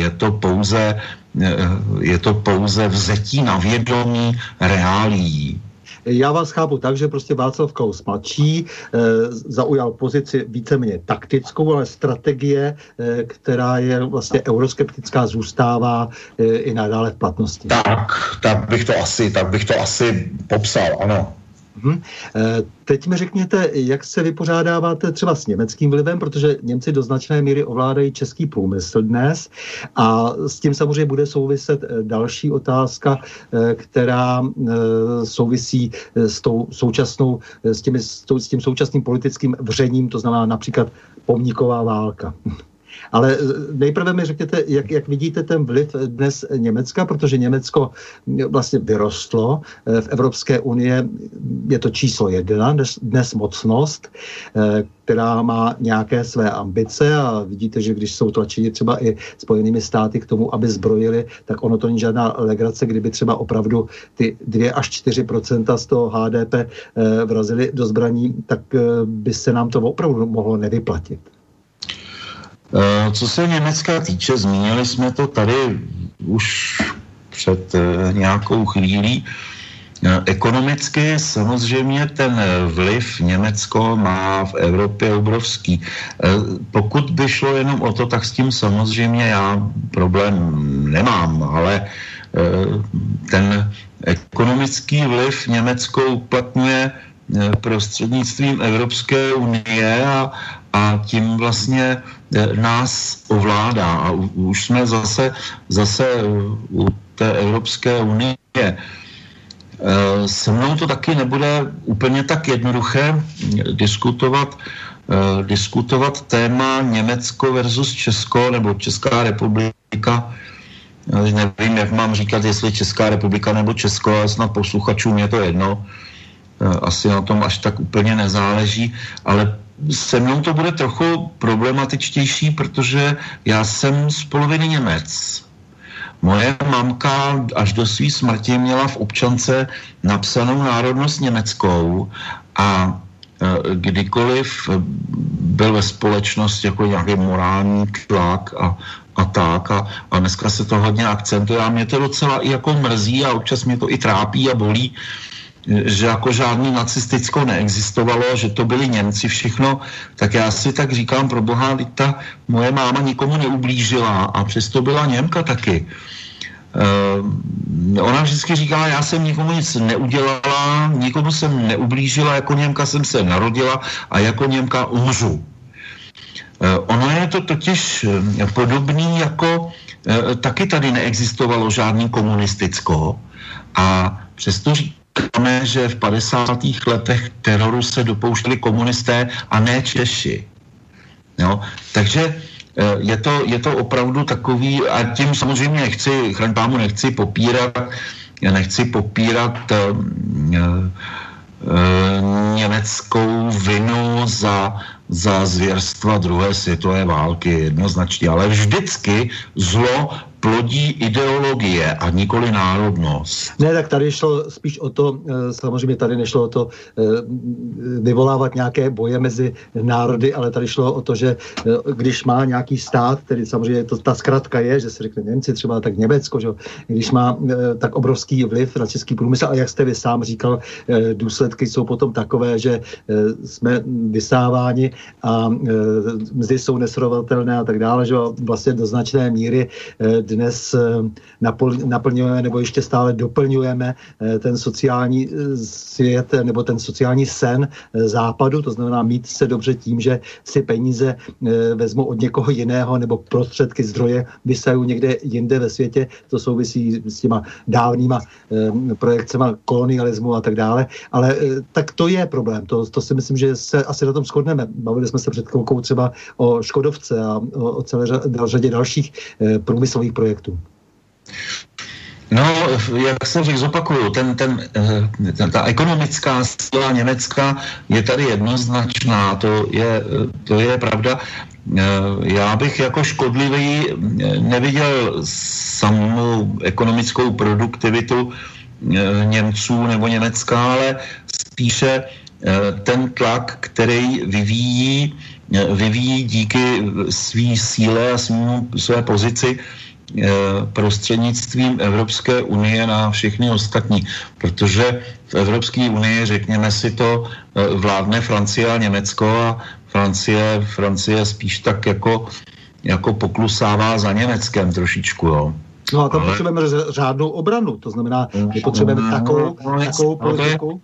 je to pouze vzetí na vědomí reálií. Já vás chápu tak, že prostě Václav Klaus mladší zaujal pozici víceméně taktickou, ale strategie, která je vlastně euroskeptická, zůstává i nadále v platnosti. Tak bych to asi popsal, ano. Teď mi řekněte, jak se vypořádáváte třeba s německým vlivem, protože Němci do značné míry ovládají český průmysl dnes a s tím samozřejmě bude souviset další otázka, která souvisí s tím současným politickým vřením, to znamená například pomníková válka. Ale nejprve mi řekněte, jak vidíte ten vliv dnes Německa, protože Německo vlastně vyrostlo v Evropské unie, je to číslo 1, dnes mocnost, která má nějaké své ambice a vidíte, že když jsou tlačeni třeba i Spojenými státy k tomu, aby zbrojili, tak ono to není žádná legrace, kdyby třeba opravdu ty 2 až 4% z toho HDP vrazili do zbraní, tak by se nám to opravdu mohlo nevyplatit. Co se Německa týče, zmínili jsme to tady už před nějakou chvílí. Ekonomicky samozřejmě ten vliv Německo má v Evropě obrovský. Pokud by šlo jenom o to, tak s tím samozřejmě já problém nemám, ale ten ekonomický vliv Německo uplatňuje prostřednictvím Evropské unie a tím vlastně nás ovládá. A už jsme zase u té Evropské unie. Se mnou to taky nebude úplně tak jednoduché diskutovat téma Německo versus Česko nebo Česká republika. Nevím, jak mám říkat, jestli Česká republika nebo Česko, ale snad posluchačům je to jedno. Asi na tom až tak úplně nezáleží, ale se mnou to bude trochu problematičtější, protože já jsem z poloviny Němec. Moje mamka až do své smrti měla v občance napsanou národnost německou a kdykoliv byl ve společnosti jako nějaký morální tlak a dneska se to hodně akcentuje a mě to docela i jako mrzí a občas mě to i trápí a bolí, že jako žádný nacisticko neexistovalo, že to byli Němci všechno, tak já si tak říkám, pro boha, ta moje máma nikomu neublížila a přesto byla Němka taky. Ona vždycky říkala, já jsem nikomu nic neudělala, nikomu jsem neublížila, jako Němka jsem se narodila a jako Němka umřu. Ono je to totiž podobný jako taky tady neexistovalo žádný komunisticko a přesto říkáme, že v 50. letech teroru se dopouštěli komunisté a ne Češi. Jo? Takže je to opravdu takový, a tím samozřejmě chraň pámu, nechci popírat německou vinu za zvěrstva druhé světové války jednoznačně, ale vždycky zlo plodí ideologie a nikoli národnost. Ne, tak tady šlo spíš o to, samozřejmě tady nešlo o to vyvolávat nějaké boje mezi národy, ale tady šlo o to, že když má nějaký stát, tedy samozřejmě ta zkratka je, že se řekne Němci třeba, tak Německo, že když má tak obrovský vliv na český průmysl a jak jste vy sám říkal, důsledky jsou potom takové, že jsme vysáváni a mzdy jsou nesrovnatelné a tak dále, že vlastně do značné míry dnes naplňujeme nebo ještě stále doplňujeme ten sociální svět nebo ten sociální sen západu, to znamená mít se dobře tím, že si peníze vezmu od někoho jiného nebo prostředky, zdroje vysajou někde jinde ve světě. To souvisí s těma dávnýma projekcema kolonialismu a tak dále. Ale tak to je problém. To si myslím, že se asi na tom shodneme. Bavili jsme se před chvilkou třeba o Škodovce a o celé řadě dalších průmyslových projektů. No, jak jsem řekl, zopakuju, ta ekonomická síla Německa je tady jednoznačná, to je pravda. Já bych jako škodlivý neviděl samou ekonomickou produktivitu Němců nebo Německa, ale spíše ten tlak, který vyvíjí díky své síle a své pozici prostřednictvím Evropské unie na všechny ostatní. Protože v Evropské unii, řekněme si to, vládne Francie a Německo a Francie spíš tak jako poklusává za Německem trošičku, jo. No a tam potřebujeme řádnou obranu, to znamená, že potřebujeme takovou politiku.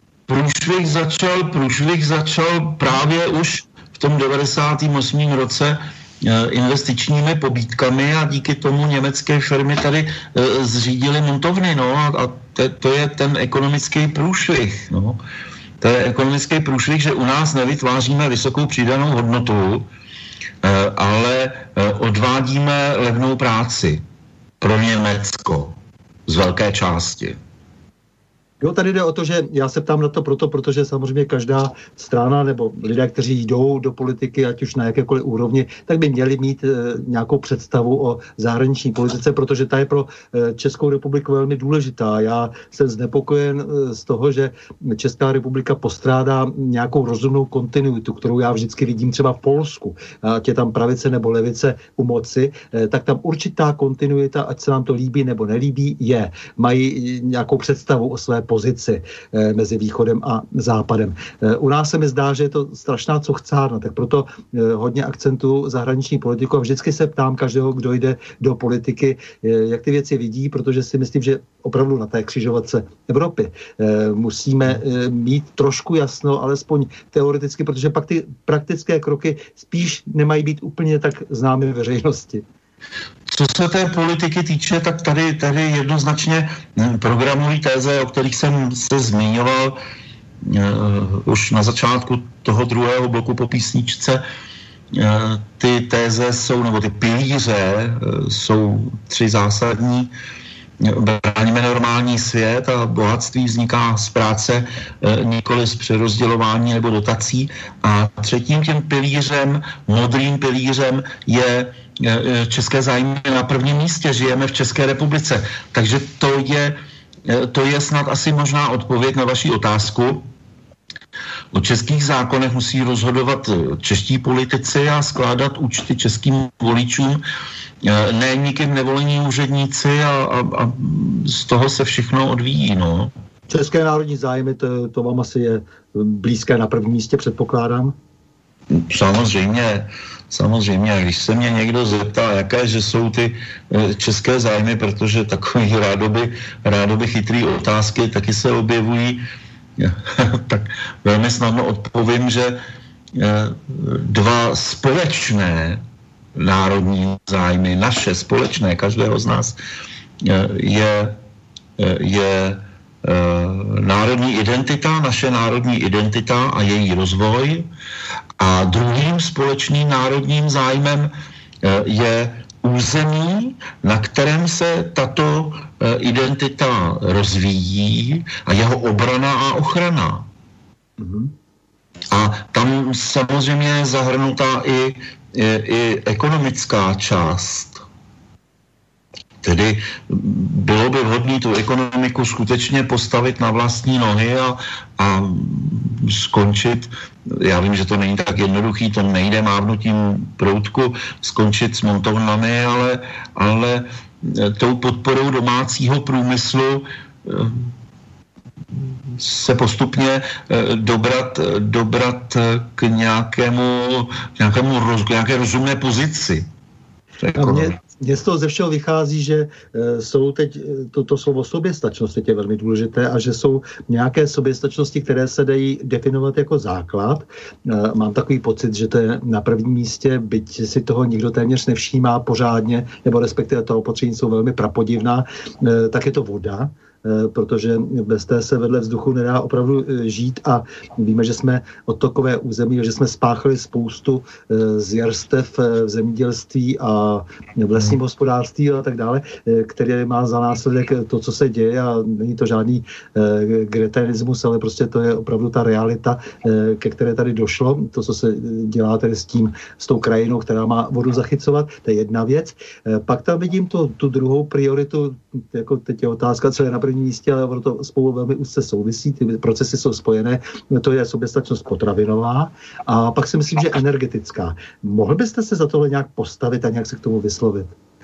Průšvih začal právě už v tom 98. roce investičními pobídkami a díky tomu německé firmy tady zřídily montovny, no a to je ten ekonomický průšvih, no. To je ekonomický průšvih, že u nás nevytváříme vysokou přidanou hodnotu, ale odvádíme levnou práci pro Německo z velké části. Jo, tady jde o to, že já se ptám na to protože samozřejmě každá strana nebo lidé, kteří jdou do politiky, ať už na jakékoliv úrovni, tak by měli mít nějakou představu o zahraniční politice, protože ta je pro Českou republiku velmi důležitá. Já jsem znepokojen z toho, že Česká republika postrádá nějakou rozumnou kontinuitu, kterou já vždycky vidím třeba v Polsku. Ať je tam pravice nebo levice u moci, tak tam určitá kontinuita, ať se nám to líbí nebo nelíbí, je. Mají nějakou představu o své pozici mezi východem a západem. U nás se mi zdá, že je to strašná cochcárna, tak proto hodně akcentu zahraniční politiku a vždycky se ptám každého, kdo jde do politiky, jak ty věci vidí, protože si myslím, že opravdu na té křižovatce Evropy musíme mít trošku jasno, alespoň teoreticky, protože pak ty praktické kroky spíš nemají být úplně tak známy veřejnosti. Co se té politiky týče, tak tady jednoznačně programové téze, o kterých jsem se zmiňoval už na začátku toho druhého bloku po písničce, ty téze jsou, nebo ty pilíře jsou 3 zásadní. Bráníme normální svět a bohatství vzniká z práce, nikoli z přerozdělování nebo dotací. A třetím tím pilířem, modrým pilířem je české zájmy na prvním místě. Žijeme v České republice. Takže to je snad asi možná odpověď na vaši otázku. O českých zákonech musí rozhodovat čeští politici a skládat účty českým voličům, ne nikým nevolení úředníci a z toho se všechno odvíjí, no. České národní zájmy, to vám asi je blízké na prvním místě, předpokládám? Samozřejmě, když se mě někdo zeptá, jaké že jsou ty české zájmy, protože takový rádoby chytrý otázky taky se objevují, tak velmi snadno odpovím, že 2 společné národní zájmy, naše společné, každého z nás, je národní identita, naše národní identita a její rozvoj. A druhým společným národním zájmem je území, na kterém se tato identita rozvíjí a jeho obrana a ochrana. Mm-hmm. A tam samozřejmě je zahrnutá i ekonomická část. Tedy bylo by vhodné tu ekonomiku skutečně postavit na vlastní nohy a skončit, já vím, že to není tak jednoduchý, to nejde mávnutím proutku, skončit s montovnami, ale tou podporou domácího průmyslu se postupně dobrat k nějaké rozumné pozici. Mně z toho ze všeho vychází, že jsou teď, toto slovo soběstačnost je velmi důležité a že jsou nějaké soběstačnosti, které se dají definovat jako základ. Mám takový pocit, že to je na prvním místě, byť si toho nikdo téměř nevšímá pořádně, nebo respektive ta opatření jsou velmi prapodivná, tak je to voda. protože bez té se vedle vzduchu nedá opravdu žít a víme, že jsme odtokové území, že jsme spáchali spoustu zjerstev v zemědělství a v lesním hospodářství a tak dále, které má za následek to, co se děje a není to žádný gretanismus, ale prostě to je opravdu ta realita, ke které tady došlo, to, co se dělá tady s tou krajinou, která má vodu zachycovat, to je jedna věc. Pak tam vidím tu druhou prioritu, jako teď je otázka, co je na prvním místě, ale ono to spolu velmi úzce souvisí, ty procesy jsou spojené, to je soběstačnost potravinová a pak si myslím, že energetická. Mohl byste se za tohle nějak postavit a nějak se k tomu vyslovit?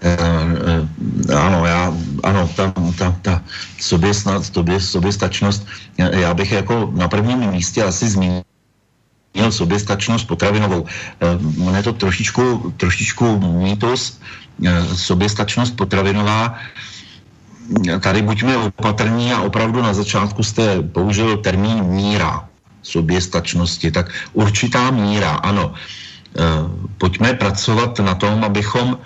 Ta soběstačnost, já bych jako na prvním místě asi zmínil soběstačnost potravinovou. On je to trošičku mýtus, soběstačnost potravinová. Tady buďme opatrní a opravdu na začátku jste použil termín míra soběstačnosti, tak určitá míra, ano. Pojďme pracovat na tom, abychom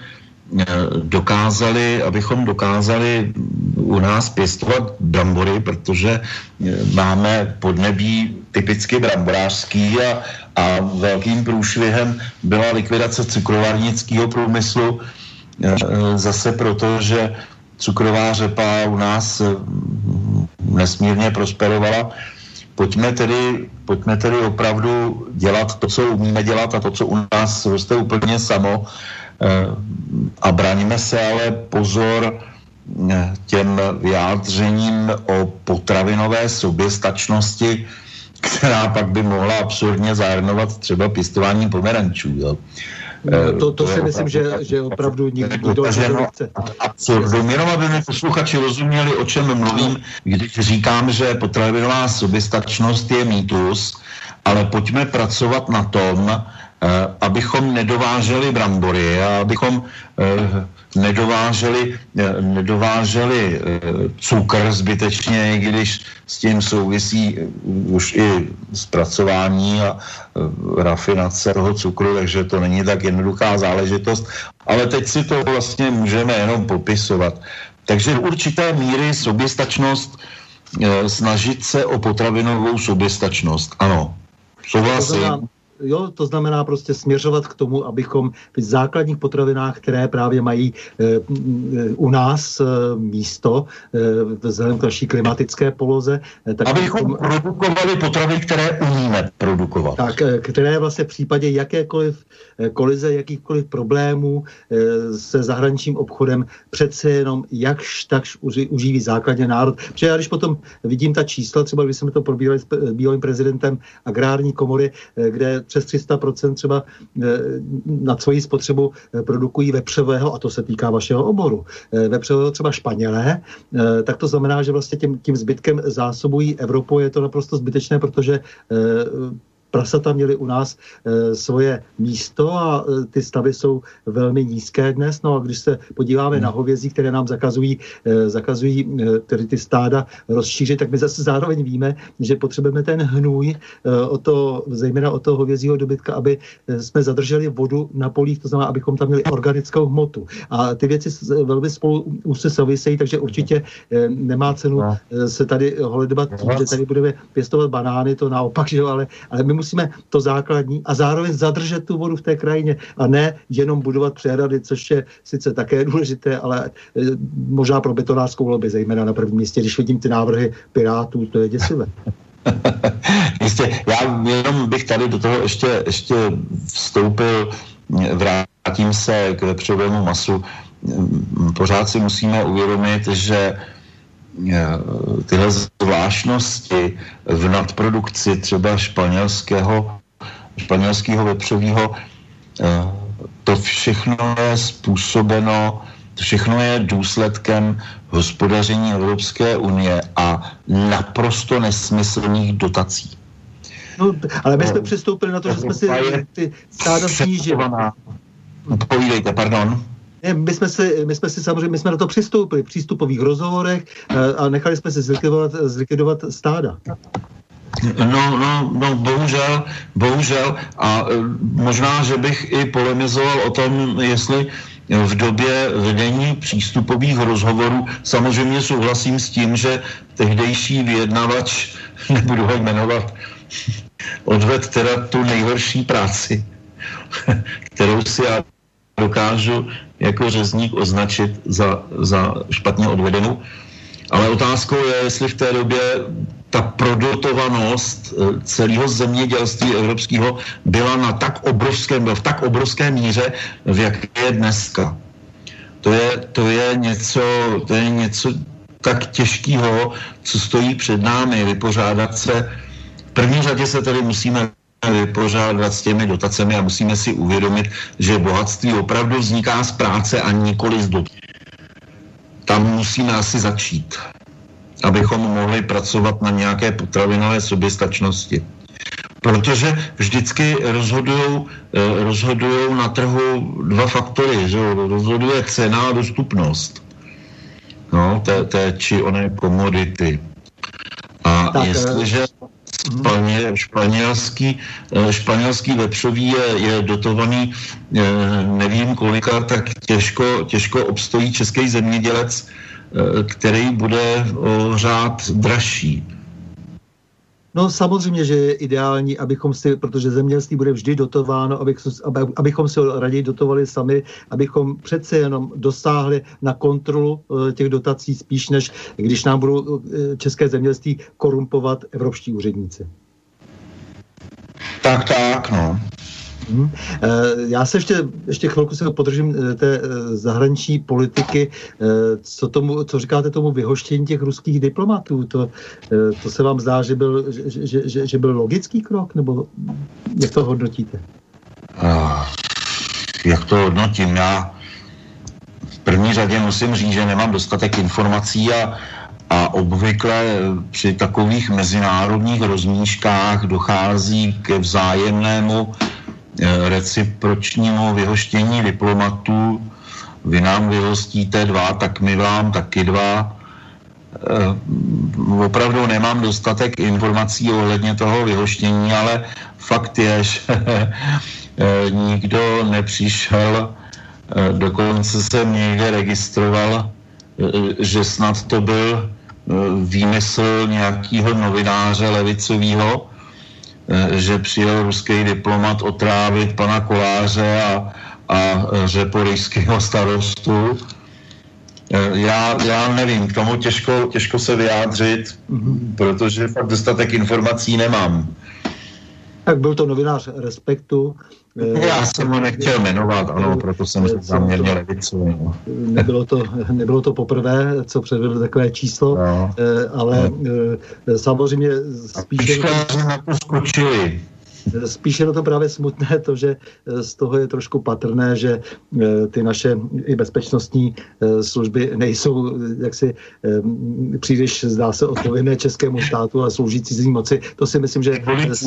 dokázali u nás pěstovat brambory, protože máme podnebí typicky bramborářský a velkým průšvihem byla likvidace cukrovarnického průmyslu, zase proto, že cukrová řepa u nás nesmírně prosperovala. Pojďme tedy opravdu dělat to, co umíme dělat a to, co u nás roste úplně samo, a braňme se ale pozor těm vyjádřením o potravinové soběstačnosti, která pak by mohla absurdně zahrnovat třeba pěstování pomerančů. Jo. To si myslím, že opravdu nikdo nechce. Absurdum. Jenom aby mi posluchači rozuměli, o čem mluvím, když říkám, že potravinová soběstačnost je mýtus, ale pojďme pracovat na tom, abychom nedováželi brambory a abychom nedováželi cukr zbytečně, i když s tím souvisí už i zpracování a rafinace toho cukru, takže to není tak jednoduchá záležitost. Ale teď si to vlastně můžeme jenom popisovat. Takže určité míry soběstačnost, snažit se o potravinovou soběstačnost. Ano, souhlasím. Jo, to znamená prostě směřovat k tomu, abychom v základních potravinách, které právě mají u nás místo vzhledem k naší klimatické poloze. Tak abychom produkovali potraviny, které umíme produkovat. Tak, které vlastně v případě jakékoliv kolize, jakýchkoliv problémů se zahraničním obchodem přece jenom jakž takž uživí základně národ. Protože já když potom vidím ta čísla, třeba když jsme to probírali s bývalým prezidentem agrární komory, kde přes 300% třeba na svoji spotřebu produkují vepřového, a to se týká vašeho oboru, vepřového třeba Španělé, tak to znamená, že vlastně tím zbytkem zásobují Evropu. Je to naprosto zbytečné, protože prasata měli u nás svoje místo a ty stavy jsou velmi nízké dnes. No a když se podíváme na hovězí, které nám zakazují tedy ty stáda rozšířit, tak my zase zároveň víme, že potřebujeme ten hnůj, zejména od toho hovězího dobytka, aby jsme zadrželi vodu na polích, to znamená, abychom tam měli organickou hmotu. A ty věci velmi spolu úzce souvisejí, takže určitě nemá cenu se tady holedovat tím, že tady budeme pěstovat banány, to naopak, že jo, ale my musíme to základní a zároveň zadržet tu vodu v té krajině a ne jenom budovat přehrady, což je sice také důležité, ale možná pro betonářskou lobby, zejména na prvním místě, když vidím ty návrhy Pirátů, to je děsivé. Jistě, já jenom bych tady do toho ještě vstoupil, vrátím se k vepřovému masu. Pořád si musíme uvědomit, že tyhle zvláštnosti v nadprodukci třeba španělského vepřového, to všechno je způsobeno, všechno je důsledkem hospodaření Evropské unie a naprosto nesmyslných dotací. No, ale my jsme přistoupili na to, že jsme si ty stáda snížili. Povídejte, pardon. Ne, my jsme si samozřejmě, my jsme na to přistoupili v přístupových rozhovorech a nechali jsme si zlikvidovat stáda. No, bohužel. A možná, že bych i polemizoval o tom, jestli v době vedení přístupových rozhovorů. Samozřejmě souhlasím s tím, že tehdejší vyjednavač, nebudu ho jmenovat, odvedl teda tu nejhorší práci, kterou si já dokážu jako řezník označit za špatně odvedenou. Ale otázkou je, jestli v té době ta prodotovanost celého zemědělství evropského byla v tak obrovské míře, v jaké je dneska. To je něco tak těžkého, co stojí před námi, vypořádat se. V první řadě se tedy musíme vypořádat s těmi dotacemi a musíme si uvědomit, že bohatství opravdu vzniká z práce a nikoli z dotací. Tam musíme asi začít, abychom mohli pracovat na nějaké potravinové soběstačnosti. Protože vždycky rozhodují na trhu dva faktory, že rozhoduje cena a dostupnost. No, té či oné komodity. A tak, jestliže španělský vepřový je dotovaný nevím kolika, tak těžko obstojí český zemědělec, který bude o řád dražší. No samozřejmě, že je ideální, protože zemědělství bude vždy dotováno, abychom si ho raději dotovali sami, abychom přece jenom dosáhli na kontrolu těch dotací spíš, než když nám budou české zemědělství korumpovat evropští úředníci. Tak, no. Já se ještě chvilku se podržím té zahraniční politiky. Co říkáte tomu vyhoštění těch ruských diplomatů? To se vám zdá, že byl logický krok? Nebo jak to hodnotíte? Jak to hodnotím? Já v první řadě musím říct, že nemám dostatek informací a obvykle při takových mezinárodních rozmíškách dochází ke vzájemnému recipročnímu vyhoštění diplomatů. Vy nám vyhostíte 2, tak my vám taky 2. Opravdu nemám dostatek informací ohledně toho vyhoštění, ale fakt je, že nikdo nepřišel, dokonce jsem někde registroval, že snad to byl výmysl nějakého novináře levicového, že přijel ruský diplomat otrávit pana Koláře a řeporyjského starostu. Já nevím, k tomu těžko se vyjádřit, protože fakt dostatek informací nemám. Tak byl to novinář Respektu. Já jsem ho nechtěl jmenovat, ano, proto jsem se záměrně levicový. Nebylo to poprvé, co předvedl takové číslo, no. Ale samozřejmě spíše na to skočili. Spíše na to právě smutné to, že z toho je trošku patrné, že ty naše i bezpečnostní služby nejsou jaksi příliš, zdá se, odpovědné českému státu a slouží cizí moci. To si myslím, že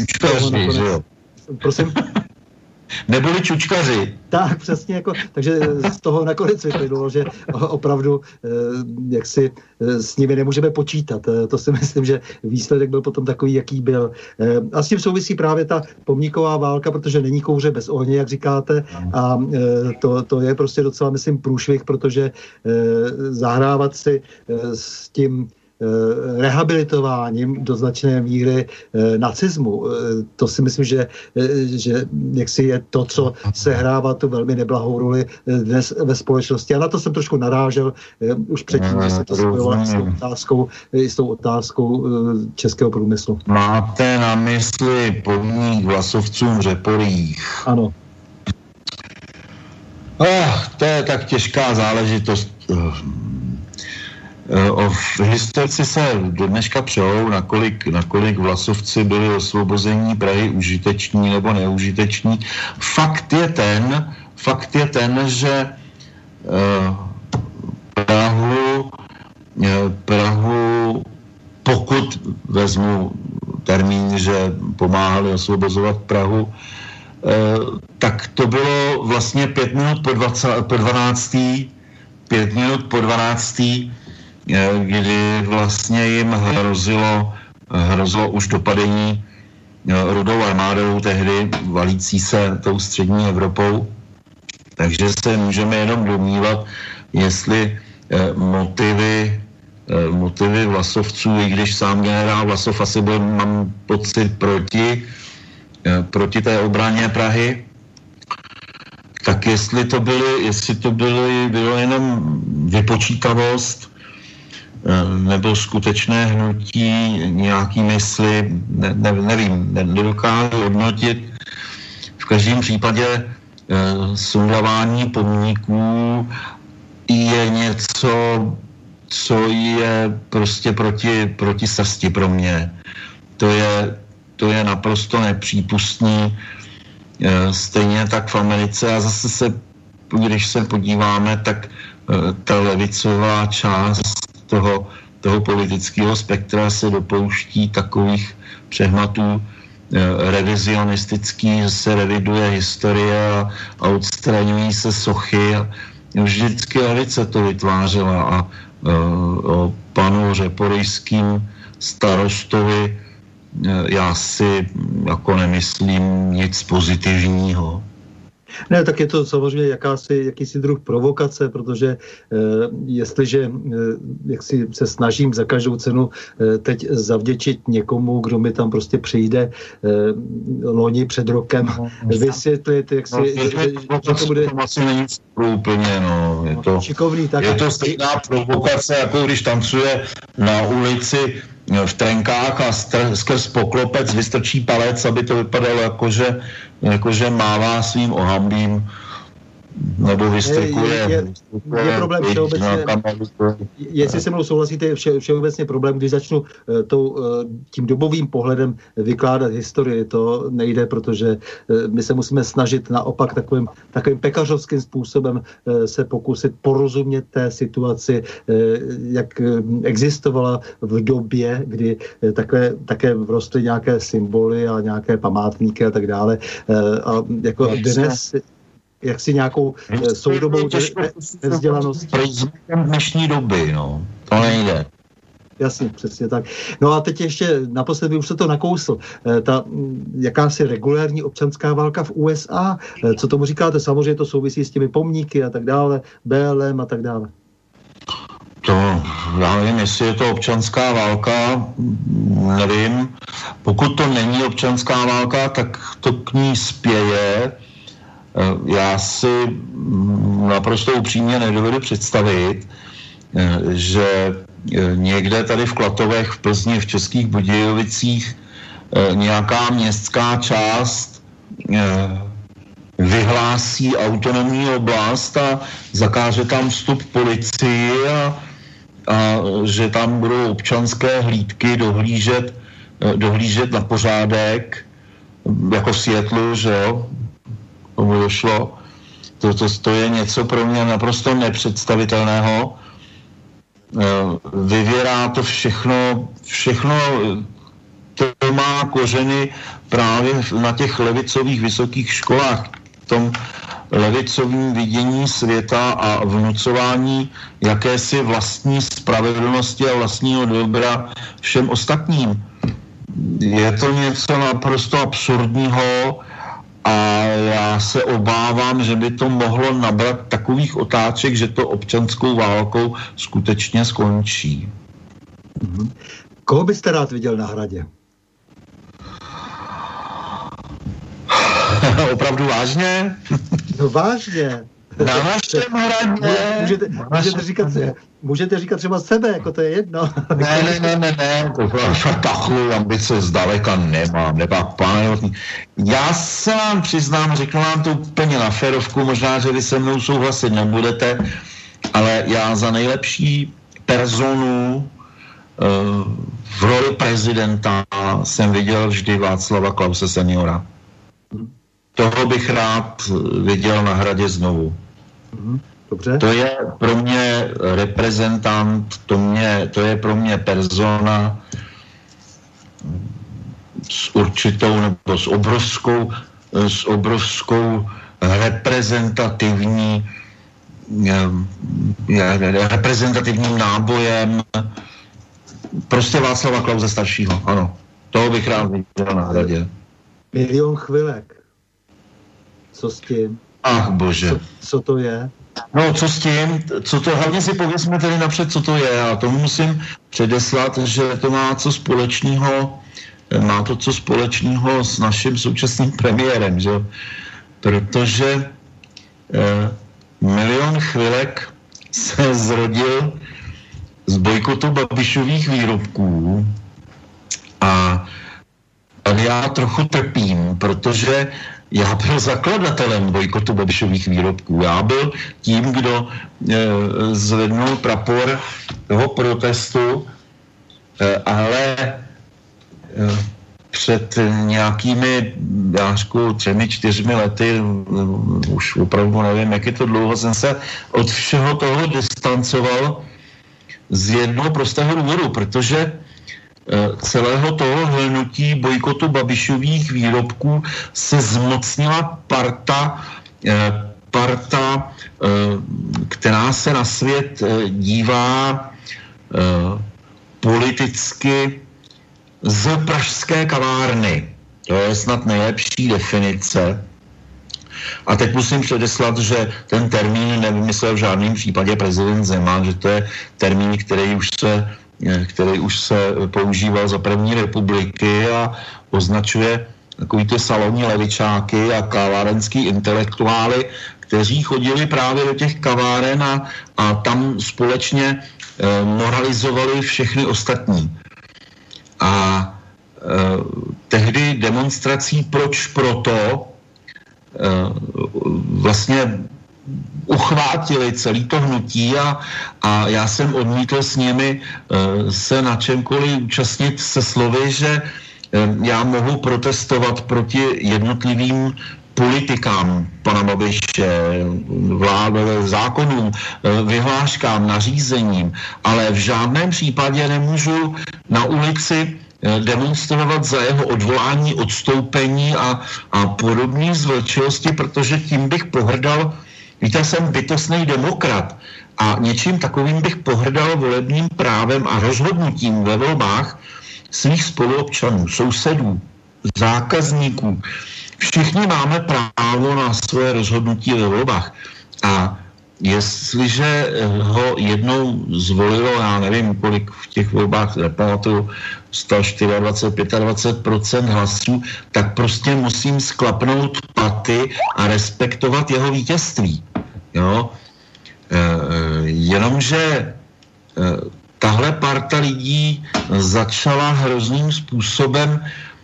prosím? Neboli čučkaři. Tak, přesně, takže z toho nakonec vyplynulo, že opravdu jaksi s nimi nemůžeme počítat. To si myslím, že výsledek byl potom takový, jaký byl. A s tím souvisí právě ta pomníková válka, protože není kouře bez ohně, jak říkáte, a to je prostě docela, myslím, průšvih, protože zahrávat si s tím rehabilitováním do značné míry nacismu. To si myslím, že jaksi je to, co sehrává tu velmi neblahou roli dnes ve společnosti. A na to jsem trošku narážel už předtím, že se to spojovalo s tou otázkou českého průmyslu. Máte na mysli pomník vlasovcům v Řeporích? Ano. To je tak těžká záležitost. Historici se do dneška přou, nakolik vlasovci byli osvobození Prahy užiteční nebo neužiteční. Fakt je ten, že Prahu, pokud vezmu termín, že pomáhali osvobozovat Prahu, tak to bylo vlastně 5 minut po 12. 5 minut po 12. Kdy vlastně jim hrozilo už dopadení Rudou armádou, tehdy valící se tou střední Evropou. Takže se můžeme jenom domnívat, jestli motivy Vlasovců, i když sám generál Vlasov asi byl, mám pocit, proti té obraně Prahy, tak jestli to bylo jenom vypočítavost nebo skutečné hnutí, nějaký mysli, nevím, nedokážu hodnotit. V každém případě sundavání pomníků je něco, co je prostě proti srsti pro mě. To je naprosto nepřípustný. Stejně tak v Americe, a zase když se podíváme, tak ta levicová část toho politického spektra se dopouští takových přehmatů revizionistický, že se reviduje historie a odstraňují se sochy. Vždycky levice to vytvářela a o panu řeporyjským starostovi já si jako nemyslím nic pozitivního. Ne, tak je to samozřejmě jakýsi druh provokace, protože jestliže jak si se snažím za každou cenu teď zavděčit někomu, kdo mi tam prostě přijde loni před rokem vysvětlit, jak si že to bude úplně, no, je to šikovný, tak je to stejná provokace, jako když tancuje na ulici v trenkách a skrz poklopec vystrčí palec, aby to vypadalo jakože mává svým ohambím nebo vystrkuje. Je problém všeobecně, jestli se mnou souhlasíte, všeobecně problém, když začnu tím dobovým pohledem vykládat historii, to nejde, protože my se musíme snažit naopak takovým pekařovským způsobem se pokusit porozumět té situaci, jak existovala v době, kdy také vrostly nějaké symboly a nějaké památníky a tak dále. A jako dnes jak si nějakou soudobou nevzdělanost. Dnešní doby, no. To nejde. Jasně, přesně tak. No a teď ještě naposledy už se to nakousl. Ta jakási regulérní občanská válka v USA, co tomu říkáte? Samozřejmě to souvisí s těmi pomníky a tak dále, BLM a tak dále. To, já nevím, jestli je to občanská válka, nevím. Pokud to není občanská válka, tak to k ní spěje. Já si naprosto upřímně nedovedu představit, že někde tady v Klatovech, v Plzni, v Českých Budějovicích nějaká městská část vyhlásí autonomní oblast a zakáže tam vstup policii a že tam budou občanské hlídky dohlížet na pořádek, jako v Seattlu, že jo? Tomu došlo. To je něco pro mě naprosto nepředstavitelného. Vyvěrá to všechno to má kořeny právě na těch levicových vysokých školách. V tom levicovém vidění světa a vnucování jakési vlastní spravedlnosti a vlastního dobra všem ostatním. Je to něco naprosto absurdního a já se obávám, že by to mohlo nabrat takových otáček, že to občanskou válkou skutečně skončí. Koho byste rád viděl na Hradě? Opravdu vážně? No vážně. Na vašem Hradě? Můžete říkat třeba sebe, jako to je jedno. Ne, takovou ambice zdaleka nemám, pánotný. Já se vám přiznám, řeknu vám to úplně na férovku, možná, že vy se mnou souhlasit nebudete, ale já za nejlepší personu v roli prezidenta jsem viděl vždy Václava Klause seniora. Toho bych rád viděl na Hradě znovu. Dobře. To je pro mě reprezentant, to je pro mě persona s určitou nebo s obrovskou reprezentativním nábojem. Prostě Václava Klause staršího, ano. Toho bych rád viděl na Hradě. 1 000 000 chvilek. Co s tím? Ach bože. Co to je? No, co s tím? Co to, hlavně si pověsme tedy napřed, co to je. A tomu musím předeslat, že to má to co společného s naším současným premiérem, že? Protože Milion chvilek se zrodil z bojkotu Babišových výrobků a já trochu trpím, protože já byl zakladatelem bojkotu Babišových výrobků. Já byl tím, kdo zvednul prapor toho protestu, ale před nějakými, já řeknu, 3-4 lety, už opravdu nevím, jak je to dlouho, jsem se od všeho toho distancoval z jednoho prostého důvodu, protože celého toho hnutí bojkotu Babišových výrobků se zmocnila parta, která se na svět dívá politicky z pražské kavárny. To je snad nejlepší definice. A teď musím předeslat, že ten termín nevymyslel v žádném případě prezident Zeman, že to je termín, který už se používal za první republiky a označuje takový ty salonní levičáky a kavárenský intelektuály, kteří chodili právě do těch kaváren a tam společně moralizovali všechny ostatní. A tehdy demonstrací proto vlastně uchvátili celý to hnutí a já jsem odmítl s nimi se na čemkoliv účastnit se slovy, že já mohu protestovat proti jednotlivým politikám pana Babiše, zákonům, vyhláškám, nařízením, ale v žádném případě nemůžu na ulici demonstrovat za jeho odvolání, odstoupení a podobné zvlčivosti, protože tím bych pohrdal. Víte, jsem bytostný demokrat a něčím takovým bych pohrdal volebním právem a rozhodnutím ve volbách svých spoluobčanů, sousedů, zákazníků. Všichni máme právo na své rozhodnutí ve volbách. A jestliže ho jednou zvolilo, já nevím, kolik v těch volbách, nepamatuju, 124-25% hlasů, tak prostě musím sklapnout paty a respektovat jeho vítězství. Jo? Jenomže tahle parta lidí začala hrozným způsobem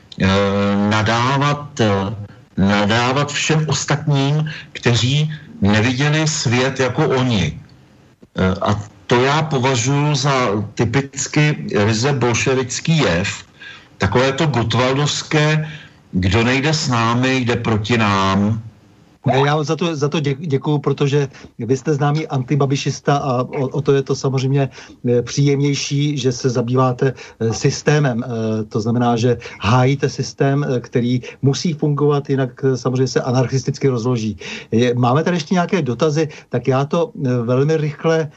nadávat všem ostatním, kteří neviděli svět jako oni. A to já považuji za typicky ryze bolševický jev, takové to gotwaldovské, kdo nejde s námi, jde proti nám. Já za to děkuju, protože vy jste známý antibabišista a o to je to samozřejmě příjemnější, že se zabýváte systémem. To znamená, že hájíte systém, který musí fungovat, jinak samozřejmě se anarchisticky rozloží. Máme tady ještě nějaké dotazy, tak já to velmi rychle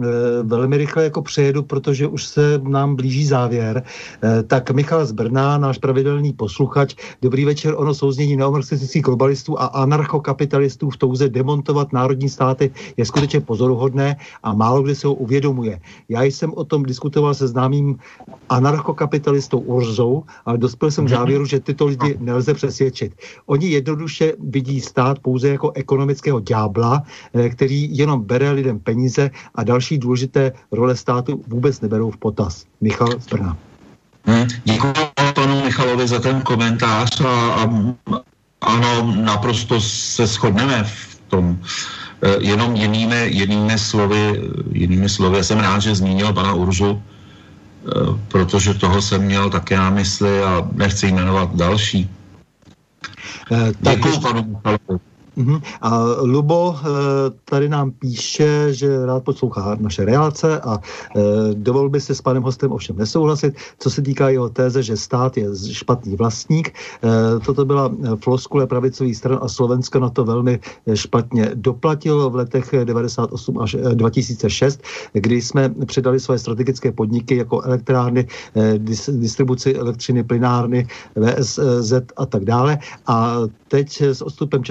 jako přejedu, protože už se nám blíží závěr. Tak Michal z Brna, náš pravidelný posluchač. Dobrý večer, ono souznění neomarxistických globalistů a anarchokapitalistů v touze demontovat národní státy je skutečně pozoruhodné a málo kdy se ho uvědomuje. Já jsem o tom diskutoval se známým anarchokapitalistou Urzou, ale dospěl jsem k závěru, že tyto lidi nelze přesvědčit. Oni jednoduše vidí stát pouze jako ekonomického ďábla, který jenom bere lidem peníze a další důležité role státu vůbec neberou v potaz. Michal z Brna. Děkuji panu Michalovi za ten komentář a ano, naprosto se shodneme v tom. Jenom jinými slovy. Já jsem rád, že zmínil pana Urzu, protože toho jsem měl také na mysli a nechci jmenovat další. Děkuji panu Michalovi. A Lubo tady nám píše, že rád poslouchá naše relace a dovol by se s panem hostem ovšem nesouhlasit, co se týká jeho téze, že stát je špatný vlastník. Toto byla floskule pravicových stran a Slovensko na to velmi špatně doplatilo v letech 98 až 2006, kdy jsme předali své strategické podniky jako elektrárny, distribuci elektřiny, plynárny, VSZ a tak dále. A teď s odstupem času 14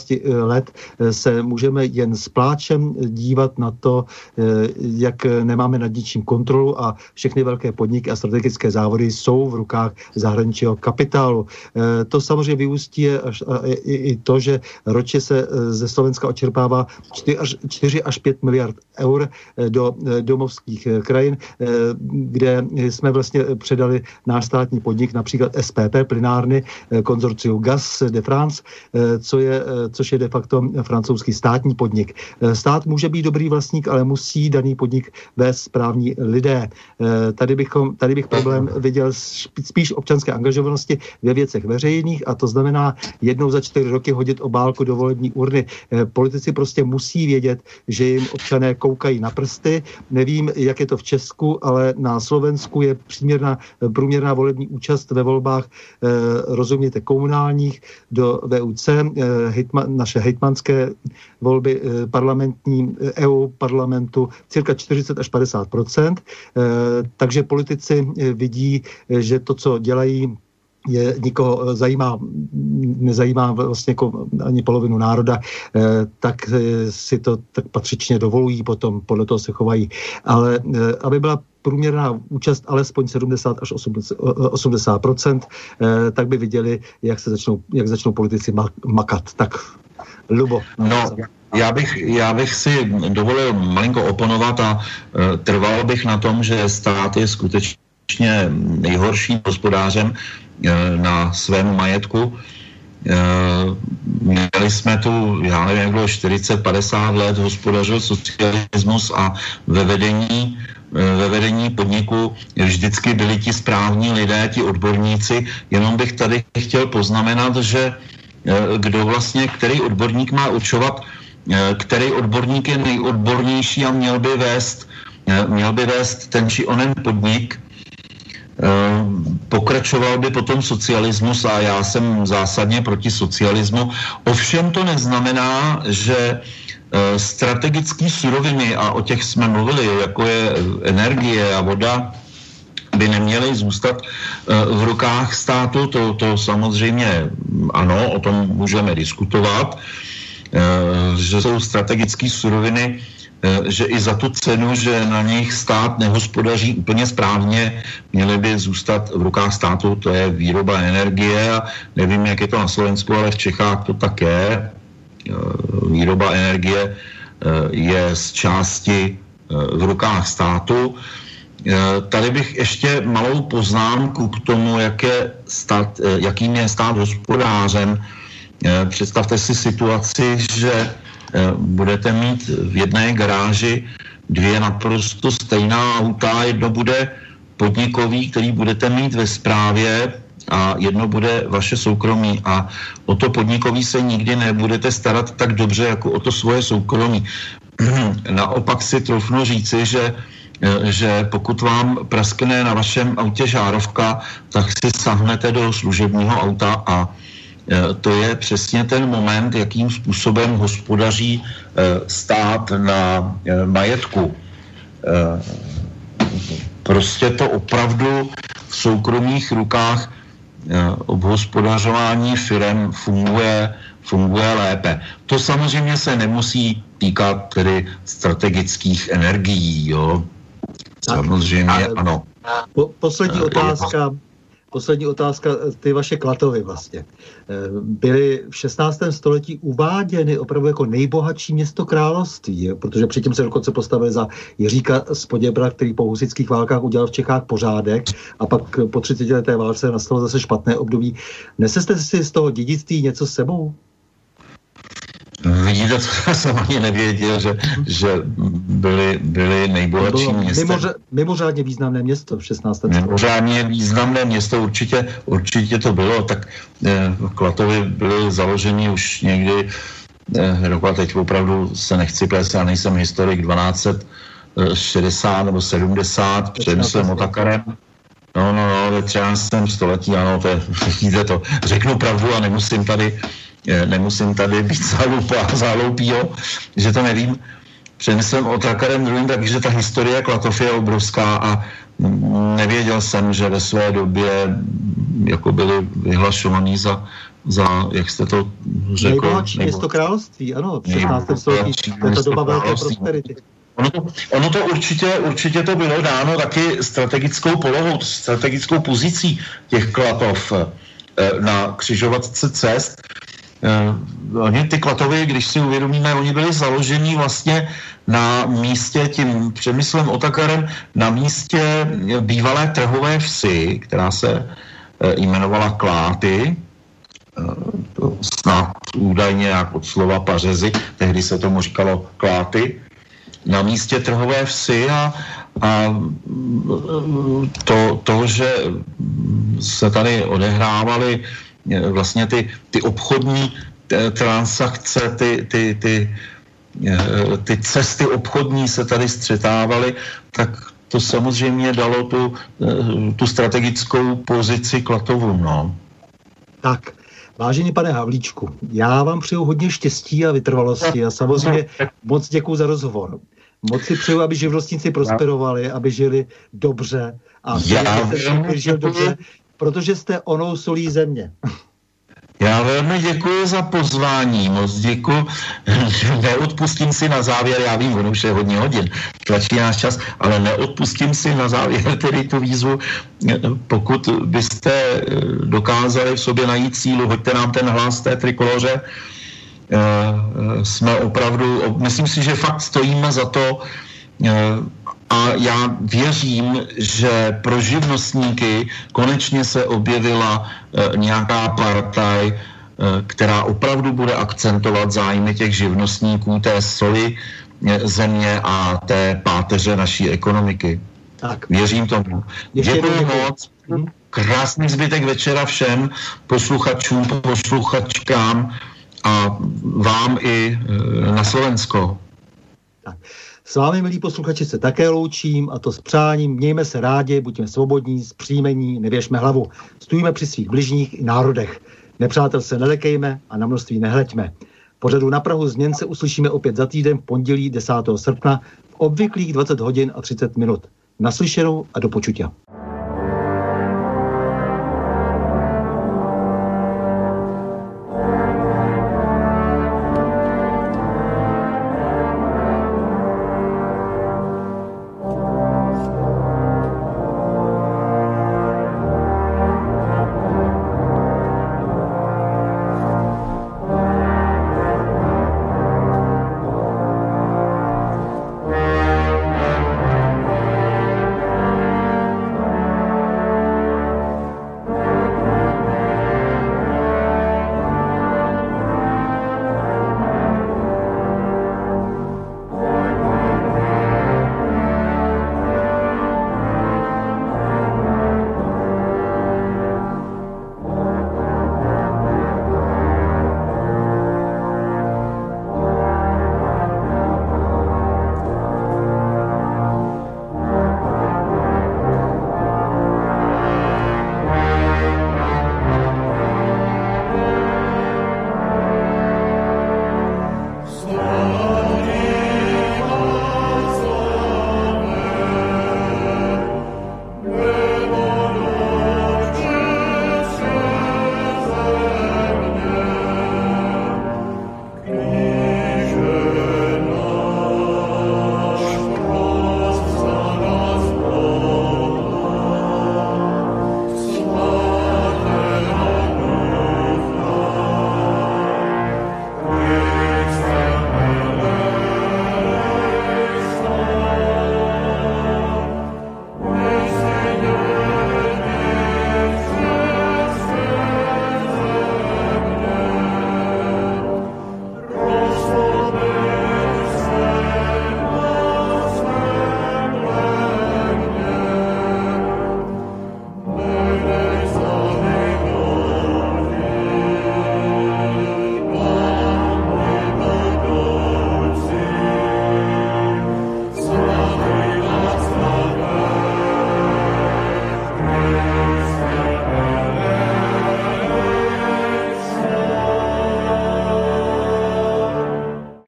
15 let se můžeme jen s pláčem dívat na to, jak nemáme nad ničím kontrolu a všechny velké podniky a strategické závody jsou v rukách zahraničního kapitálu. To samozřejmě vyústí i to, že ročně se ze Slovenska odčerpává 4 až 5 miliard eur do domovských krajin, kde jsme vlastně předali náš státní podnik, například SPP, plynárny, konzorcium Gaz de France, což je de facto francouzský státní podnik. Stát může být dobrý vlastník, ale musí daný podnik vést správní lidé. Tady bych problém viděl spíš občanské angažovanosti ve věcech veřejných, a to znamená jednou za 4 roky hodit obálku do volební urny. Politici prostě musí vědět, že jim občané koukají na prsty. Nevím, jak je to v Česku, ale na Slovensku je průměrná volební účast ve volbách, rozumějte, komunálních do VUC, naše hejtmanské volby parlamentní, EU parlamentu, cirka 40 až 50%. Takže politici vidí, že to, co dělají, nikoho nezajímá vlastně jako ani polovinu národa, tak si to tak patřičně dovolují, potom podle toho se chovají. Ale aby byla průměrná účast alespoň 70 až 80%, tak by viděli, jak začnou politici makat. Tak, Lubo. No, já bych si dovolil malinko oponovat a trval bych na tom, že stát je skutečně nejhorším hospodářem na svém majetku. Měli jsme tu, já nevím, jak bylo 40-50 let, hospodařil socialismus a ve vedení podniku vždycky byli ti správní lidé, ti odborníci. Jenom bych tady chtěl poznamenat, že kdo vlastně, který odborník má určovat, který odborník je nejodbornější a měl by vést ten či onen podnik. Pokračoval by potom socialismus a já jsem zásadně proti socialismu. Ovšem to neznamená, že strategické suroviny, a o těch jsme mluvili, jako je energie a voda, by neměly zůstat v rukách státu. To samozřejmě ano, o tom můžeme diskutovat, že jsou strategické suroviny, že i za tu cenu, že na nich stát nehospodaří úplně správně, měly by zůstat v rukách státu. To je výroba energie a nevím, jak je to na Slovensku, ale v Čechách to tak je. Výroba energie je z části v rukách státu. Tady bych ještě malou poznámku k tomu, jakým je stát hospodářem. Představte si situaci, že budete mít v jedné garáži 2 naprosto stejná auta, jedno bude podnikový, který budete mít ve správě, a jedno bude vaše soukromí, a o to podnikový se nikdy nebudete starat tak dobře, jako o to svoje soukromí. Naopak si troufnu říci, že pokud vám praskne na vašem autě žárovka, tak si sáhnete do služebního auta, a to je přesně ten moment, jakým způsobem hospodaří stát na majetku. Prostě to opravdu v soukromých rukách obhospodařování firem funguje lépe. To samozřejmě se nemusí týkat tedy strategických energií, jo. Samozřejmě ano. Poslední otázka, ty vaše Klatovy vlastně. Byly v 16. století uváděny opravdu jako nejbohatší město království, protože předtím se dokonce postavili za Jiříka z Poděbra, který po husitských válkách udělal v Čechách pořádek, a pak po 30leté válce nastalo zase špatné období. Neseste si z toho dědictví něco s sebou? Vidíte, co jsem ani nevěděl, že byly nejbohatší města. Mimořádně významné město v 16. století. Mimořádně významné město, určitě to bylo. Tak Klatovy byly založeny už někdy, teď opravdu se nechci plést, já nejsem historik, 1260 nebo 70 před Emilem Otakarem. No, ve 13. století, ano, vidíte to. Řeknu pravdu a nemusím tady být záloupího, že to nevím. Přemyslem Otakarem II, takže ta historie Klatov je obrovská a nevěděl jsem, že ve své době jako byli vyhlašovaní za za, jak jste to řekl... Nejbohatší město království, ano, v 16. století, to je to doba velké prosperity. Ono to určitě to bylo dáno taky strategickou polohou, strategickou pozicí těch Klatov na křižovatce cest. Oni ty Klatovy, když si uvědomíme, oni byli založeni vlastně na místě tím Přemyslem Otakarem, na místě bývalé trhové vsi, která se jmenovala Kláty, snad údajně jak od slova pařezy, tehdy se tomu říkalo Kláty, na místě trhové vsi a to, že se tady odehrávaly vlastně ty obchodní transakce, ty cesty obchodní se tady střetávaly, tak to samozřejmě dalo tu strategickou pozici Klatovům, no. Tak, vážený pane Havlíčku, já vám přeju hodně štěstí a vytrvalosti a samozřejmě moc děkuju za rozhovor. Moc si přeju, aby živnostníci prosperovali, aby žili dobře a žil dobře, protože jste onou solí země. Já velmi děkuji za pozvání, moc děkuji. Neodpustím si na závěr, já vím, ono už je hodně hodin, tlačí náš čas, ale neodpustím si na závěr tedy tu výzvu, pokud byste dokázali v sobě najít sílu, hoďte nám ten hlas té trikoloře. Jsme opravdu, myslím si, že fakt stojíme za to a já věřím, že pro živnostníky konečně se objevila nějaká partaj, která opravdu bude akcentovat zájmy těch živnostníků, té soli země a té páteře naší ekonomiky. Tak. Věřím tomu. Děkuji moc. Krásný zbytek večera všem posluchačům, posluchačkám a vám i na Slovensko. Tak. S vámi, milí posluchači, se také loučím a to s přáním. Mějme se rádi, buďme svobodní, zpříjmení, nevěšme hlavu. Stůjme při svých bližních i národech. Nepřátel se nelekejme a na množství nehleďme. Pořadu Na prahu změn se uslyšíme opět za týden v pondělí 10. srpna v obvyklých 20 hodin a 30 minut. Naslyšenou a do počutia.